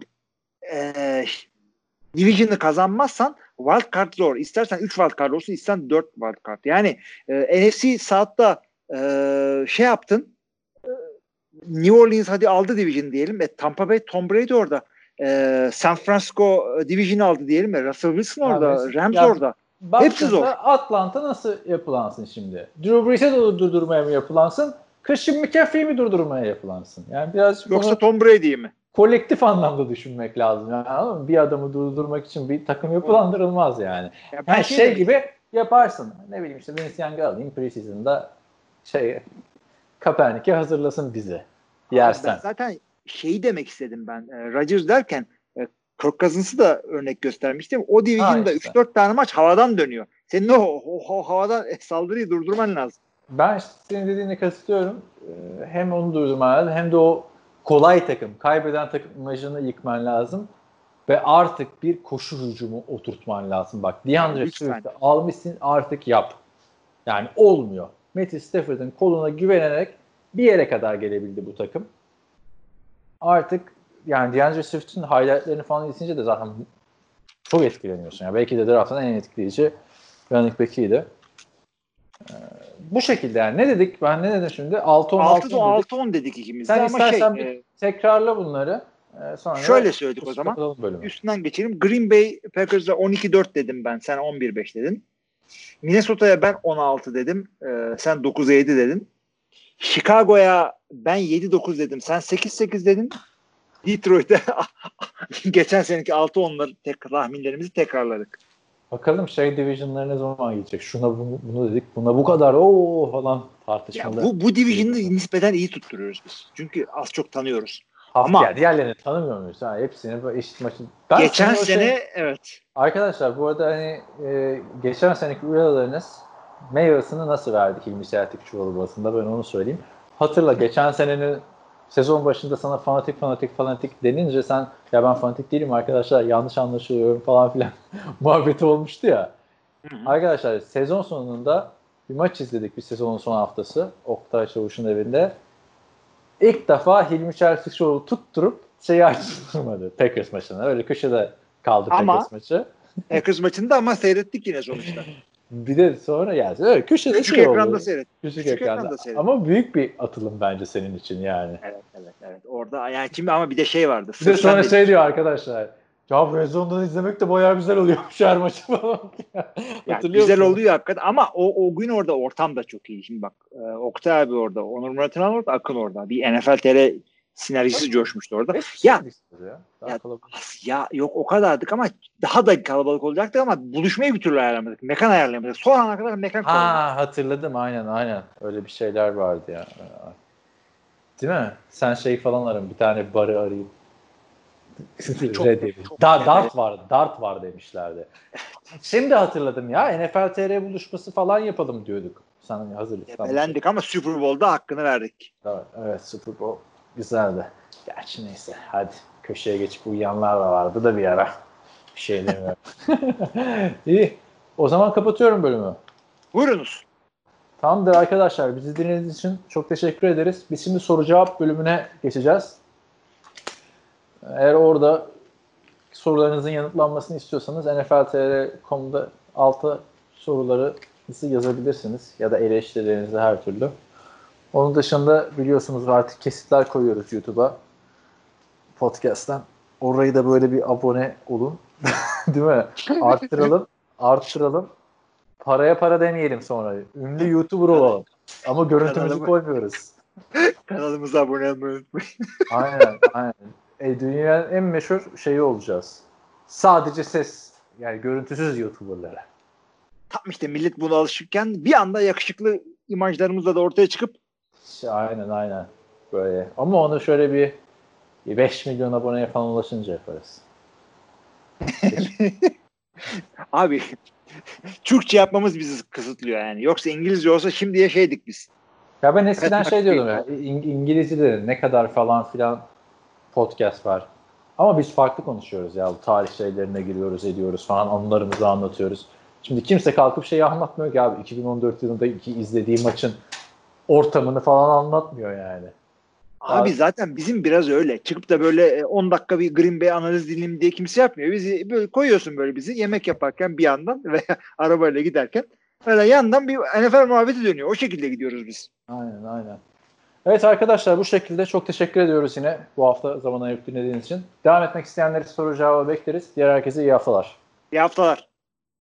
e, Division'ı kazanmazsan wild card zor. İstersen üç wild card olsun, istersen dört wild card. Yani e, N F C South'ta e, şey yaptın. E, New Orleans hadi aldı Division diyelim. E, Tampa Bay, Tom Brady orada. E, San Francisco Division aldı diyelim. E, Russell Wilson orada. Ya, Rams ya, orada. Hepsi zor. Atlanta nasıl yapılansın şimdi? Drew Brees'e de durdurmaya mı yapılansın? Christian McCaffrey'i mi durdurmaya yapılansın? Yani biraz Yoksa Tom Brady'yi mi? Kolektif anlamda düşünmek lazım. Yani bir adamı durdurmak için bir takım yapılandırılmaz yani. Ya yani şey, şey gibi yaparsın. Ne bileyim işte Vince Young'ı alayım preseason'da şey Kaepernick'i hazırlasın bize. Yersen. Zaten şeyi demek istedim ben. E, Rodgers derken e, Kirk Cousins'ı da örnek göstermiştim. O division'da işte. üç dört tane maç havadan dönüyor. Senin o, o, o havadan saldırıyı durdurman lazım. Ben işte senin dediğine katılıyorum. Hem onu durdurman lazım hem de o kolay takım, kaybeden takım imajını yıkman lazım. Ve artık bir koşu hücumu oturtman lazım. Bak DeAndre Swift'i almışsın artık yap. Yani olmuyor. Matthew Stafford'ın koluna güvenerek bir yere kadar gelebildi bu takım. Artık yani DeAndre Swift'in highlightlerini falan izleyince de zaten çok etkileniyorsun. Yani belki de draft'ın en etkileyici running back'iydi. Ee, bu şekilde yani. Ne dedik? Ben ne dedim şimdi? altı on altı on dedik ikimiz de Sen ama istersen şey, bir e, tekrarla bunları. Ee, sonra şöyle söyledik o zaman. Bölümü. Üstünden geçelim. Green Bay Packers'a on iki dört dedim ben. Sen on bir beş dedin. Minnesota'ya ben on altı dedim. Ee, sen dokuz yedi dedin. Chicago'ya ben yedi dokuz dedim. Sen sekiz sekiz dedin. Detroit'e geçen seneki altı onları tek, tahminlerimizi tekrarladık. Bakalım şey division'lar ne zaman gidecek? Şuna bunu, bunu dedik. Buna bu kadar ooo falan tartışmalı. Ya bu bu division'ı nispeten iyi tutturuyoruz biz. Çünkü az çok tanıyoruz. Hafif ama ya, diğerlerini tanımıyor muyuz? Ha, hepsini böyle eşit maçı. Ben geçen sene şey, evet. Arkadaşlar bu arada hani e, geçen seneki üyeleriniz meyvesini nasıl verdi Hilmi Selçuk Çuvalı ben onu söyleyeyim. Hatırla geçen senenin sezon başında sana fanatik fanatik fanatik denince sen ya ben fanatik değilim arkadaşlar yanlış anlaşılıyorum falan filan muhabbeti olmuştu ya. Hı hı. Arkadaşlar sezon sonunda bir maç izledik bir sezonun son haftası Oktay Çavuş'un evinde. İlk defa Hilmi Çeltikçioğlu tutturup şeyi açtırmadı Packers maçına. Öyle köşede kaldı ama, Packers maçı. Packers maçında ama seyrettik yine sonuçta. Bir de sonra geldi. Öyle köşede Küçük şey ekranda oldu. seyret. Küçük, Küçük ekranda. ekranda seyret. Ama büyük bir atılım bence senin için yani. Evet evet evet. Orada yani şimdi ama bir de şey vardı. Bir de sonra şey diyor arkadaşlar. Ya Red Zone'dan izlemek de bayağı güzel oluyormuş her maçı falan. Ya, güzel oluyor hakikaten ama o, o gün orada ortam da çok iyi. Şimdi bak e, Oktay abi orada, Onur Murat İnan orada, Akın orada. Bir N F L T R sinerjisi coşmuştu orada. Beş Ya, ya. Daha ya, kalabalık. ya yok o kadardık ama daha da kalabalık olacaktı ama buluşmayı bir türlü ayarlamadık. Mekan ayarlayamadık. Son ana kadar mekan koymadık. Ha hatırladım aynen aynen. Öyle bir şeyler vardı ya. Değil mi? Sen şey falan arın bir tane barı arayıp Çok- Red Devil. çok- Da, evet. dart var. Dart var demişlerdi. Şimdi hatırladım ya. N F L T R buluşması falan yapalım diyorduk. Sana hazır İstanbul. Elendik ama Super Bowl'da hakkını verdik. Evet, evet Super Bowl güzeldi. Gerçi neyse hadi köşeye geçip uyuyanlar da vardı da bir ara. Bir şey demiyorum. İyi. O zaman kapatıyorum bölümü. Buyurunuz. Tamamdır arkadaşlar. Bizi dinlediğiniz için çok teşekkür ederiz. Biz şimdi soru cevap bölümüne geçeceğiz. Eğer orada sorularınızın yanıtlanmasını istiyorsanız N F L T R nokta com'da alta soruları yazabilirsiniz. Ya da eleştirilerinizi her türlü. Onun dışında biliyorsunuz artık kesitler koyuyoruz YouTube'a. Podcast'tan. Orayı da böyle bir abone olun. Değil mi? Arttıralım. Arttıralım. Paraya para demeyelim sonra. Ünlü YouTuber olalım. Ama görüntümüzü Kanalımı- koymuyoruz. Kanalımıza abone olmayı unutmayın. Aynen. Aynen. E, dünyanın en meşhur şeyi olacağız. Sadece ses. Yani görüntüsüz YouTuber'lara. Tam işte millet buna alışırken bir anda yakışıklı imajlarımızla da ortaya çıkıp İşte aynen aynen. Böyle. Ama onu şöyle bir, bir beş milyon aboneye falan ulaşınca yaparız. abi Türkçe yapmamız bizi kısıtlıyor yani. Yoksa İngilizce olsa şimdiye şeydik biz. Ya ben eskiden Evet, şey diyordum ya. İng- İngilizce'de ne kadar falan filan podcast var. Ama biz farklı konuşuyoruz ya. Bu tarih şeylerine giriyoruz, ediyoruz falan. Anılarımızı anlatıyoruz. Şimdi kimse kalkıp şeyi anlatmıyor ki abi. iki bin on dört yılında iki izlediği maçın ortamını falan anlatmıyor yani. Abi Abi- zaten bizim biraz öyle. Çıkıp da böyle on dakika bir Green Bay analiz dinleyeyim diye kimse yapmıyor. Bizi böyle koyuyorsun böyle bizi yemek yaparken bir yandan veya arabayla giderken böyle yandan bir N F L muhabbeti dönüyor. O şekilde gidiyoruz biz. Aynen aynen. Evet arkadaşlar bu şekilde çok teşekkür ediyoruz yine bu hafta zaman ayırıp dinlediğiniz için. Devam etmek isteyenleri soru cevabı bekleriz. Diğer herkese iyi haftalar. İyi haftalar.